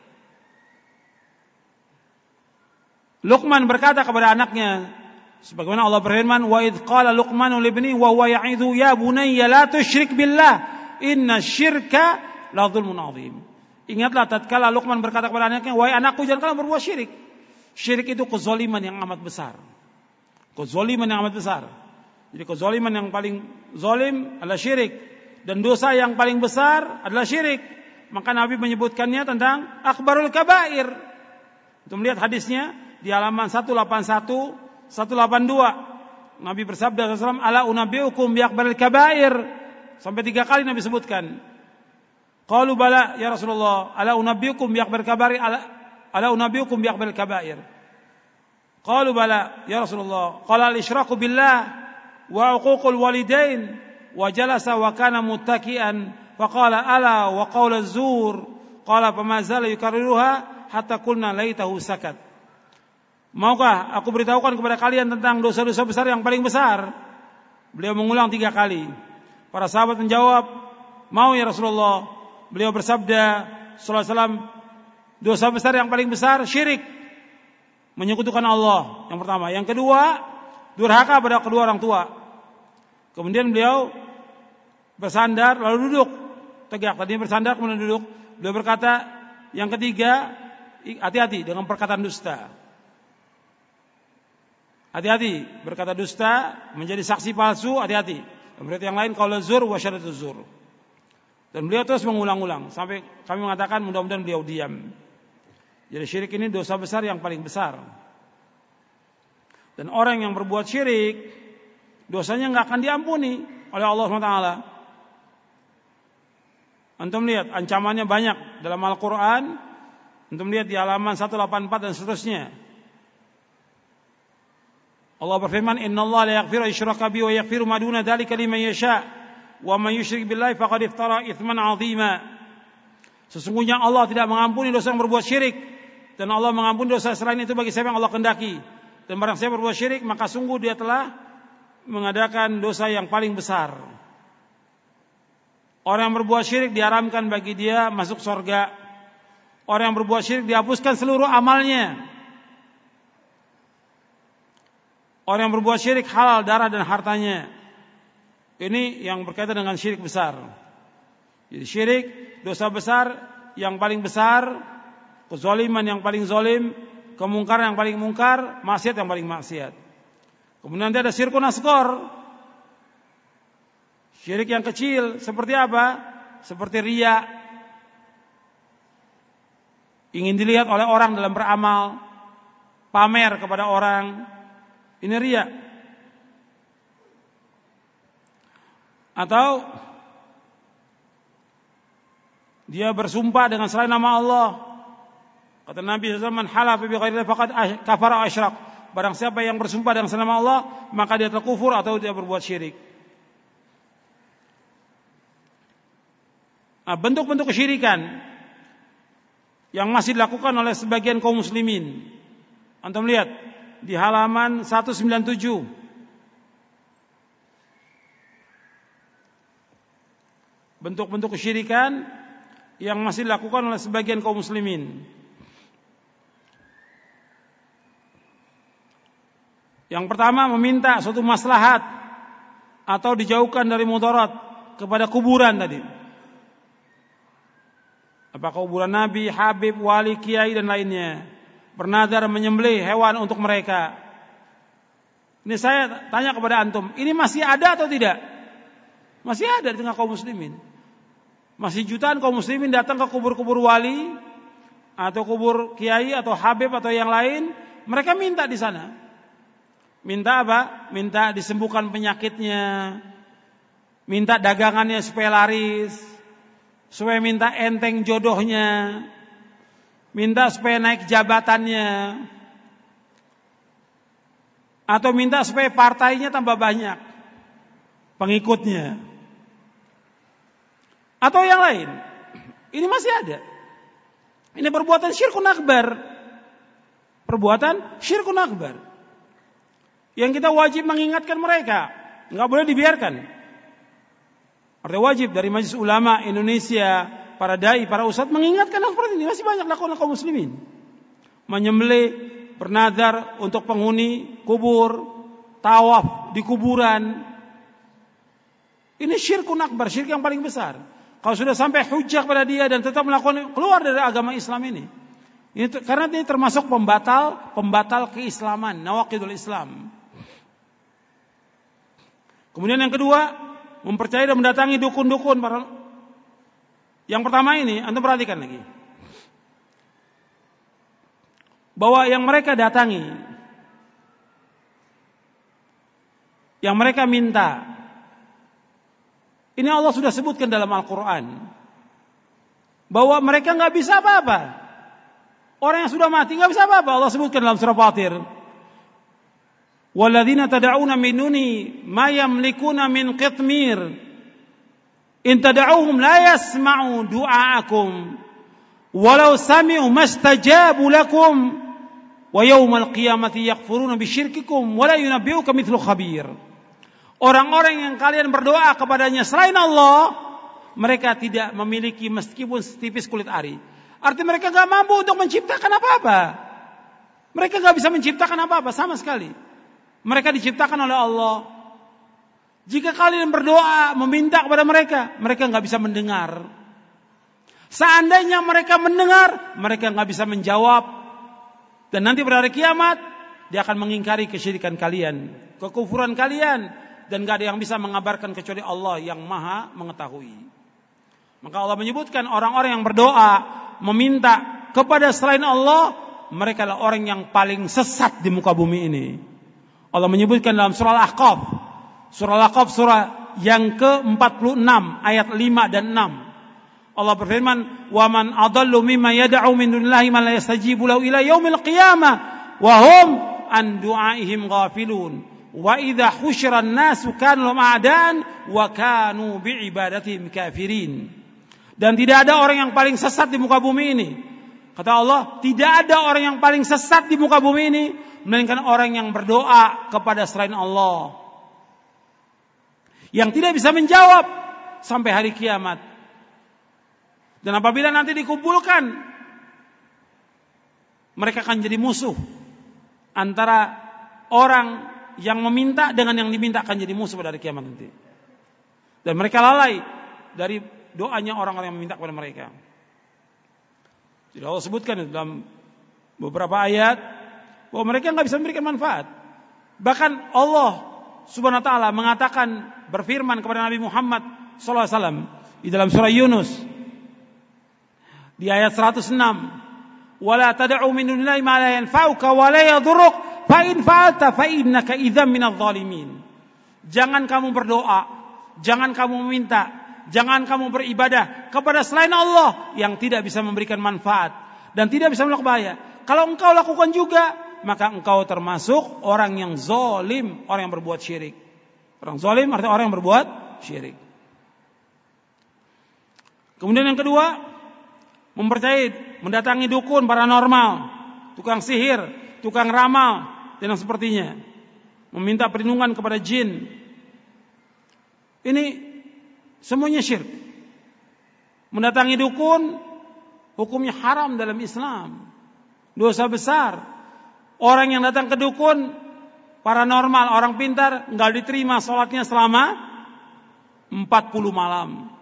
Luqman berkata kepada anaknya, sebagaimana Allah berfirman, wa idz qala Luqmanu li ibnihi wa huwa ya'idhu ya bunayya la tusyrik billah inna syirka la dzulmun 'adzim. Ingatlah tatkala Luqman berkata kepada anaknya, wahai anakku, jangan kamu berbuat syirik. Syirik itu kezaliman yang amat besar. Kezaliman yang amat besar. Jadi kezaliman yang paling zalim adalah syirik, dan dosa yang paling besar adalah syirik. maka Nabi menyebutkannya tentang akbarul kabair. Untuk melihat hadisnya di halaman 181, 182. Nabi bersabda SAW, ala unabbiukum bi akbaril kabair. Sampai 3 kali Nabi sebutkan. Qalu bala ya Rasulullah, ala unabbiukum bi akbaril kabair, ala unabbiukum bi akbaril kabair. Qalu bala ya Rasulullah, qala al-isyraku billah wa uququl walidain wa jalasa wa kana muttaki'an. Faqala ala wa qaula az-zur. Qala fama zala yukarriruha hatta qulna laitahu sakat. Maukah aku beritahukan kepada kalian tentang dosa-dosa besar yang paling besar? Beliau mengulang 3 kali. Para sahabat menjawab, mau ya Rasulullah. Beliau bersabda sallallahu alaihi wasallam, dosa besar yang paling besar syirik, menyekutukan Allah, yang pertama. Yang kedua, durhaka pada kedua orang tua. Kemudian beliau bersandar lalu duduk tegak. Tadinya bersandar kemudian duduk. Beliau berkata, yang ketiga, hati-hati dengan perkataan dusta. Hati-hati berkata dusta, menjadi saksi palsu, hati-hati. Berarti yang lain qaul zur wa syahadatuz zur. Dan beliau terus mengulang-ulang sampai kami mengatakan mudah-mudahan beliau diam. Jadi syirik ini dosa besar yang paling besar. Dan orang yang berbuat syirik, dosanya enggak akan diampuni oleh Allah SWT. Antum lihat ancamannya banyak dalam Al-Quran. Antum lihat di halaman 184 dan seterusnya. Allah berfirman, innallaha la yaghfiru asyraka bihi wa yaghfiru ma duna dzalika liman yasha wa man yusyrik billahi faqad iftara itsman 'azima. Sesungguhnya Allah tidak mengampuni dosa yang berbuat syirik, dan Allah mengampuni dosa selain itu bagi siapa yang Allah kehendaki. Dan barang siapa berbuat syirik, maka sungguh dia telah mengadakan dosa yang paling besar. Orang yang berbuat syirik diharamkan bagi dia masuk surga. Orang yang berbuat syirik dihapuskan seluruh amalnya. Orang yang berbuat syirik halal darah dan hartanya. Ini yang berkaitan dengan syirik besar. Jadi syirik, dosa besar yang paling besar, kezaliman yang paling zalim, kemungkaran yang paling mungkar, maksiat yang paling maksiat. Kemudian nanti ada syirkun asghar. Syirik yang kecil seperti apa? Seperti riya. Ingin dilihat oleh orang dalam beramal, pamer kepada orang. Ini riya. Atau dia bersumpah dengan selain nama Allah. Kata Nabi sallallahu alaihi wasallam, "Man halafa bi ghairi Allah faqad kafara asyrak." Barang siapa yang bersumpah dengan selain nama Allah, maka dia telah kufur atau dia berbuat syirik. Bentuk-bentuk kesyirikan yang masih dilakukan oleh sebagian kaum muslimin. Antum lihat di halaman 197. Bentuk-bentuk kesyirikan yang masih dilakukan oleh sebagian kaum muslimin. Yang pertama, meminta suatu maslahat atau dijauhkan dari mudarat kepada kuburan tadi. Apakah kuburan Nabi, Habib, Wali, Kiai dan lainnya. Bernazar menyembelih hewan untuk mereka. Ini saya tanya kepada antum, ini masih ada atau tidak? Masih ada di tengah kaum muslimin. Masih jutaan kaum muslimin datang ke kubur-kubur wali atau kubur kiai atau habib atau yang lain, mereka minta di sana. Minta apa? Minta disembuhkan penyakitnya, minta dagangannya supaya laris, supaya minta enteng jodohnya, minta supaya naik jabatannya, atau minta supaya partainya tambah banyak pengikutnya, atau yang lain. Ini masih ada. Ini perbuatan syirkun akbar. Perbuatan syirkun akbar. Yang kita wajib mengingatkan mereka. Enggak boleh dibiarkan. Artinya wajib dari Majelis Ulama Indonesia, para dai, para ustadz mengingatkan hal seperti ini. Masih banyak lakukan kaum muslimin. Menyembelih, bernazar untuk penghuni kubur, tawaf di kuburan. Ini syirkun akbar, syirik yang paling besar. Kalau sudah sampai hujjah pada dia dan tetap melakukan, keluar dari agama Islam ini. Karena ini termasuk pembatal keislaman, nawaqidul Islam. Kemudian yang kedua, mempercayai dan mendatangi dukun-dukun, Yang pertama ini, antum perhatikan lagi. Bahwa yang mereka datangi, yang mereka minta, ini Allah sudah sebutkan dalam Al-Quran, bahwa mereka gak bisa apa-apa. Orang yang sudah mati gak bisa apa-apa. Allah sebutkan dalam surah Fatir, وَالَّذِينَ تَدَعُونَ مِن دُونِهِ مَا يَمْلِكُونَ مِنْ قِطْمِيرٍ إِنْ تَدْعُوهُمْ لَا يَسْمَعُوا دُعَاءَكُمْ وَلَوْ سَمِعُوا مَا اسْتَجَابُوا لَكُمْ وَيَوْمَ الْقِيَامَةِ يَكْفُرُونَ بِشِرْكِكُمْ وَلَا يُنَبِّئُكَ مِثْلُ خَبِيرٍ. Orang-orang yang kalian berdoa kepadanya selain Allah, mereka tidak memiliki meskipun setipis kulit ari. Artinya mereka gak mampu untuk menciptakan apa-apa. Mereka gak bisa menciptakan apa-apa sama sekali. Mereka diciptakan oleh Allah. Jika kalian berdoa meminta kepada mereka, mereka gak bisa mendengar. Seandainya mereka mendengar, mereka gak bisa menjawab. Dan nanti pada hari kiamat, dia akan mengingkari kesyirikan kalian, kekufuran kalian. Dan gak ada yang bisa mengabarkan kecuali Allah yang maha mengetahui. Maka Allah menyebutkan orang-orang yang berdoa meminta kepada selain Allah, mereka adalah orang yang paling sesat di muka bumi ini. Allah menyebutkan dalam surah Al-Ahqaf, surah Al-Ahqaf surah yang ke-46 ayat 5 dan 6. Allah berfirman, "Wa man adallu mimma yad'u min dunillahi man la yastajibu lahu ila yaumil qiyamah wa hum an du'aihim ghafilun. Wa idza husyira an-nasu kanu lahum a'daan wa kanu bi'ibadatihim kafirin." Dan tidak ada orang yang paling sesat di muka bumi ini. Kata Allah, tidak ada orang yang paling sesat di muka bumi ini melainkan orang yang berdoa kepada selain Allah, yang tidak bisa menjawab sampai hari kiamat. Dan apabila nanti dikumpulkan, mereka akan jadi musuh. Antara orang yang meminta dengan yang diminta akan jadi musuh pada hari kiamat nanti. Dan mereka lalai dari doanya orang-orang yang meminta kepada mereka. Jadi Allah sebutkan dalam beberapa ayat bahwa mereka nggak bisa memberikan manfaat. Bahkan Allah Subhanahu wa taala mengatakan, berfirman kepada Nabi Muhammad sallallahu alaihi wasallam di dalam surah Yunus di ayat 106, "Wala tad'u min dunillahi ma la yanfa'uka wa la yadhurruk fa in fa'alta fa innaka idzam minadh dhalimin." Jangan kamu berdoa, jangan kamu meminta, jangan kamu beribadah kepada selain Allah yang tidak bisa memberikan manfaat dan tidak bisa melakukan bahaya. Kalau engkau lakukan juga, maka engkau termasuk orang yang zalim, orang yang berbuat syirik. Orang zalim artinya orang yang berbuat syirik. Kemudian yang kedua, mempercayai, mendatangi dukun, paranormal, tukang sihir, tukang ramal, dan yang sepertinya. Meminta perlindungan kepada jin. Ini semuanya syirik. Mendatangi dukun, hukumnya haram dalam Islam. Dosa besar. Orang yang datang ke dukun, paranormal, orang pintar, enggak diterima sholatnya selama 40 malam.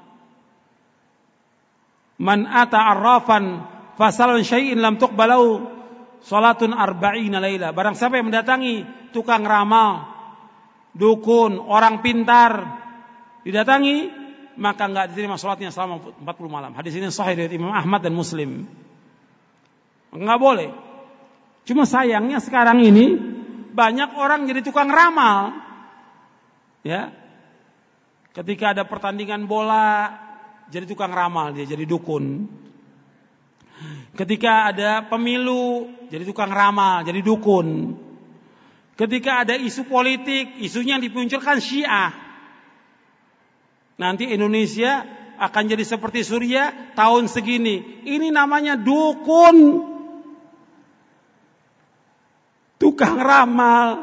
Man ata arrafan fasalun syai'in lam tuqbalau salatun arba'ina laila. Barang siapa yang mendatangi tukang ramal, dukun, orang pintar, didatangi, maka enggak diterima salatnya selama 40 malam. Hadis ini sahih dari Imam Ahmad dan Muslim. Enggak boleh. Cuma sayangnya sekarang ini banyak orang jadi tukang ramal. Ya. Ketika ada pertandingan bola, jadi tukang ramal, dia jadi dukun. Ketika ada pemilu, jadi tukang ramal, jadi dukun. Ketika ada isu politik, isunya yang dimunculkan Syiah. Nanti Indonesia akan jadi seperti Suriah tahun segini. Ini namanya dukun. Tukang ramal.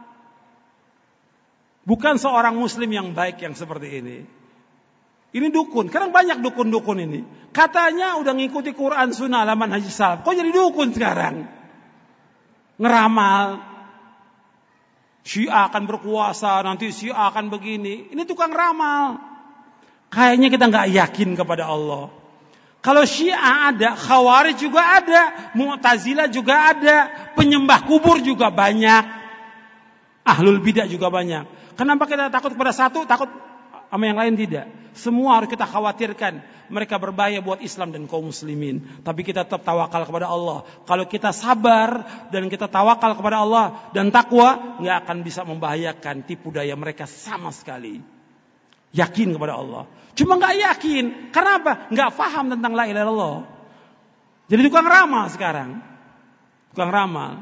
Bukan seorang muslim yang baik yang seperti ini. Ini dukun. Sekarang banyak dukun-dukun ini. Katanya udah ngikuti Quran Sunnah laman Haji Salaf. Kok jadi dukun sekarang? Ngeramal. Syiah akan berkuasa, nanti Syiah akan begini. Ini tukang ramal. Kayaknya kita gak yakin kepada Allah. Kalau Syiah ada, Khawarij juga ada, Mu'tazilah juga ada, penyembah kubur juga banyak, Ahlul Bidah juga banyak. Kenapa kita takut kepada satu, takut sama yang lain tidak. Semua harus kita khawatirkan. Mereka berbahaya buat Islam dan kaum muslimin. Tapi kita tetap tawakal kepada Allah. Kalau kita sabar dan kita tawakal kepada Allah dan takwa, nggak akan bisa membahayakan tipu daya mereka sama sekali. Yakin kepada Allah. Cuma nggak yakin. Karena apa? Nggak paham tentang la ilaha illallah. Jadi tukang ramal sekarang. Tukang ramal.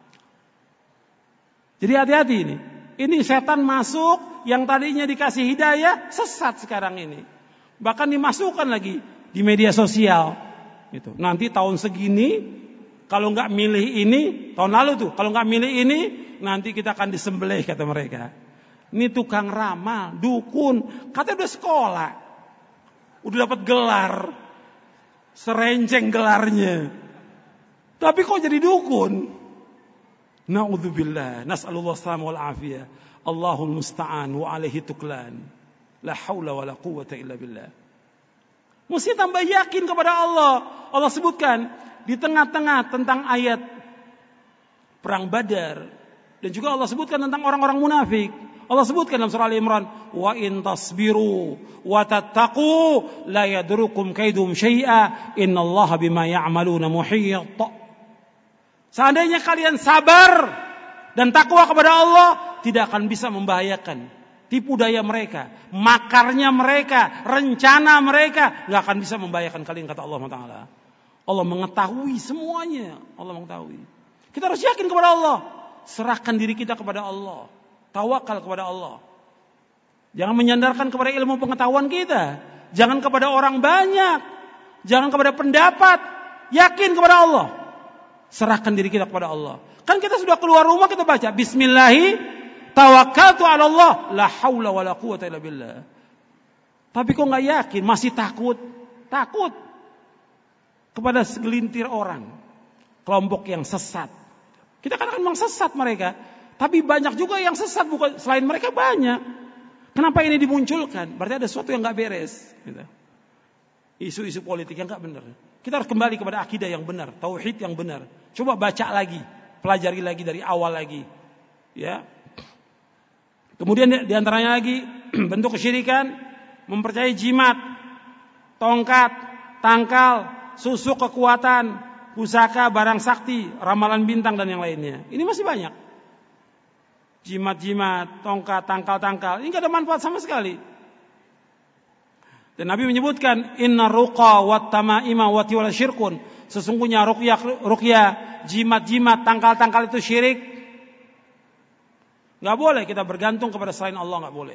Jadi hati-hati ini. Ini setan masuk. Yang tadinya dikasih hidayah, sesat sekarang ini. Bahkan dimasukkan lagi di media sosial. Gitu. Nanti tahun segini, kalau nggak milih ini, tahun lalu tuh, kalau nggak milih ini, nanti kita akan disembelih kata mereka. Ini tukang ramal, dukun, katanya udah sekolah, udah dapat gelar, serenceng gelarnya. Tapi kok jadi dukun? Na'udzubillah, nas'alullah salamah wal afiyah. Allahul musta'an wa alaihi tuklan. La haula wa la quwwata illa billah. Mesti tambah yakin kepada Allah. Allah sebutkan di tengah-tengah tentang ayat perang Badar, dan juga Allah sebutkan tentang orang-orang munafik. Allah sebutkan dalam surah Al-Imran, wa in tasbiru wa tattaqu la yadrukum kaidum syai'a innallaha bima ya'maluna muhit. Seandainya kalian sabar dan takwa kepada Allah, tidak akan bisa membahayakan tipu daya mereka, makarnya mereka, rencana mereka, nggak akan bisa membahayakan kalian kata Allah Taala. Allah mengetahui semuanya, Allah mengetahui. Kita harus yakin kepada Allah, serahkan diri kita kepada Allah, tawakal kepada Allah. Jangan menyandarkan kepada ilmu pengetahuan kita, jangan kepada orang banyak, jangan kepada pendapat, yakin kepada Allah, serahkan diri kita kepada Allah. Kan kita sudah keluar rumah kita baca Bismillahi tawakkaltu 'ala Allah la haula wala quwwata illa billah. Tapi kok enggak yakin, masih takut kepada segelintir orang, kelompok yang sesat. Kita katakan memang sesat mereka, tapi banyak juga yang sesat bukan selain mereka banyak. Kenapa ini dimunculkan? Berarti ada sesuatu yang enggak beres gitu. Isu-isu politik yang enggak benar. Kita harus kembali kepada akidah yang benar, tauhid yang benar. Coba baca lagi, pelajari lagi dari awal lagi. Ya. Kemudian diantaranya lagi bentuk kesyirikan, mempercayai jimat, tongkat, tangkal, susuk kekuatan, pusaka, barang sakti, ramalan bintang dan yang lainnya. Ini masih banyak. Jimat-jimat, tongkat, tangkal-tangkal, ini tidak ada manfaat sama sekali. Dan Nabi menyebutkan inna ruqa wat tamaima wa tiwala syirkun. Sesungguhnya ruqyah, jimat-jimat, tangkal-tangkal itu syirik. Enggak boleh kita bergantung kepada selain Allah, enggak boleh.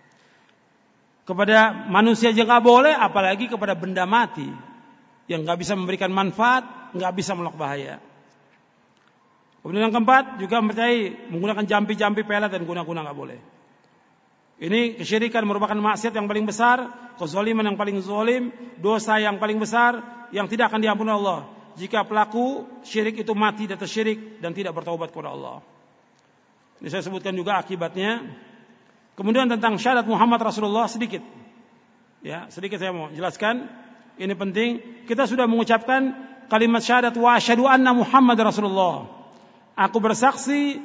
Kepada manusia aja enggak boleh, apalagi kepada benda mati yang enggak bisa memberikan manfaat, enggak bisa menolak bahaya. Kemudian yang keempat juga mempercayai menggunakan jampi-jampi, pelet dan guna-guna enggak boleh. Ini kesyirikan merupakan maksiat yang paling besar, kezaliman yang paling zalim, dosa yang paling besar yang tidak akan diampuni Allah jika pelaku syirik itu mati di atas syirik dan tidak bertaubat kepada Allah. Ini saya sebutkan juga akibatnya. Kemudian tentang syahadat Muhammad Rasulullah sedikit. Ya, sedikit saya mau jelaskan. Ini penting. Kita sudah mengucapkan kalimat syahadat wa asyhadu anna Muhammad Rasulullah. Aku bersaksi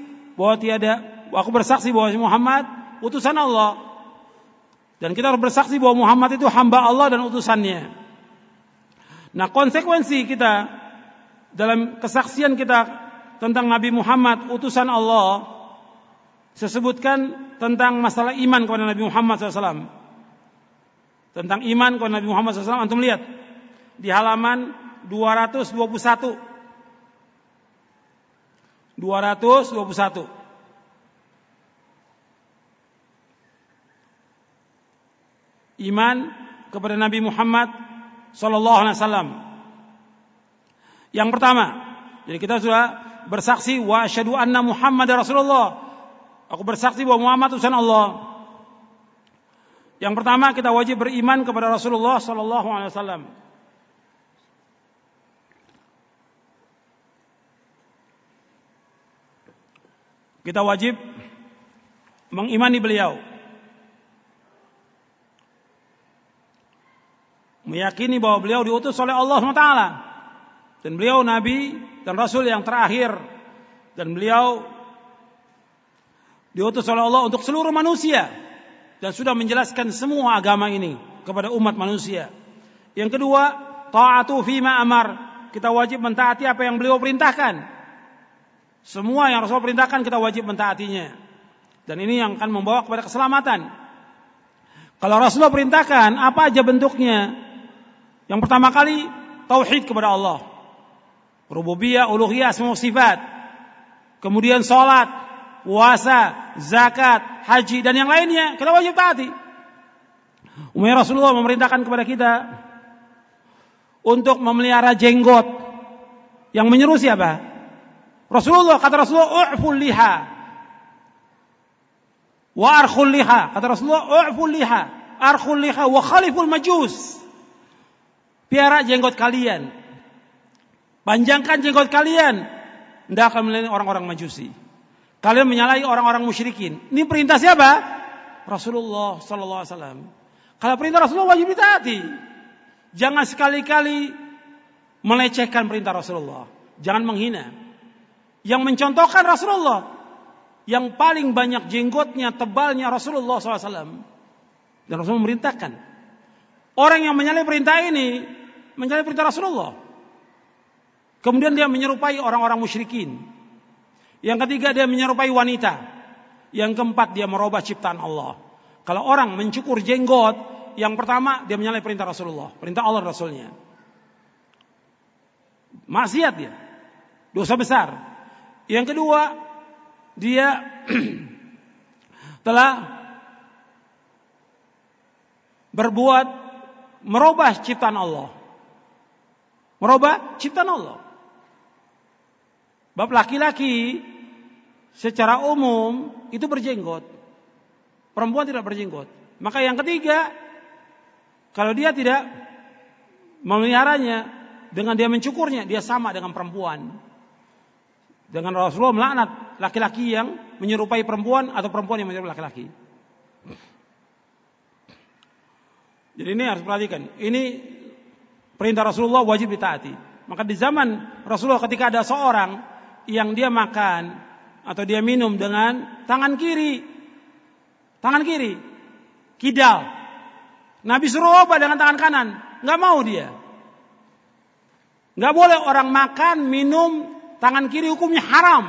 bahwa Muhammad utusan Allah. Dan kita harus bersaksi bahwa Muhammad itu hamba Allah dan utusannya. Nah, konsekuensi kita dalam kesaksian kita tentang Nabi Muhammad utusan Allah, saya sebutkan tentang masalah iman kepada Nabi Muhammad SAW. Tentang iman kepada Nabi Muhammad SAW, antum lihat di halaman 221. 221. Iman kepada Nabi Muhammad sallallahu alaihi wasallam. Yang pertama, jadi kita sudah bersaksi wa asyhadu anna Muhammadar Rasulullah. Aku bersaksi bahwa Muhammad utusan Allah. Yang pertama, kita wajib beriman kepada Rasulullah sallallahu alaihi wasallam. Kita wajib mengimani beliau. Meyakini bahwa beliau diutus oleh Allah SWT. Dan beliau Nabi dan Rasul yang terakhir. Dan beliau diutus oleh Allah untuk seluruh manusia. dan sudah menjelaskan semua agama ini kepada umat manusia. Yang kedua, ta'atu fima amar. Kita wajib mentaati apa yang beliau perintahkan. Semua yang Rasul perintahkan kita wajib mentaatinya. Dan ini yang akan membawa kepada keselamatan. Kalau Rasulullah perintahkan, apa aja bentuknya? Yang pertama kali, tauhid kepada Allah. Rububiyah, uluhiyah, semua sifat. Kemudian sholat, puasa, zakat, haji, dan yang lainnya. Kita wajib taati. Umayyah Rasulullah memerintahkan kepada kita untuk memelihara jenggot. Yang menyuruh siapa? Rasulullah. Kata Rasulullah, u'ful liha wa arkhul liha. Kata Rasulullah, u'ful liha, arkhul liha wa khaliful majus. Piara jenggot kalian, panjangkan jenggot kalian, tidak akan melayani orang-orang majusi. Kalian menyalahi orang-orang musyrikin. Ini perintah siapa? Rasulullah sallallahu alaihi wasallam. Kalau perintah Rasulullah wajib ditaati. Jangan sekali-kali melecehkan perintah Rasulullah. Jangan menghina. Yang mencontohkan Rasulullah, yang paling banyak jenggotnya, tebalnya Rasulullah SAW. Dan Rasulullah memerintahkan. Orang yang menyalahi perintah ini, menyalahi perintah Rasulullah. Kemudian dia menyerupai orang-orang musyrikin. Yang ketiga, dia menyerupai wanita. Yang keempat, dia merubah ciptaan Allah. Kalau orang mencukur jenggot, yang pertama, dia menyalahi perintah Rasulullah. Perintah Allah dan Rasulnya. Maksiat dia. Dosa besar. Yang kedua, dia telah berbuat merubah ciptaan Allah. Merubah ciptaan Allah. Bab laki-laki secara umum itu berjenggot. Perempuan tidak berjenggot. Maka yang ketiga, kalau dia tidak memeliharanya, dengan dia mencukurnya, dia sama dengan perempuan. Dengan Rasulullah melaknat laki-laki yang menyerupai perempuan atau perempuan yang menyerupai laki-laki. Jadi ini harus perhatikan. Ini perintah Rasulullah wajib ditaati. Maka di zaman Rasulullah ketika ada seorang yang dia makan atau dia minum dengan tangan kiri, kidal. Nabi suruh ubah dengan tangan kanan, nggak mau dia. Nggak boleh orang makan, minum tangan kiri, hukumnya haram.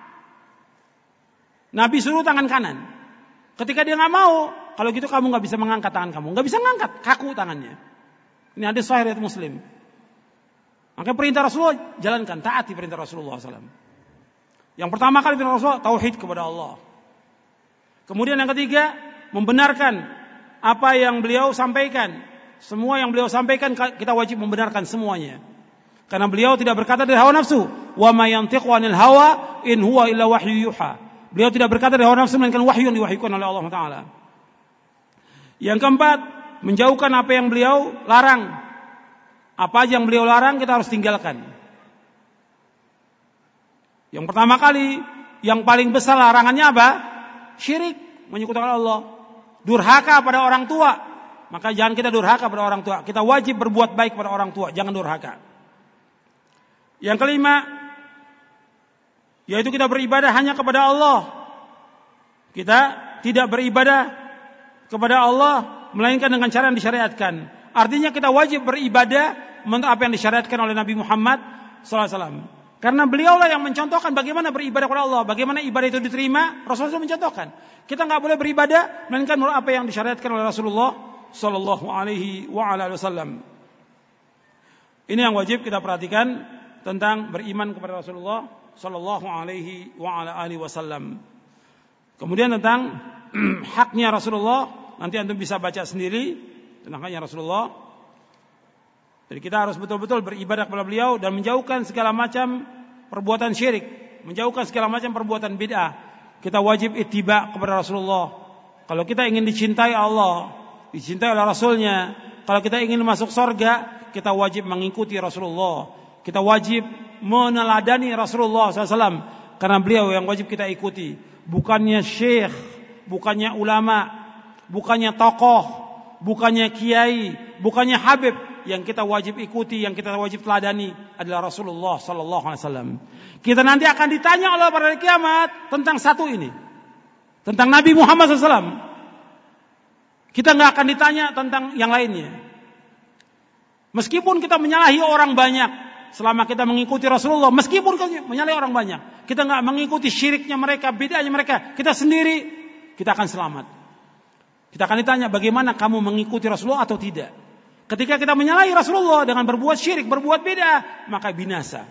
Nabi suruh tangan kanan. Ketika dia nggak mau, kalau gitu kamu nggak bisa mengangkat tangan kamu, nggak bisa ngangkat, kaku tangannya. Ini hadis sahih riwayat Muslim. Maka perintah Rasulullah jalankan, taati perintah Rasulullah SAW. Yang pertama kali perintah Rasulullah tauhid kepada Allah. Kemudian yang ketiga, membenarkan apa yang beliau sampaikan. Semua yang beliau sampaikan kita wajib membenarkan semuanya. Karena beliau tidak berkata dari hawa nafsu. Wa ma yantiqu 'anil hawa in huwa illa wahyu yuha. Beliau tidak berkata dari hawa nafsu melainkan wahyu yang diwahyukan oleh Allah Taala. Yang keempat, menjauhkan apa yang beliau larang. Apa aja yang beliau larang kita harus tinggalkan. Yang pertama kali, yang paling besar larangannya apa? Syirik, menyekutukan Allah. Durhaka pada orang tua. Maka jangan kita durhaka pada orang tua. Kita wajib berbuat baik pada orang tua, jangan durhaka. Yang kelima, yaitu kita beribadah hanya kepada Allah. Kita tidak beribadah kepada Allah melainkan dengan cara yang disyariatkan. Artinya kita wajib beribadah menurut apa yang disyariatkan oleh Nabi Muhammad SAW. Karena beliaulah yang mencontohkan bagaimana beribadah kepada Allah, bagaimana ibadah itu diterima. Rasulullah mencontohkan. Kita nggak boleh beribadah melainkan menurut apa yang disyariatkan oleh Rasulullah Sallallahu Alaihi Wasallam. Ini yang wajib kita perhatikan tentang beriman kepada Rasulullah Sallallahu Alaihi Wasallam. Kemudian tentang haknya Rasulullah, nanti antum bisa baca sendiri tentang haknya Rasulullah. Jadi kita harus betul-betul beribadah kepada beliau dan menjauhkan segala macam perbuatan syirik, menjauhkan segala macam perbuatan bid'ah. Kita wajib ittiba kepada Rasulullah. Kalau kita ingin dicintai Allah, dicintai oleh Rasulnya, kalau kita ingin masuk surga, kita wajib mengikuti Rasulullah. Kita wajib meneladani Rasulullah SAW, karena beliau yang wajib kita ikuti. Bukannya syekh, bukannya ulama, bukannya tokoh, bukannya kiai, bukannya habib. Yang kita wajib ikuti, yang kita wajib teladani adalah Rasulullah SAW. Kita nanti akan ditanya oleh pada hari kiamat tentang satu ini, tentang Nabi Muhammad SAW. Kita nggak akan ditanya tentang yang lainnya. Meskipun kita menyalahi orang banyak, selama kita mengikuti Rasulullah, meskipun kita menyalahi orang banyak, kita nggak mengikuti syiriknya mereka, bid'ahnya mereka, kita sendiri, kita akan selamat. Kita akan ditanya bagaimana kamu mengikuti Rasulullah atau tidak. Ketika kita menyalahi Rasulullah dengan berbuat syirik, berbuat bid'ah, maka binasa.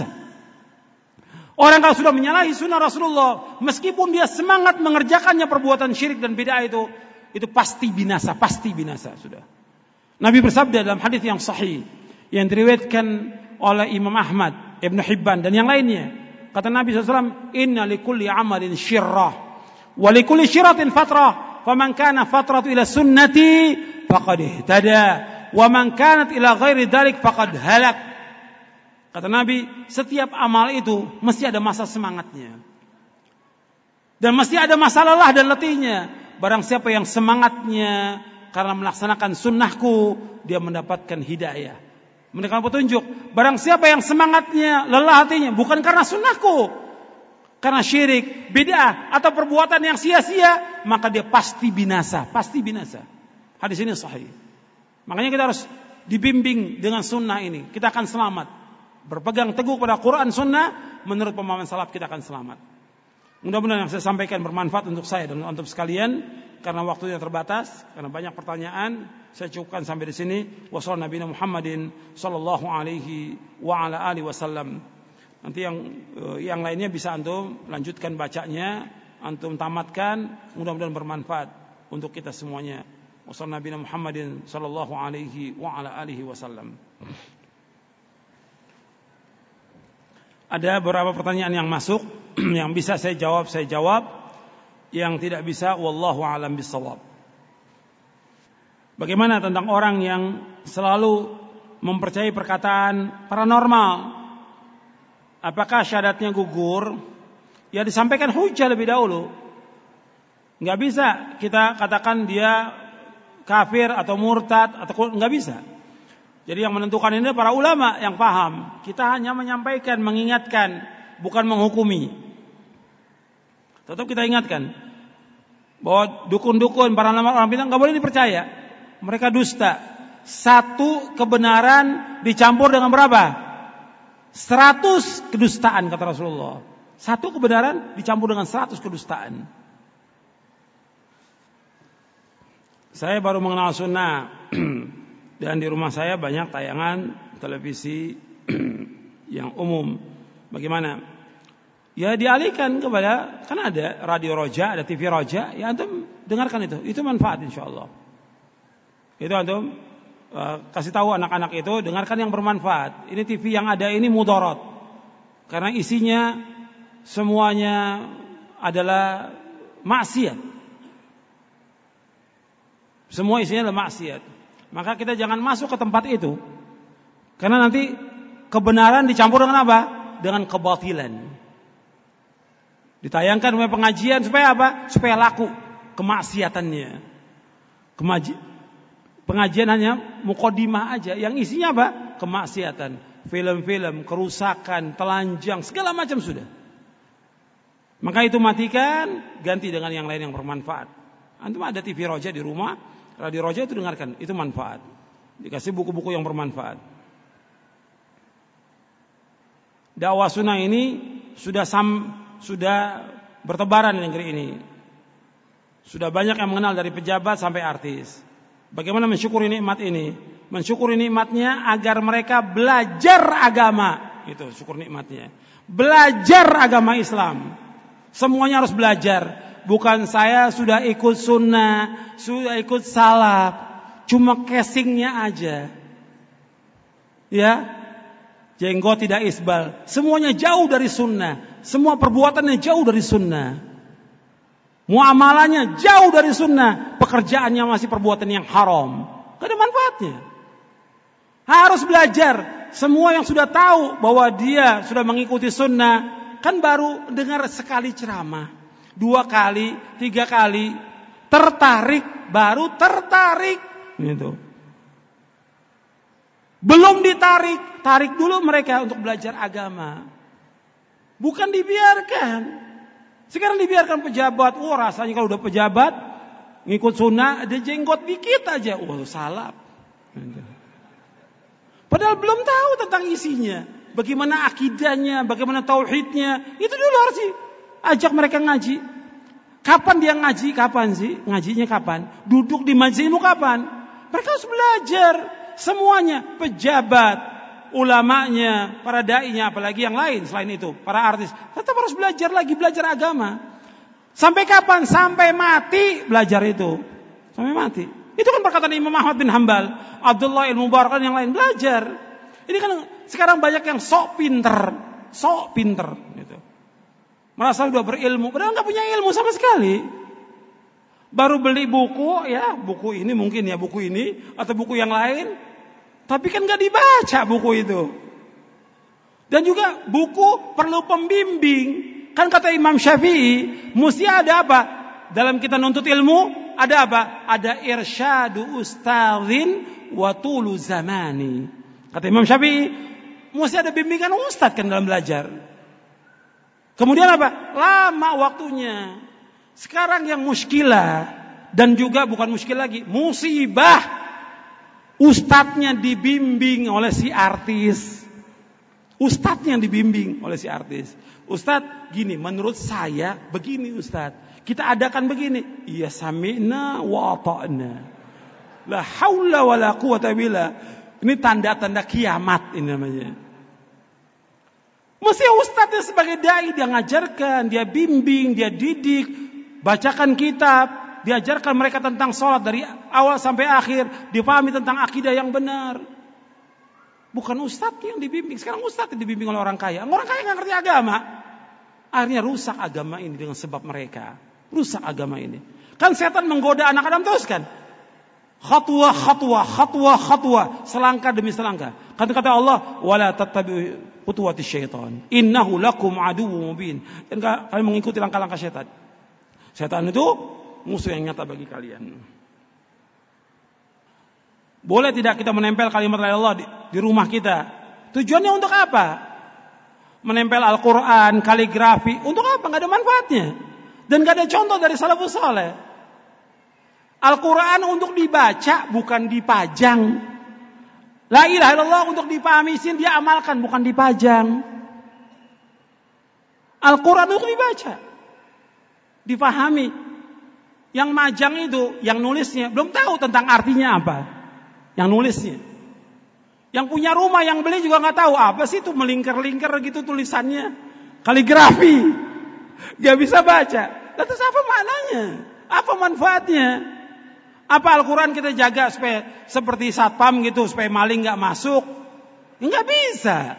Orang kalau sudah menyalahi sunnah Rasulullah, meskipun dia semangat mengerjakannya perbuatan syirik dan bid'ah itu pasti binasa sudah. Nabi bersabda dalam hadis yang sahih yang diriwayatkan oleh Imam Ahmad, Ibn Hibban dan yang lainnya. Kata Nabi SAW, "Inna likulli amalin syirrah, wa likulli syirratin fatrah, faman kana fatratu ila sunnati faqad ihtada, wa man kanat ila ghairi dzalik faqad halak." Kata Nabi, setiap amal itu mesti ada masa semangatnya. Dan mesti ada masa lelah dan letihnya. Barang siapa yang semangatnya karena melaksanakan sunnahku, dia mendapatkan hidayah, mendapatkan petunjuk. Barang siapa yang semangatnya lelah hatinya bukan karena sunnahku, karena syirik, bid'ah atau perbuatan yang sia-sia, maka dia pasti binasa. Hadis ini sahih. Makanya kita harus dibimbing dengan sunnah ini. Kita akan selamat. Berpegang teguh pada Quran sunnah, menurut pemahaman salaf kita akan selamat. Mudah-mudahan yang saya sampaikan bermanfaat untuk saya dan untuk sekalian. Karena waktunya terbatas, karena banyak pertanyaan, saya cukupkan sampai di sini. Wassallallahu Nabi Muhammadin sallallahu alaihi wa ala alihi wasallam. Nanti yang lainnya bisa antum lanjutkan bacanya, antum tamatkan, mudah-mudahan bermanfaat untuk kita semuanya. Wassallallahu Nabi Muhammadin sallallahu alaihi wa ala alihi wasallam. Ada beberapa pertanyaan yang masuk, yang bisa saya jawab, yang tidak bisa, wallahu a'lam bishawab. Bagaimana tentang orang yang selalu mempercayai perkataan paranormal? Apakah syahadatnya gugur? Ya disampaikan hujah lebih dahulu. Nggak bisa kita katakan dia kafir atau murtad atau nggak bisa. Jadi yang menentukan ini para ulama yang paham. Kita hanya menyampaikan, mengingatkan, bukan menghukumi. Tetap kita ingatkan bahwa dukun-dukun, para orang bintang nggak boleh dipercaya. Mereka dusta. Satu kebenaran dicampur dengan berapa? 100 kedustaan kata Rasulullah. Satu kebenaran dicampur dengan 100 kedustaan. Saya baru mengenal sunnah. Dan di rumah saya banyak tayangan televisi yang umum. Bagaimana? Ya dialihkan kepada, kan ada radio Roja, ada TV Roja, ya antum dengarkan itu manfaat insyaallah. Itu antum kasih tahu anak-anak itu, dengarkan yang bermanfaat. Ini TV yang ada ini mudarat. Karena isinya semuanya adalah maksiat. Semua isinya adalah maksiat. Maka kita jangan masuk ke tempat itu. Karena nanti kebenaran dicampur dengan apa? Dengan kebatilan. Ditayangkan oleh pengajian supaya apa? Supaya laku kemaksiatannya. Pengajian hanya mukadimah aja, yang isinya apa? Kemaksiatan, film-film, kerusakan, telanjang, segala macam sudah. Maka itu matikan, ganti dengan yang lain yang bermanfaat. Antum ada TV Roja di rumah, radio Roja itu dengarkan, itu manfaat. Dikasih buku-buku yang bermanfaat. Dakwah sunnah ini sudah bertebaran di negeri ini. Sudah banyak yang mengenal dari pejabat sampai artis. Bagaimana mensyukuri nikmat ini? Mensyukuri nikmatnya agar mereka belajar agama. Itu syukur nikmatnya. Belajar agama Islam. Semuanya harus belajar. Bukan saya sudah ikut sunnah, sudah ikut salaf, cuma casingnya aja. Ya, jenggot tidak isbal. Semuanya jauh dari sunnah. Semua perbuatannya jauh dari sunnah. Muamalahnya jauh dari sunnah. Pekerjaannya masih perbuatan yang haram. Gak ada manfaatnya. Harus belajar. Semua yang sudah tahu bahwa dia sudah mengikuti sunnah, kan baru dengar sekali ceramah, 2 kali, 3 kali, tertarik, baru tertarik. Gitu. Belum ditarik, tarik dulu mereka untuk belajar agama. Bukan dibiarkan. Sekarang dibiarkan pejabat. Rasanya kalau udah pejabat, ngikut sunnah, ada jenggot dikit aja, salaf. Padahal belum tahu tentang isinya, bagaimana akidahnya, bagaimana tauhidnya. Itu dulu harus ajak mereka ngaji. Kapan dia ngaji? Kapan sih? Ngajinya kapan? Duduk di majelis ilmu kapan? Mereka harus belajar semuanya, pejabat, ulamanya, para dai-nya, apalagi yang lain selain itu, para artis. Tetap harus belajar lagi, belajar agama. Sampai kapan? Sampai mati belajar itu. Sampai mati. Itu kan perkataan Imam Ahmad bin Hanbal, Abdullah al-Mubarak dan yang lain, belajar. Ini kan sekarang banyak yang sok pinter gitu. Merasa udah berilmu, padahal nggak punya ilmu sama sekali. Baru beli buku, ya buku ini mungkin ya buku ini atau buku yang lain, tapi kan nggak dibaca buku itu. Dan juga buku perlu pembimbing. Kan kata Imam Syafi'i, mesti ada apa? Dalam kita nuntut ilmu, ada apa? Ada irsyadu ustadzin wa tulu zamani. Kata Imam Syafi'i, mesti ada bimbingan ustadz kan dalam belajar. Kemudian apa? Lama waktunya. Sekarang yang muskilah, dan juga bukan muskil lagi, musibah. Ustadznya dibimbing oleh si artis. Ustadznya dibimbing oleh si artis. Ustadz, gini, menurut saya begini Ustadz. Kita adakan begini. Iya, sami'na wa ata'na. La haula wa la quwata billah. Ini tanda-tanda kiamat ini namanya. Mesti ustadznya sebagai dai, dia ngajarkan, dia bimbing, dia didik, bacakan kitab, diajarkan mereka tentang sholat dari awal sampai akhir, dipahami tentang akidah yang benar. Bukan ustadz yang dibimbing. Sekarang ustadz yang dibimbing oleh orang kaya. Orang kaya nggak ngerti agama. Akhirnya rusak agama ini dengan sebab mereka. Rusak agama ini. Kan setan menggoda anak Adam terus kan. Khatwa, selangkah demi selangkah. Kata Allah, wala tattabi'u khutuwatis syaitan. Innahu lakum aduwwum mubin. Dan kalian mengikuti langkah-langkah setan. Setan itu musuh yang nyata bagi kalian. Boleh tidak kita menempel kalimat la ilaha illallah di rumah kita? Tujuannya untuk apa? Menempel Al-Quran, kaligrafi, untuk apa? Nggak ada manfaatnya. Dan nggak ada contoh dari salafus saleh. Al-Quran untuk dibaca, bukan dipajang. La ilaha illallah untuk dipahami, dia amalkan, bukan dipajang. Al-Quran untuk dibaca, dipahami. Yang majang itu, yang nulisnya belum tahu tentang artinya apa. Yang nulisnya, yang punya rumah, yang beli juga nggak tahu apa sih itu melingkar-lingkar gitu tulisannya, kaligrafi, nggak bisa baca. Lantas apa maknanya? Apa manfaatnya? Apa Al-Quran kita jaga supaya seperti satpam gitu, supaya maling nggak masuk? Nggak bisa.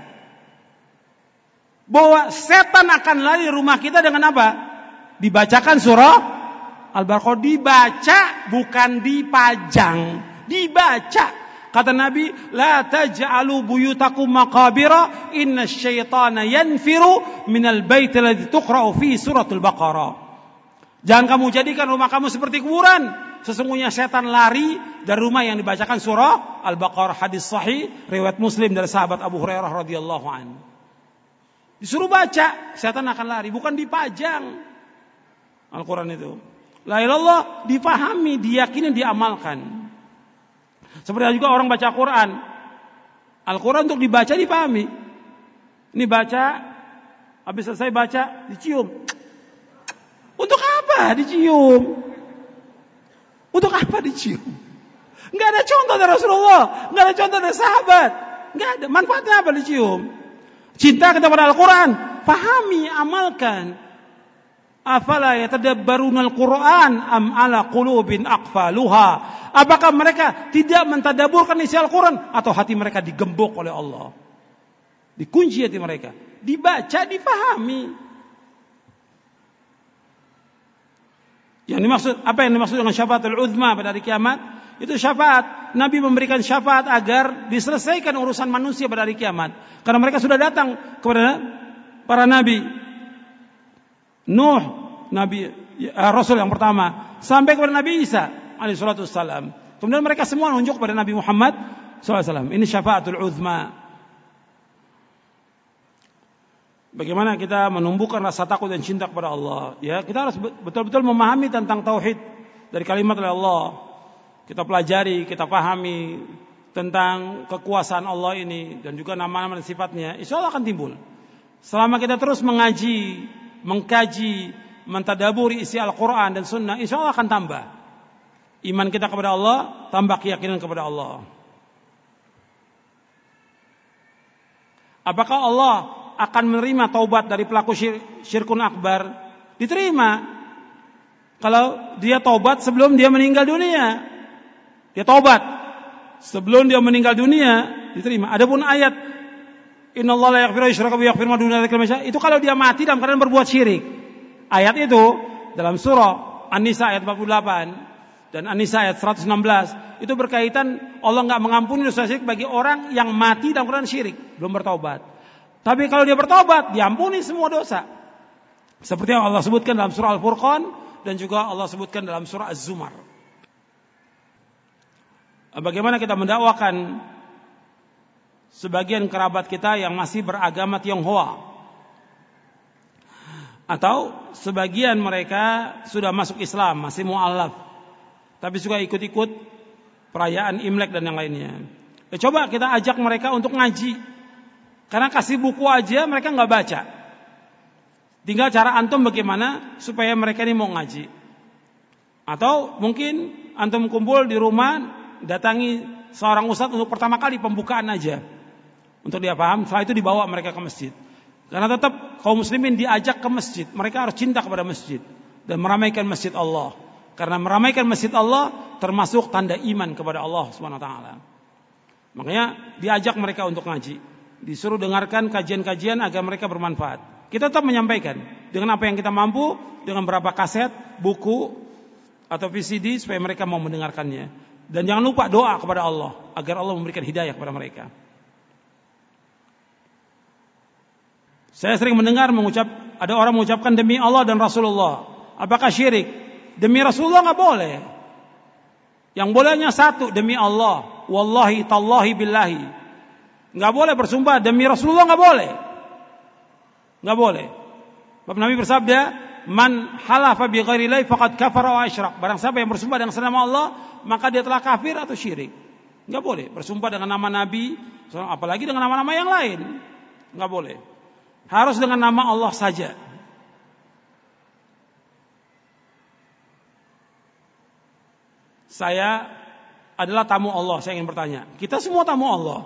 Bahwa setan akan lari rumah kita dengan apa? Dibacakan surah Al-Baqarah, dibaca bukan dipajang. Dibaca. Kata Nabi, la taj'alu buyutakum maqabira, inna syaitana yanfiru minal bait alladhi tuqra'u fi suratul Baqarah. Jangan kamu jadikan rumah kamu seperti kuburan. Sesungguhnya setan lari dari rumah yang dibacakan surah Al-Baqarah. Hadis sahih riwayat Muslim dari sahabat Abu Hurairah radhiyallahu anhu. Disuruh baca, setan akan lari, bukan dipajang. Al-Quran itu, la ilaha illallah dipahami, diyakini, diamalkan. Seperti juga orang baca Quran. Al-Quran untuk dibaca, dipahami. Ini baca, habis selesai baca, dicium. Untuk apa dicium? Untuk apa dicium? Enggak ada contoh dari Rasulullah, enggak ada contoh dari sahabat. Enggak ada. Manfaatnya apa dicium? Cinta kepada Al-Quran, pahami, amalkan. Afala yatadabbaruna al-Quran am ala qulubin aqfaluha. Apakah mereka tidak mentadaburkan isi Al-Quran, atau hati mereka digembok oleh Allah? Dikunci hati mereka, dibaca, dipahami. Yang dimaksud, apa yang dimaksud dengan syafaatul uzma pada hari kiamat? Itu syafaat. Nabi memberikan syafaat agar diselesaikan urusan manusia pada hari kiamat. Karena mereka sudah datang kepada para nabi. Nuh, Nabi Rasul yang pertama, sampai kepada Nabi Isa alaihi salatu wassalam. Kemudian mereka semua menunjuk kepada Nabi Muhammad sallallahu alaihi wasallam. Ini syafaatul uzma. Bagaimana kita menumbuhkan rasa takut dan cinta kepada Allah? Ya, kita harus betul-betul memahami tentang tauhid. dari kalimat oleh Allah, kita pelajari, kita pahami tentang kekuasaan Allah ini dan juga nama-nama dan sifatnya, insya Allah akan timbul. Selama kita terus mengaji, mengkaji, mentadaburi isi Al-Quran dan Sunnah, insya Allah akan tambah iman kita kepada Allah, tambah keyakinan kepada Allah. Apakah Allah akan menerima taubat dari pelaku syirkun akbar? Diterima kalau dia taubat sebelum dia meninggal dunia. Dia taubat sebelum dia meninggal dunia, diterima. Adapun ayat innallaha la yaghfiru yushraka bihi wa yaghfiru ma duna dzalika liman yasha, itu kalau dia mati dalam keadaan berbuat syirik. Ayat itu dalam surah An-Nisa ayat 48 dan An-Nisa ayat 116 itu berkaitan Allah enggak mengampuni dosa syirik bagi orang yang mati dalam keadaan syirik, belum bertaubat. Tapi kalau dia bertaubat, diampuni semua dosa. Seperti yang Allah sebutkan dalam surah Al-Furqan dan juga Allah sebutkan dalam surah Az-Zumar. Bagaimana kita mendakwakan sebagian kerabat kita yang masih beragama Tionghoa, atau sebagian mereka sudah masuk Islam, masih mu'alaf, tapi juga ikut-ikut perayaan Imlek dan yang lainnya. Coba kita ajak mereka untuk ngaji, karena kasih buku aja mereka nggak baca. Tinggal cara antum bagaimana supaya mereka ini mau ngaji. Atau mungkin antum kumpul di rumah, datangi seorang ustadz untuk pertama kali pembukaan aja, untuk dia paham. Setelah itu dibawa mereka ke masjid. Karena tetap kaum muslimin diajak ke masjid, mereka harus cinta kepada masjid dan meramaikan masjid Allah. Karena meramaikan masjid Allah termasuk tanda iman kepada Allah Subhanahu wa taala. Makanya diajak mereka untuk ngaji, disuruh dengarkan kajian-kajian agar mereka bermanfaat. Kita tetap menyampaikan dengan apa yang kita mampu, dengan berapa kaset, buku atau VCD supaya mereka mau mendengarkannya. Dan jangan lupa doa kepada Allah agar Allah memberikan hidayah kepada mereka. Saya sering mendengar ada orang mengucapkan demi Allah dan Rasulullah. Apakah syirik? Demi Rasulullah nggak boleh. Yang bolehnya satu, demi Allah. Wallahi tallahi billahi. Nggak boleh bersumpah demi Rasulullah, nggak boleh. Nggak boleh. Bapak Nabi bersabda, man halafa bi ghairillahi faqad kafara wa asyrak. Barang siapa yang bersumpah dengan nama Allah, maka dia telah kafir atau syirik. Enggak boleh bersumpah dengan nama Nabi, apalagi dengan nama-nama yang lain. Enggak boleh. Harus dengan nama Allah saja. Saya adalah tamu Allah, saya ingin bertanya. Kita semua tamu Allah.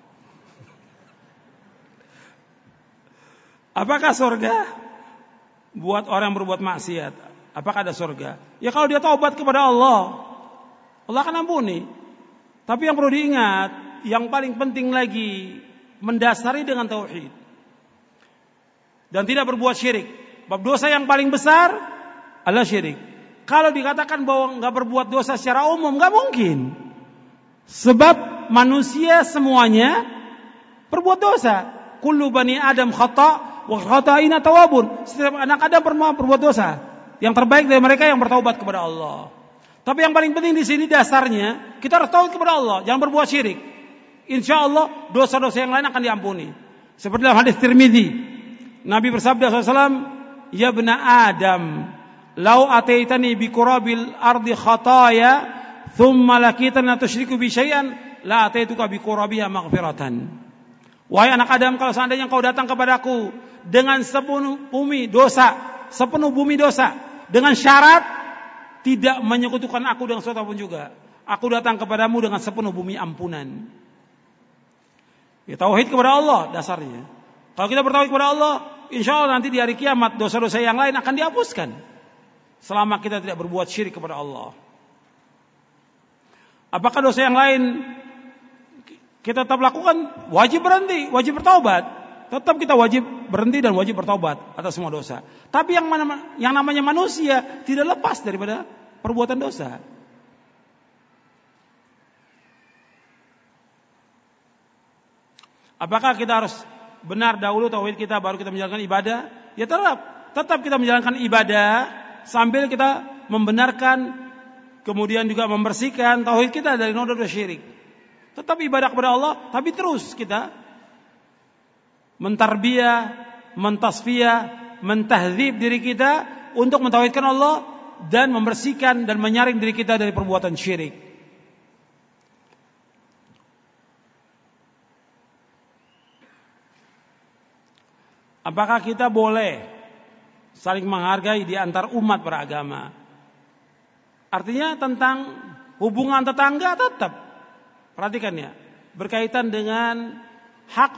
Apakah surga buat orang yang berbuat maksiat? Apakah ada surga? Ya kalau dia taubat kepada Allah, Allah akan ampuni. Tapi yang perlu diingat, yang paling penting lagi, mendasari dengan tauhid dan tidak berbuat syirik. Bab dosa yang paling besar adalah syirik. Kalau dikatakan bahwa enggak berbuat dosa secara umum, enggak mungkin. Sebab manusia semuanya berbuat dosa. Kullu bani Adam khata' wa khata'ina tawabun. Setiap anak Adam pernah berbuat dosa. Yang terbaik dari mereka yang bertaubat kepada Allah. Tapi yang paling penting di sini dasarnya kita harus taubat kepada Allah, jangan berbuat syirik. Insya Allah dosa-dosa yang lain akan diampuni. Seperti dalam hadis Tirmidzi, Nabi bersabda SAW, ya bna Adam, lau ataitani bi qurabil ardi khataya, thumma lakitani tusyriku bi syai'an, la ataituka bi qurabiha maghfiratan. Wahai anak Adam, kalau seandainya kau datang kepadaku dengan sepenuh bumi dosa, dengan syarat tidak menyekutukan aku dengan sesuatu pun juga, aku datang kepadamu dengan sepenuh bumi ampunan. Ya, tauhid kepada Allah dasarnya. Kalau kita bertauhid kepada Allah, insya Allah nanti di hari kiamat dosa-dosa yang lain akan dihapuskan, selama kita tidak berbuat syirik kepada Allah. Apakah dosa yang lain kita tetap lakukan? Wajib berhenti, wajib bertaubat. Tetap kita wajib berhenti dan wajib bertaubat atas semua dosa. Tapi yang namanya manusia tidak lepas daripada perbuatan dosa. Apakah kita harus benar dahulu tauhid kita baru kita menjalankan ibadah? Ya tetap kita menjalankan ibadah sambil kita membenarkan, kemudian juga membersihkan tauhid kita dari noda syirik. Tetap ibadah kepada Allah, tapi terus kita mentarbiyah, mentasfiyah, mentahdzib diri kita untuk mentauhidkan Allah dan membersihkan dan menyaring diri kita dari perbuatan syirik. Apakah kita boleh saling menghargai di antar umat beragama? Artinya tentang hubungan tetangga tetap. Perhatikan ya, berkaitan dengan hak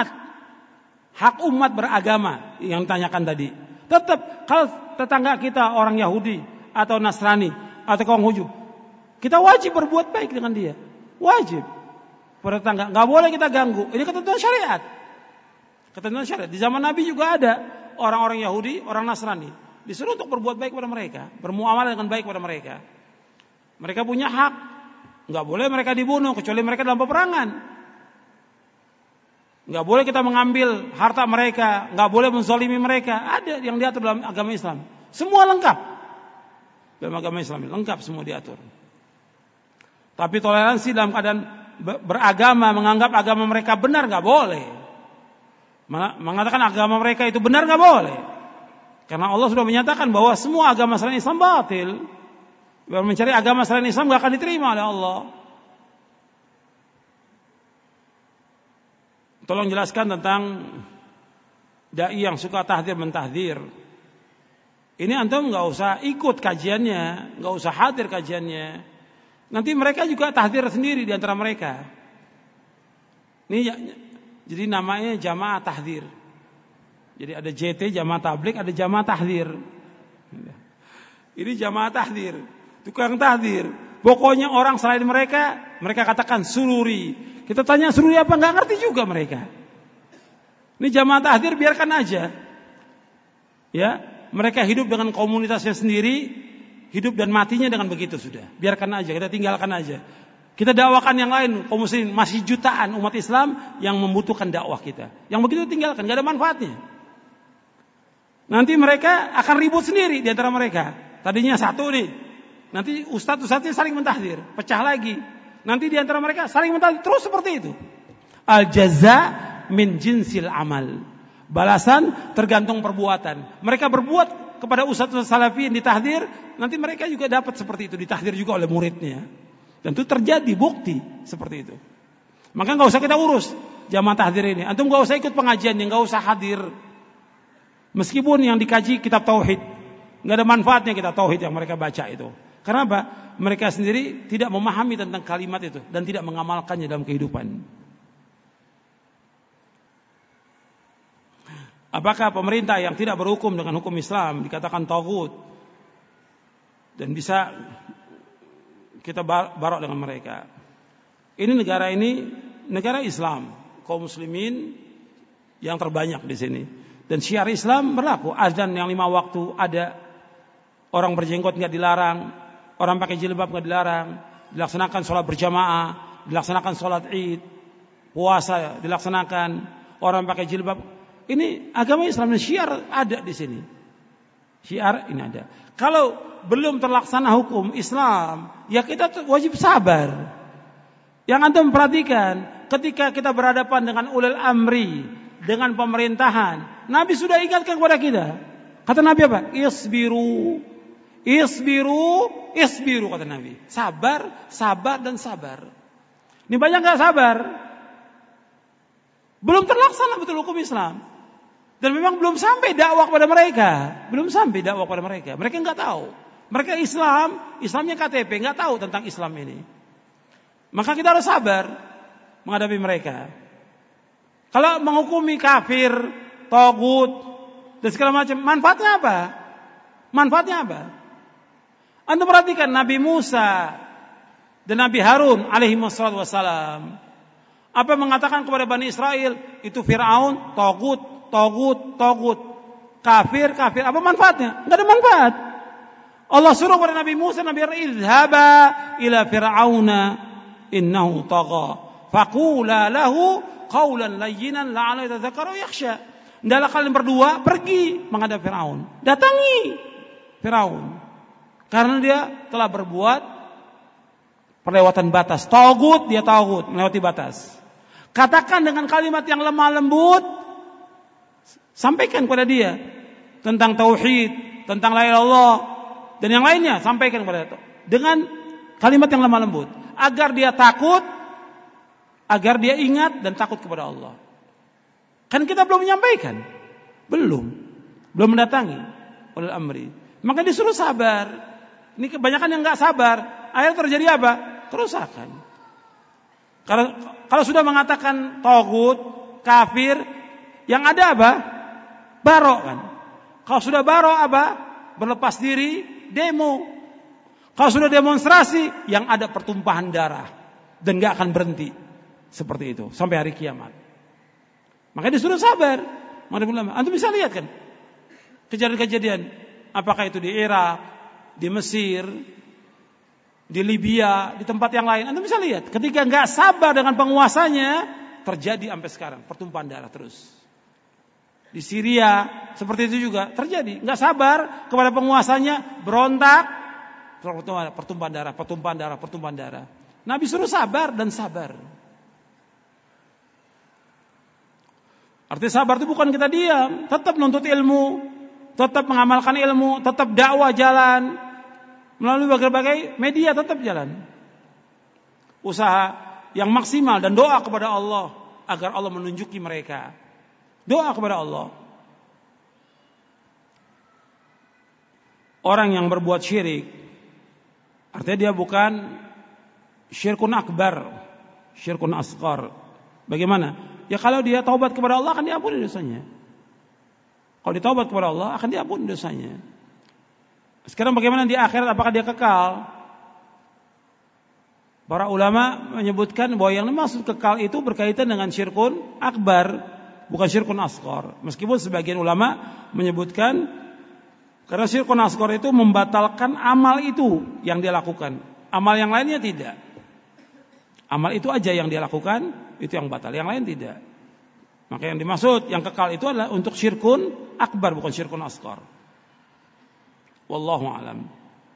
umat beragama yang ditanyakan tadi. Tetap kalau tetangga kita orang Yahudi atau Nasrani atau Konghucu, kita wajib berbuat baik dengan dia. Wajib. Pada tetangga enggak boleh kita ganggu. Ini ketentuan syariat. Ketentuan syariat. Di zaman Nabi juga ada orang-orang Yahudi, orang Nasrani disuruh untuk berbuat baik kepada mereka, bermuamalah dengan baik kepada mereka. Mereka punya hak. Enggak boleh mereka dibunuh kecuali mereka dalam peperangan. Enggak boleh kita mengambil harta mereka, enggak boleh menzalimi mereka. Ada yang diatur dalam agama Islam. Semua lengkap. Dalam agama Islam lengkap semua diatur. Tapi toleransi dalam keadaan beragama, menganggap agama mereka benar enggak boleh. Mengatakan agama mereka itu benar enggak boleh. Karena Allah sudah menyatakan bahwa semua agama selain Islam batil. Mencari agama selain Islam enggak akan diterima oleh Allah. Tolong jelaskan tentang dai yang suka tahdzir mentahdzir. Ini antum enggak usah ikut kajiannya, enggak usah hadir kajiannya. Nanti mereka juga tahdzir sendiri di antara mereka. Ini jadi namanya jamaah tahdzir. Jadi ada JT jamaah tablik, ada jamaah tahdzir. Ini jamaah tahdzir, tukang tahdzir. Pokoknya orang selain mereka katakan sururi. Kita tanya sururi apa, enggak ngerti juga mereka. Ini jamaah tahdzir biarkan aja. Ya, mereka hidup dengan komunitasnya sendiri, hidup dan matinya dengan begitu sudah. Biarkan aja, kita tinggalkan aja. Kita dakwakan yang lain, kaum muslimin, masih jutaan umat Islam yang membutuhkan dakwah kita. Yang begitu tinggalkan, enggak ada manfaatnya. Nanti mereka akan ribut sendiri di antara mereka. Tadinya satu nih. Nanti ustadz-ustadznya saling mentahdzir, pecah lagi. Nanti di antara mereka saling mentahdzir terus seperti itu. Al jaza min jinsil amal. Balasan tergantung perbuatan. Mereka berbuat kepada ustadz-ustadz salafi yang ditahdzir, nanti mereka juga dapat seperti itu, ditahdzir juga oleh muridnya. Dan itu terjadi bukti seperti itu. Maka enggak usah kita urus jamaah tahdzir ini. Antum enggak usah ikut pengajian, enggak usah hadir. Meskipun yang dikaji kitab tauhid, enggak ada manfaatnya kita tauhid yang mereka baca itu. Karena apa? Mereka sendiri tidak memahami tentang kalimat itu dan tidak mengamalkannya dalam kehidupan. Apakah pemerintah yang tidak berhukum dengan hukum Islam dikatakan taghut dan bisa kita barok dengan mereka? Ini negara Islam, kaum muslimin yang terbanyak di sini. Dan syiar Islam berlaku, azan yang 5 waktu ada, orang berjenggot enggak dilarang, orang pakai jilbab enggak dilarang, dilaksanakan sholat berjamaah, dilaksanakan sholat Id, puasa dilaksanakan, orang pakai jilbab. Ini agama Islam dan syiar ada di sini. Syiar ini ada. Kalau belum terlaksana hukum Islam, ya kita wajib sabar. Yang antum perhatikan, ketika kita berhadapan dengan ulil amri, dengan pemerintahan, Nabi sudah ingatkan kepada kita. Kata Nabi apa? Isbiru, kata Nabi. Sabar, dan sabar. Ini banyak gak sabar. Belum terlaksana betul hukum Islam. Dan memang belum sampai dakwah kepada mereka. Mereka enggak tahu. Mereka Islamnya KTP, enggak tahu tentang Islam ini. Maka kita harus sabar menghadapi mereka. Kalau menghukumi kafir, taghut dan segala macam, manfaatnya apa? Anda perhatikan Nabi Musa dan Nabi Harun alaihi wassalam. Apa mengatakan kepada Bani Israel? Itu Fir'aun, taghut. Kafir. Apa manfaatnya? Enggak ada manfaat. Allah suruh kepada Nabi Musa, Nabi Harun, idhaba ila fir'auna innahu tagha. Faqula lahu qawlan layyinan la'alla yatadhakkaru yakhsha. Hendaklah kalian berdua pergi menghadap Firaun. Datangi Firaun. Karena dia telah berbuat perlewatan batas. Taghut, dia taghut, melewati batas. Katakan dengan kalimat yang lemah lembut, sampaikan kepada dia tentang tauhid, tentang la ilaha illallah, dan yang lainnya sampaikan kepada dia dengan kalimat yang lemah lembut agar dia takut, agar dia ingat dan takut kepada Allah. Kan kita belum menyampaikan, belum mendatangi ulul amri, maka disuruh sabar. Ini kebanyakan yang nggak sabar, akhirnya terjadi apa? Kerusakan. Kalau sudah mengatakan tagut, kafir, yang ada apa? Barok kan. Kalau sudah barok apa? Berlepas diri, demo. Kalau sudah demonstrasi, yang ada pertumpahan darah dan nggak akan berhenti seperti itu sampai hari kiamat. Makanya disuruh sabar. Antum bisa lihat kan kejadian-kejadian, apakah itu di Irak, di Mesir, di Libya, di tempat yang lain. Antum bisa lihat ketika nggak sabar dengan penguasanya, terjadi sampai sekarang pertumpahan darah terus. Di Syria seperti itu juga terjadi. Nggak sabar kepada penguasanya, berontak, pertumpahan darah. Nabi suruh sabar dan sabar. Artinya sabar itu bukan kita diam, tetap menuntut ilmu, tetap mengamalkan ilmu, tetap dakwah jalan melalui berbagai media, tetap jalan. Usaha yang maksimal dan doa kepada Allah agar Allah menunjuki mereka. Doa kepada Allah. Orang yang berbuat syirik, artinya dia bukan syirkun akbar, syirkun asghar. Bagaimana? Ya kalau dia taubat kepada Allah akan diampuni dosanya. Kalau ditaubat kepada Allah akan diampuni dosanya. Sekarang bagaimana di akhirat, apakah dia kekal? Para ulama menyebutkan bahwa yang dimaksud kekal itu berkaitan dengan syirkun akbar, bukan syirkun asghar. Meskipun sebagian ulama menyebutkan karena syirkun asghar itu membatalkan amal itu yang dia lakukan. Amal yang lainnya tidak. Amal itu aja yang dia lakukan, itu yang batal, yang lain tidak. Maka yang dimaksud yang kekal itu adalah untuk syirkun akbar, bukan syirkun asghar. Wallahu a'lam.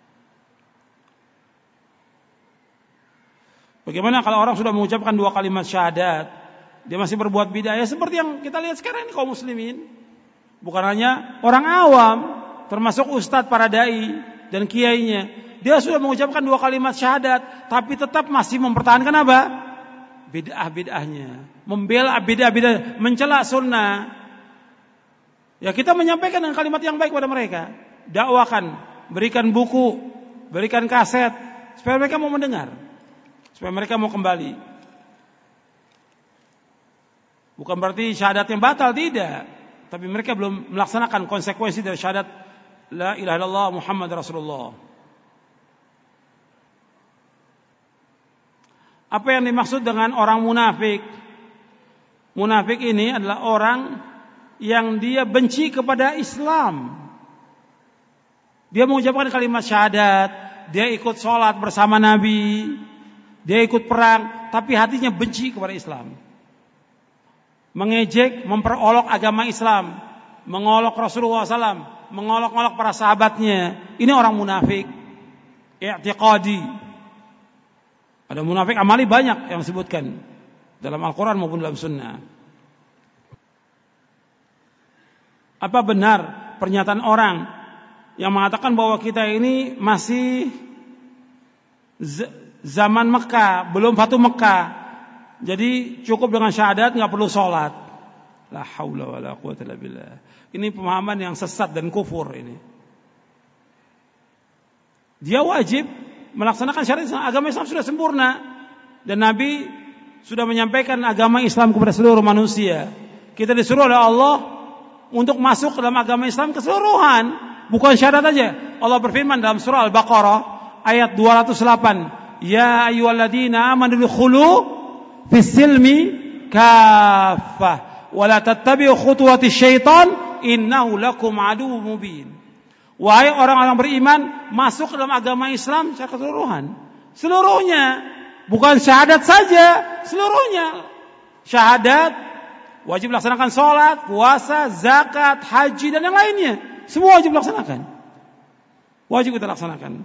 Bagaimana kalau orang sudah mengucapkan 2 kalimat syahadat, dia masih berbuat bid'ah? Ya seperti yang kita lihat sekarang ini kaum muslimin. Bukan hanya orang awam, termasuk ustadz, para dai dan kiainya. Dia sudah mengucapkan 2 kalimat syahadat, tapi tetap masih mempertahankan apa? Bid'ah-bid'ahnya, membela bid'ah-bid'ah, mencela sunnah. Ya kita menyampaikan dengan kalimat yang baik kepada mereka, dakwakan, berikan buku, berikan kaset, supaya mereka mau mendengar, supaya mereka mau kembali. Bukan berarti syahadatnya batal, tidak, tapi mereka belum melaksanakan konsekuensi dari syahadat la ilaha illallah Muhammad Rasulullah. Apa yang dimaksud dengan orang munafik? Munafik ini adalah orang yang dia benci kepada Islam. Dia mengucapkan kalimat syahadat, dia ikut sholat bersama Nabi, dia ikut perang, tapi hatinya benci kepada Islam. Mengejek, memperolok agama Islam, mengolok Rasulullah SAW, mengolok-olok para sahabatnya. Ini orang munafik i'tiqadi. Ada munafik amali banyak yang disebutkan dalam Al-Quran maupun dalam Sunnah. Apa benar pernyataan orang yang mengatakan bahwa kita ini masih zaman Mekah, belum Fatu Mekah, jadi cukup dengan syahadat, nggak perlu sholat? La haula wala quwwata illa billah. Ini pemahaman yang sesat dan kufur ini. Dia wajib melaksanakan syariat Islam. Agama Islam sudah sempurna dan Nabi sudah menyampaikan agama Islam kepada seluruh manusia. Kita disuruh oleh Allah untuk masuk ke dalam agama Islam keseluruhan, bukan syahadat aja. Allah berfirman dalam surah Al-Baqarah ayat 208, ya ayyuhalladzina amanu dukhulu fis-silmi kaffah wa la tattabi'u khutuwatis syaitan innahu lakum aduwwum mubin. Wahai orang-orang beriman, masuk ke dalam agama Islam secara keseluruhan. Seluruhnya, bukan syahadat saja, seluruhnya. Syahadat, wajib laksanakan sholat, puasa, zakat, haji, dan yang lainnya. Semua wajib laksanakan. Wajib kita laksanakan.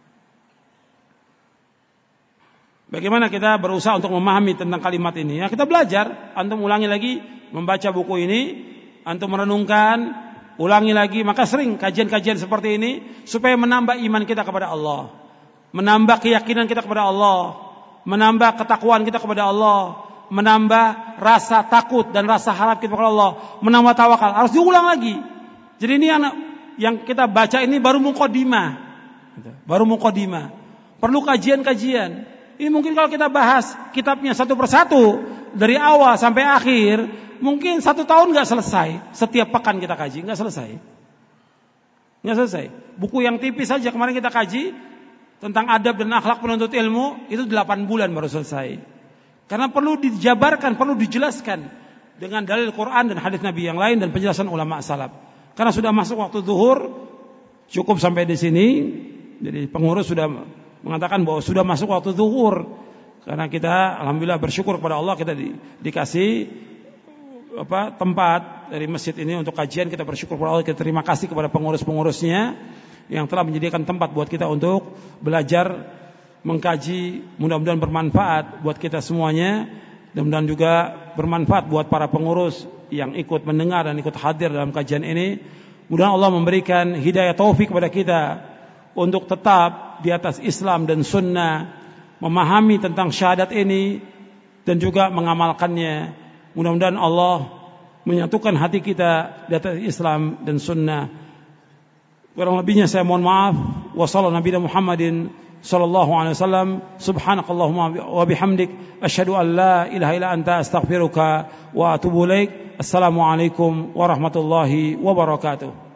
Bagaimana kita berusaha untuk memahami tentang kalimat ini? Ya, kita belajar, antum ulangi lagi, membaca buku ini, antum merenungkan, ulangi lagi. Maka sering kajian-kajian seperti ini supaya menambah iman kita kepada Allah, menambah keyakinan kita kepada Allah, menambah ketakwaan kita kepada Allah, menambah rasa takut dan rasa harap kita kepada Allah, menambah tawakal. Harus diulang lagi. Jadi ini yang kita baca ini baru muqaddimah. Baru muqaddimah. Perlu kajian-kajian. Ini mungkin kalau kita bahas kitabnya satu persatu dari awal sampai akhir, mungkin 1 tahun nggak selesai. Setiap pekan kita kaji nggak selesai. Nggak selesai. Buku yang tipis saja kemarin kita kaji tentang adab dan akhlak penuntut ilmu itu 8 bulan baru selesai. Karena perlu dijabarkan, perlu dijelaskan dengan dalil Quran dan hadis Nabi yang lain dan penjelasan ulama salaf. Karena sudah masuk waktu zuhur, cukup sampai di sini. Jadi pengurus sudah mengatakan bahwa sudah masuk waktu zuhur. Karena kita alhamdulillah bersyukur kepada Allah, kita dikasih tempat dari masjid ini untuk kajian. Kita bersyukur kepada Allah, kita terima kasih kepada pengurus-pengurusnya yang telah menyediakan tempat buat kita untuk belajar, mengkaji. Mudah-mudahan bermanfaat buat kita semuanya, dan mudah-mudahan juga bermanfaat buat para pengurus yang ikut mendengar dan ikut hadir dalam kajian ini. Mudah-mudahan Allah memberikan hidayah taufik kepada kita untuk tetap di atas Islam dan sunnah, memahami tentang syahadat ini dan juga mengamalkannya. Mudah-mudahan Allah menyatukan hati kita di atas Islam dan sunnah. Kurang lebihnya saya mohon maaf. Wassallallahu nabiyana Muhammadin sallallahu alaihi wasallam. Subhanakallahumma wa bihamdik asyhadu an la ilaha illa anta astaghfiruka wa atubu ilaik. Assalamualaikum warahmatullahi wabarakatuh.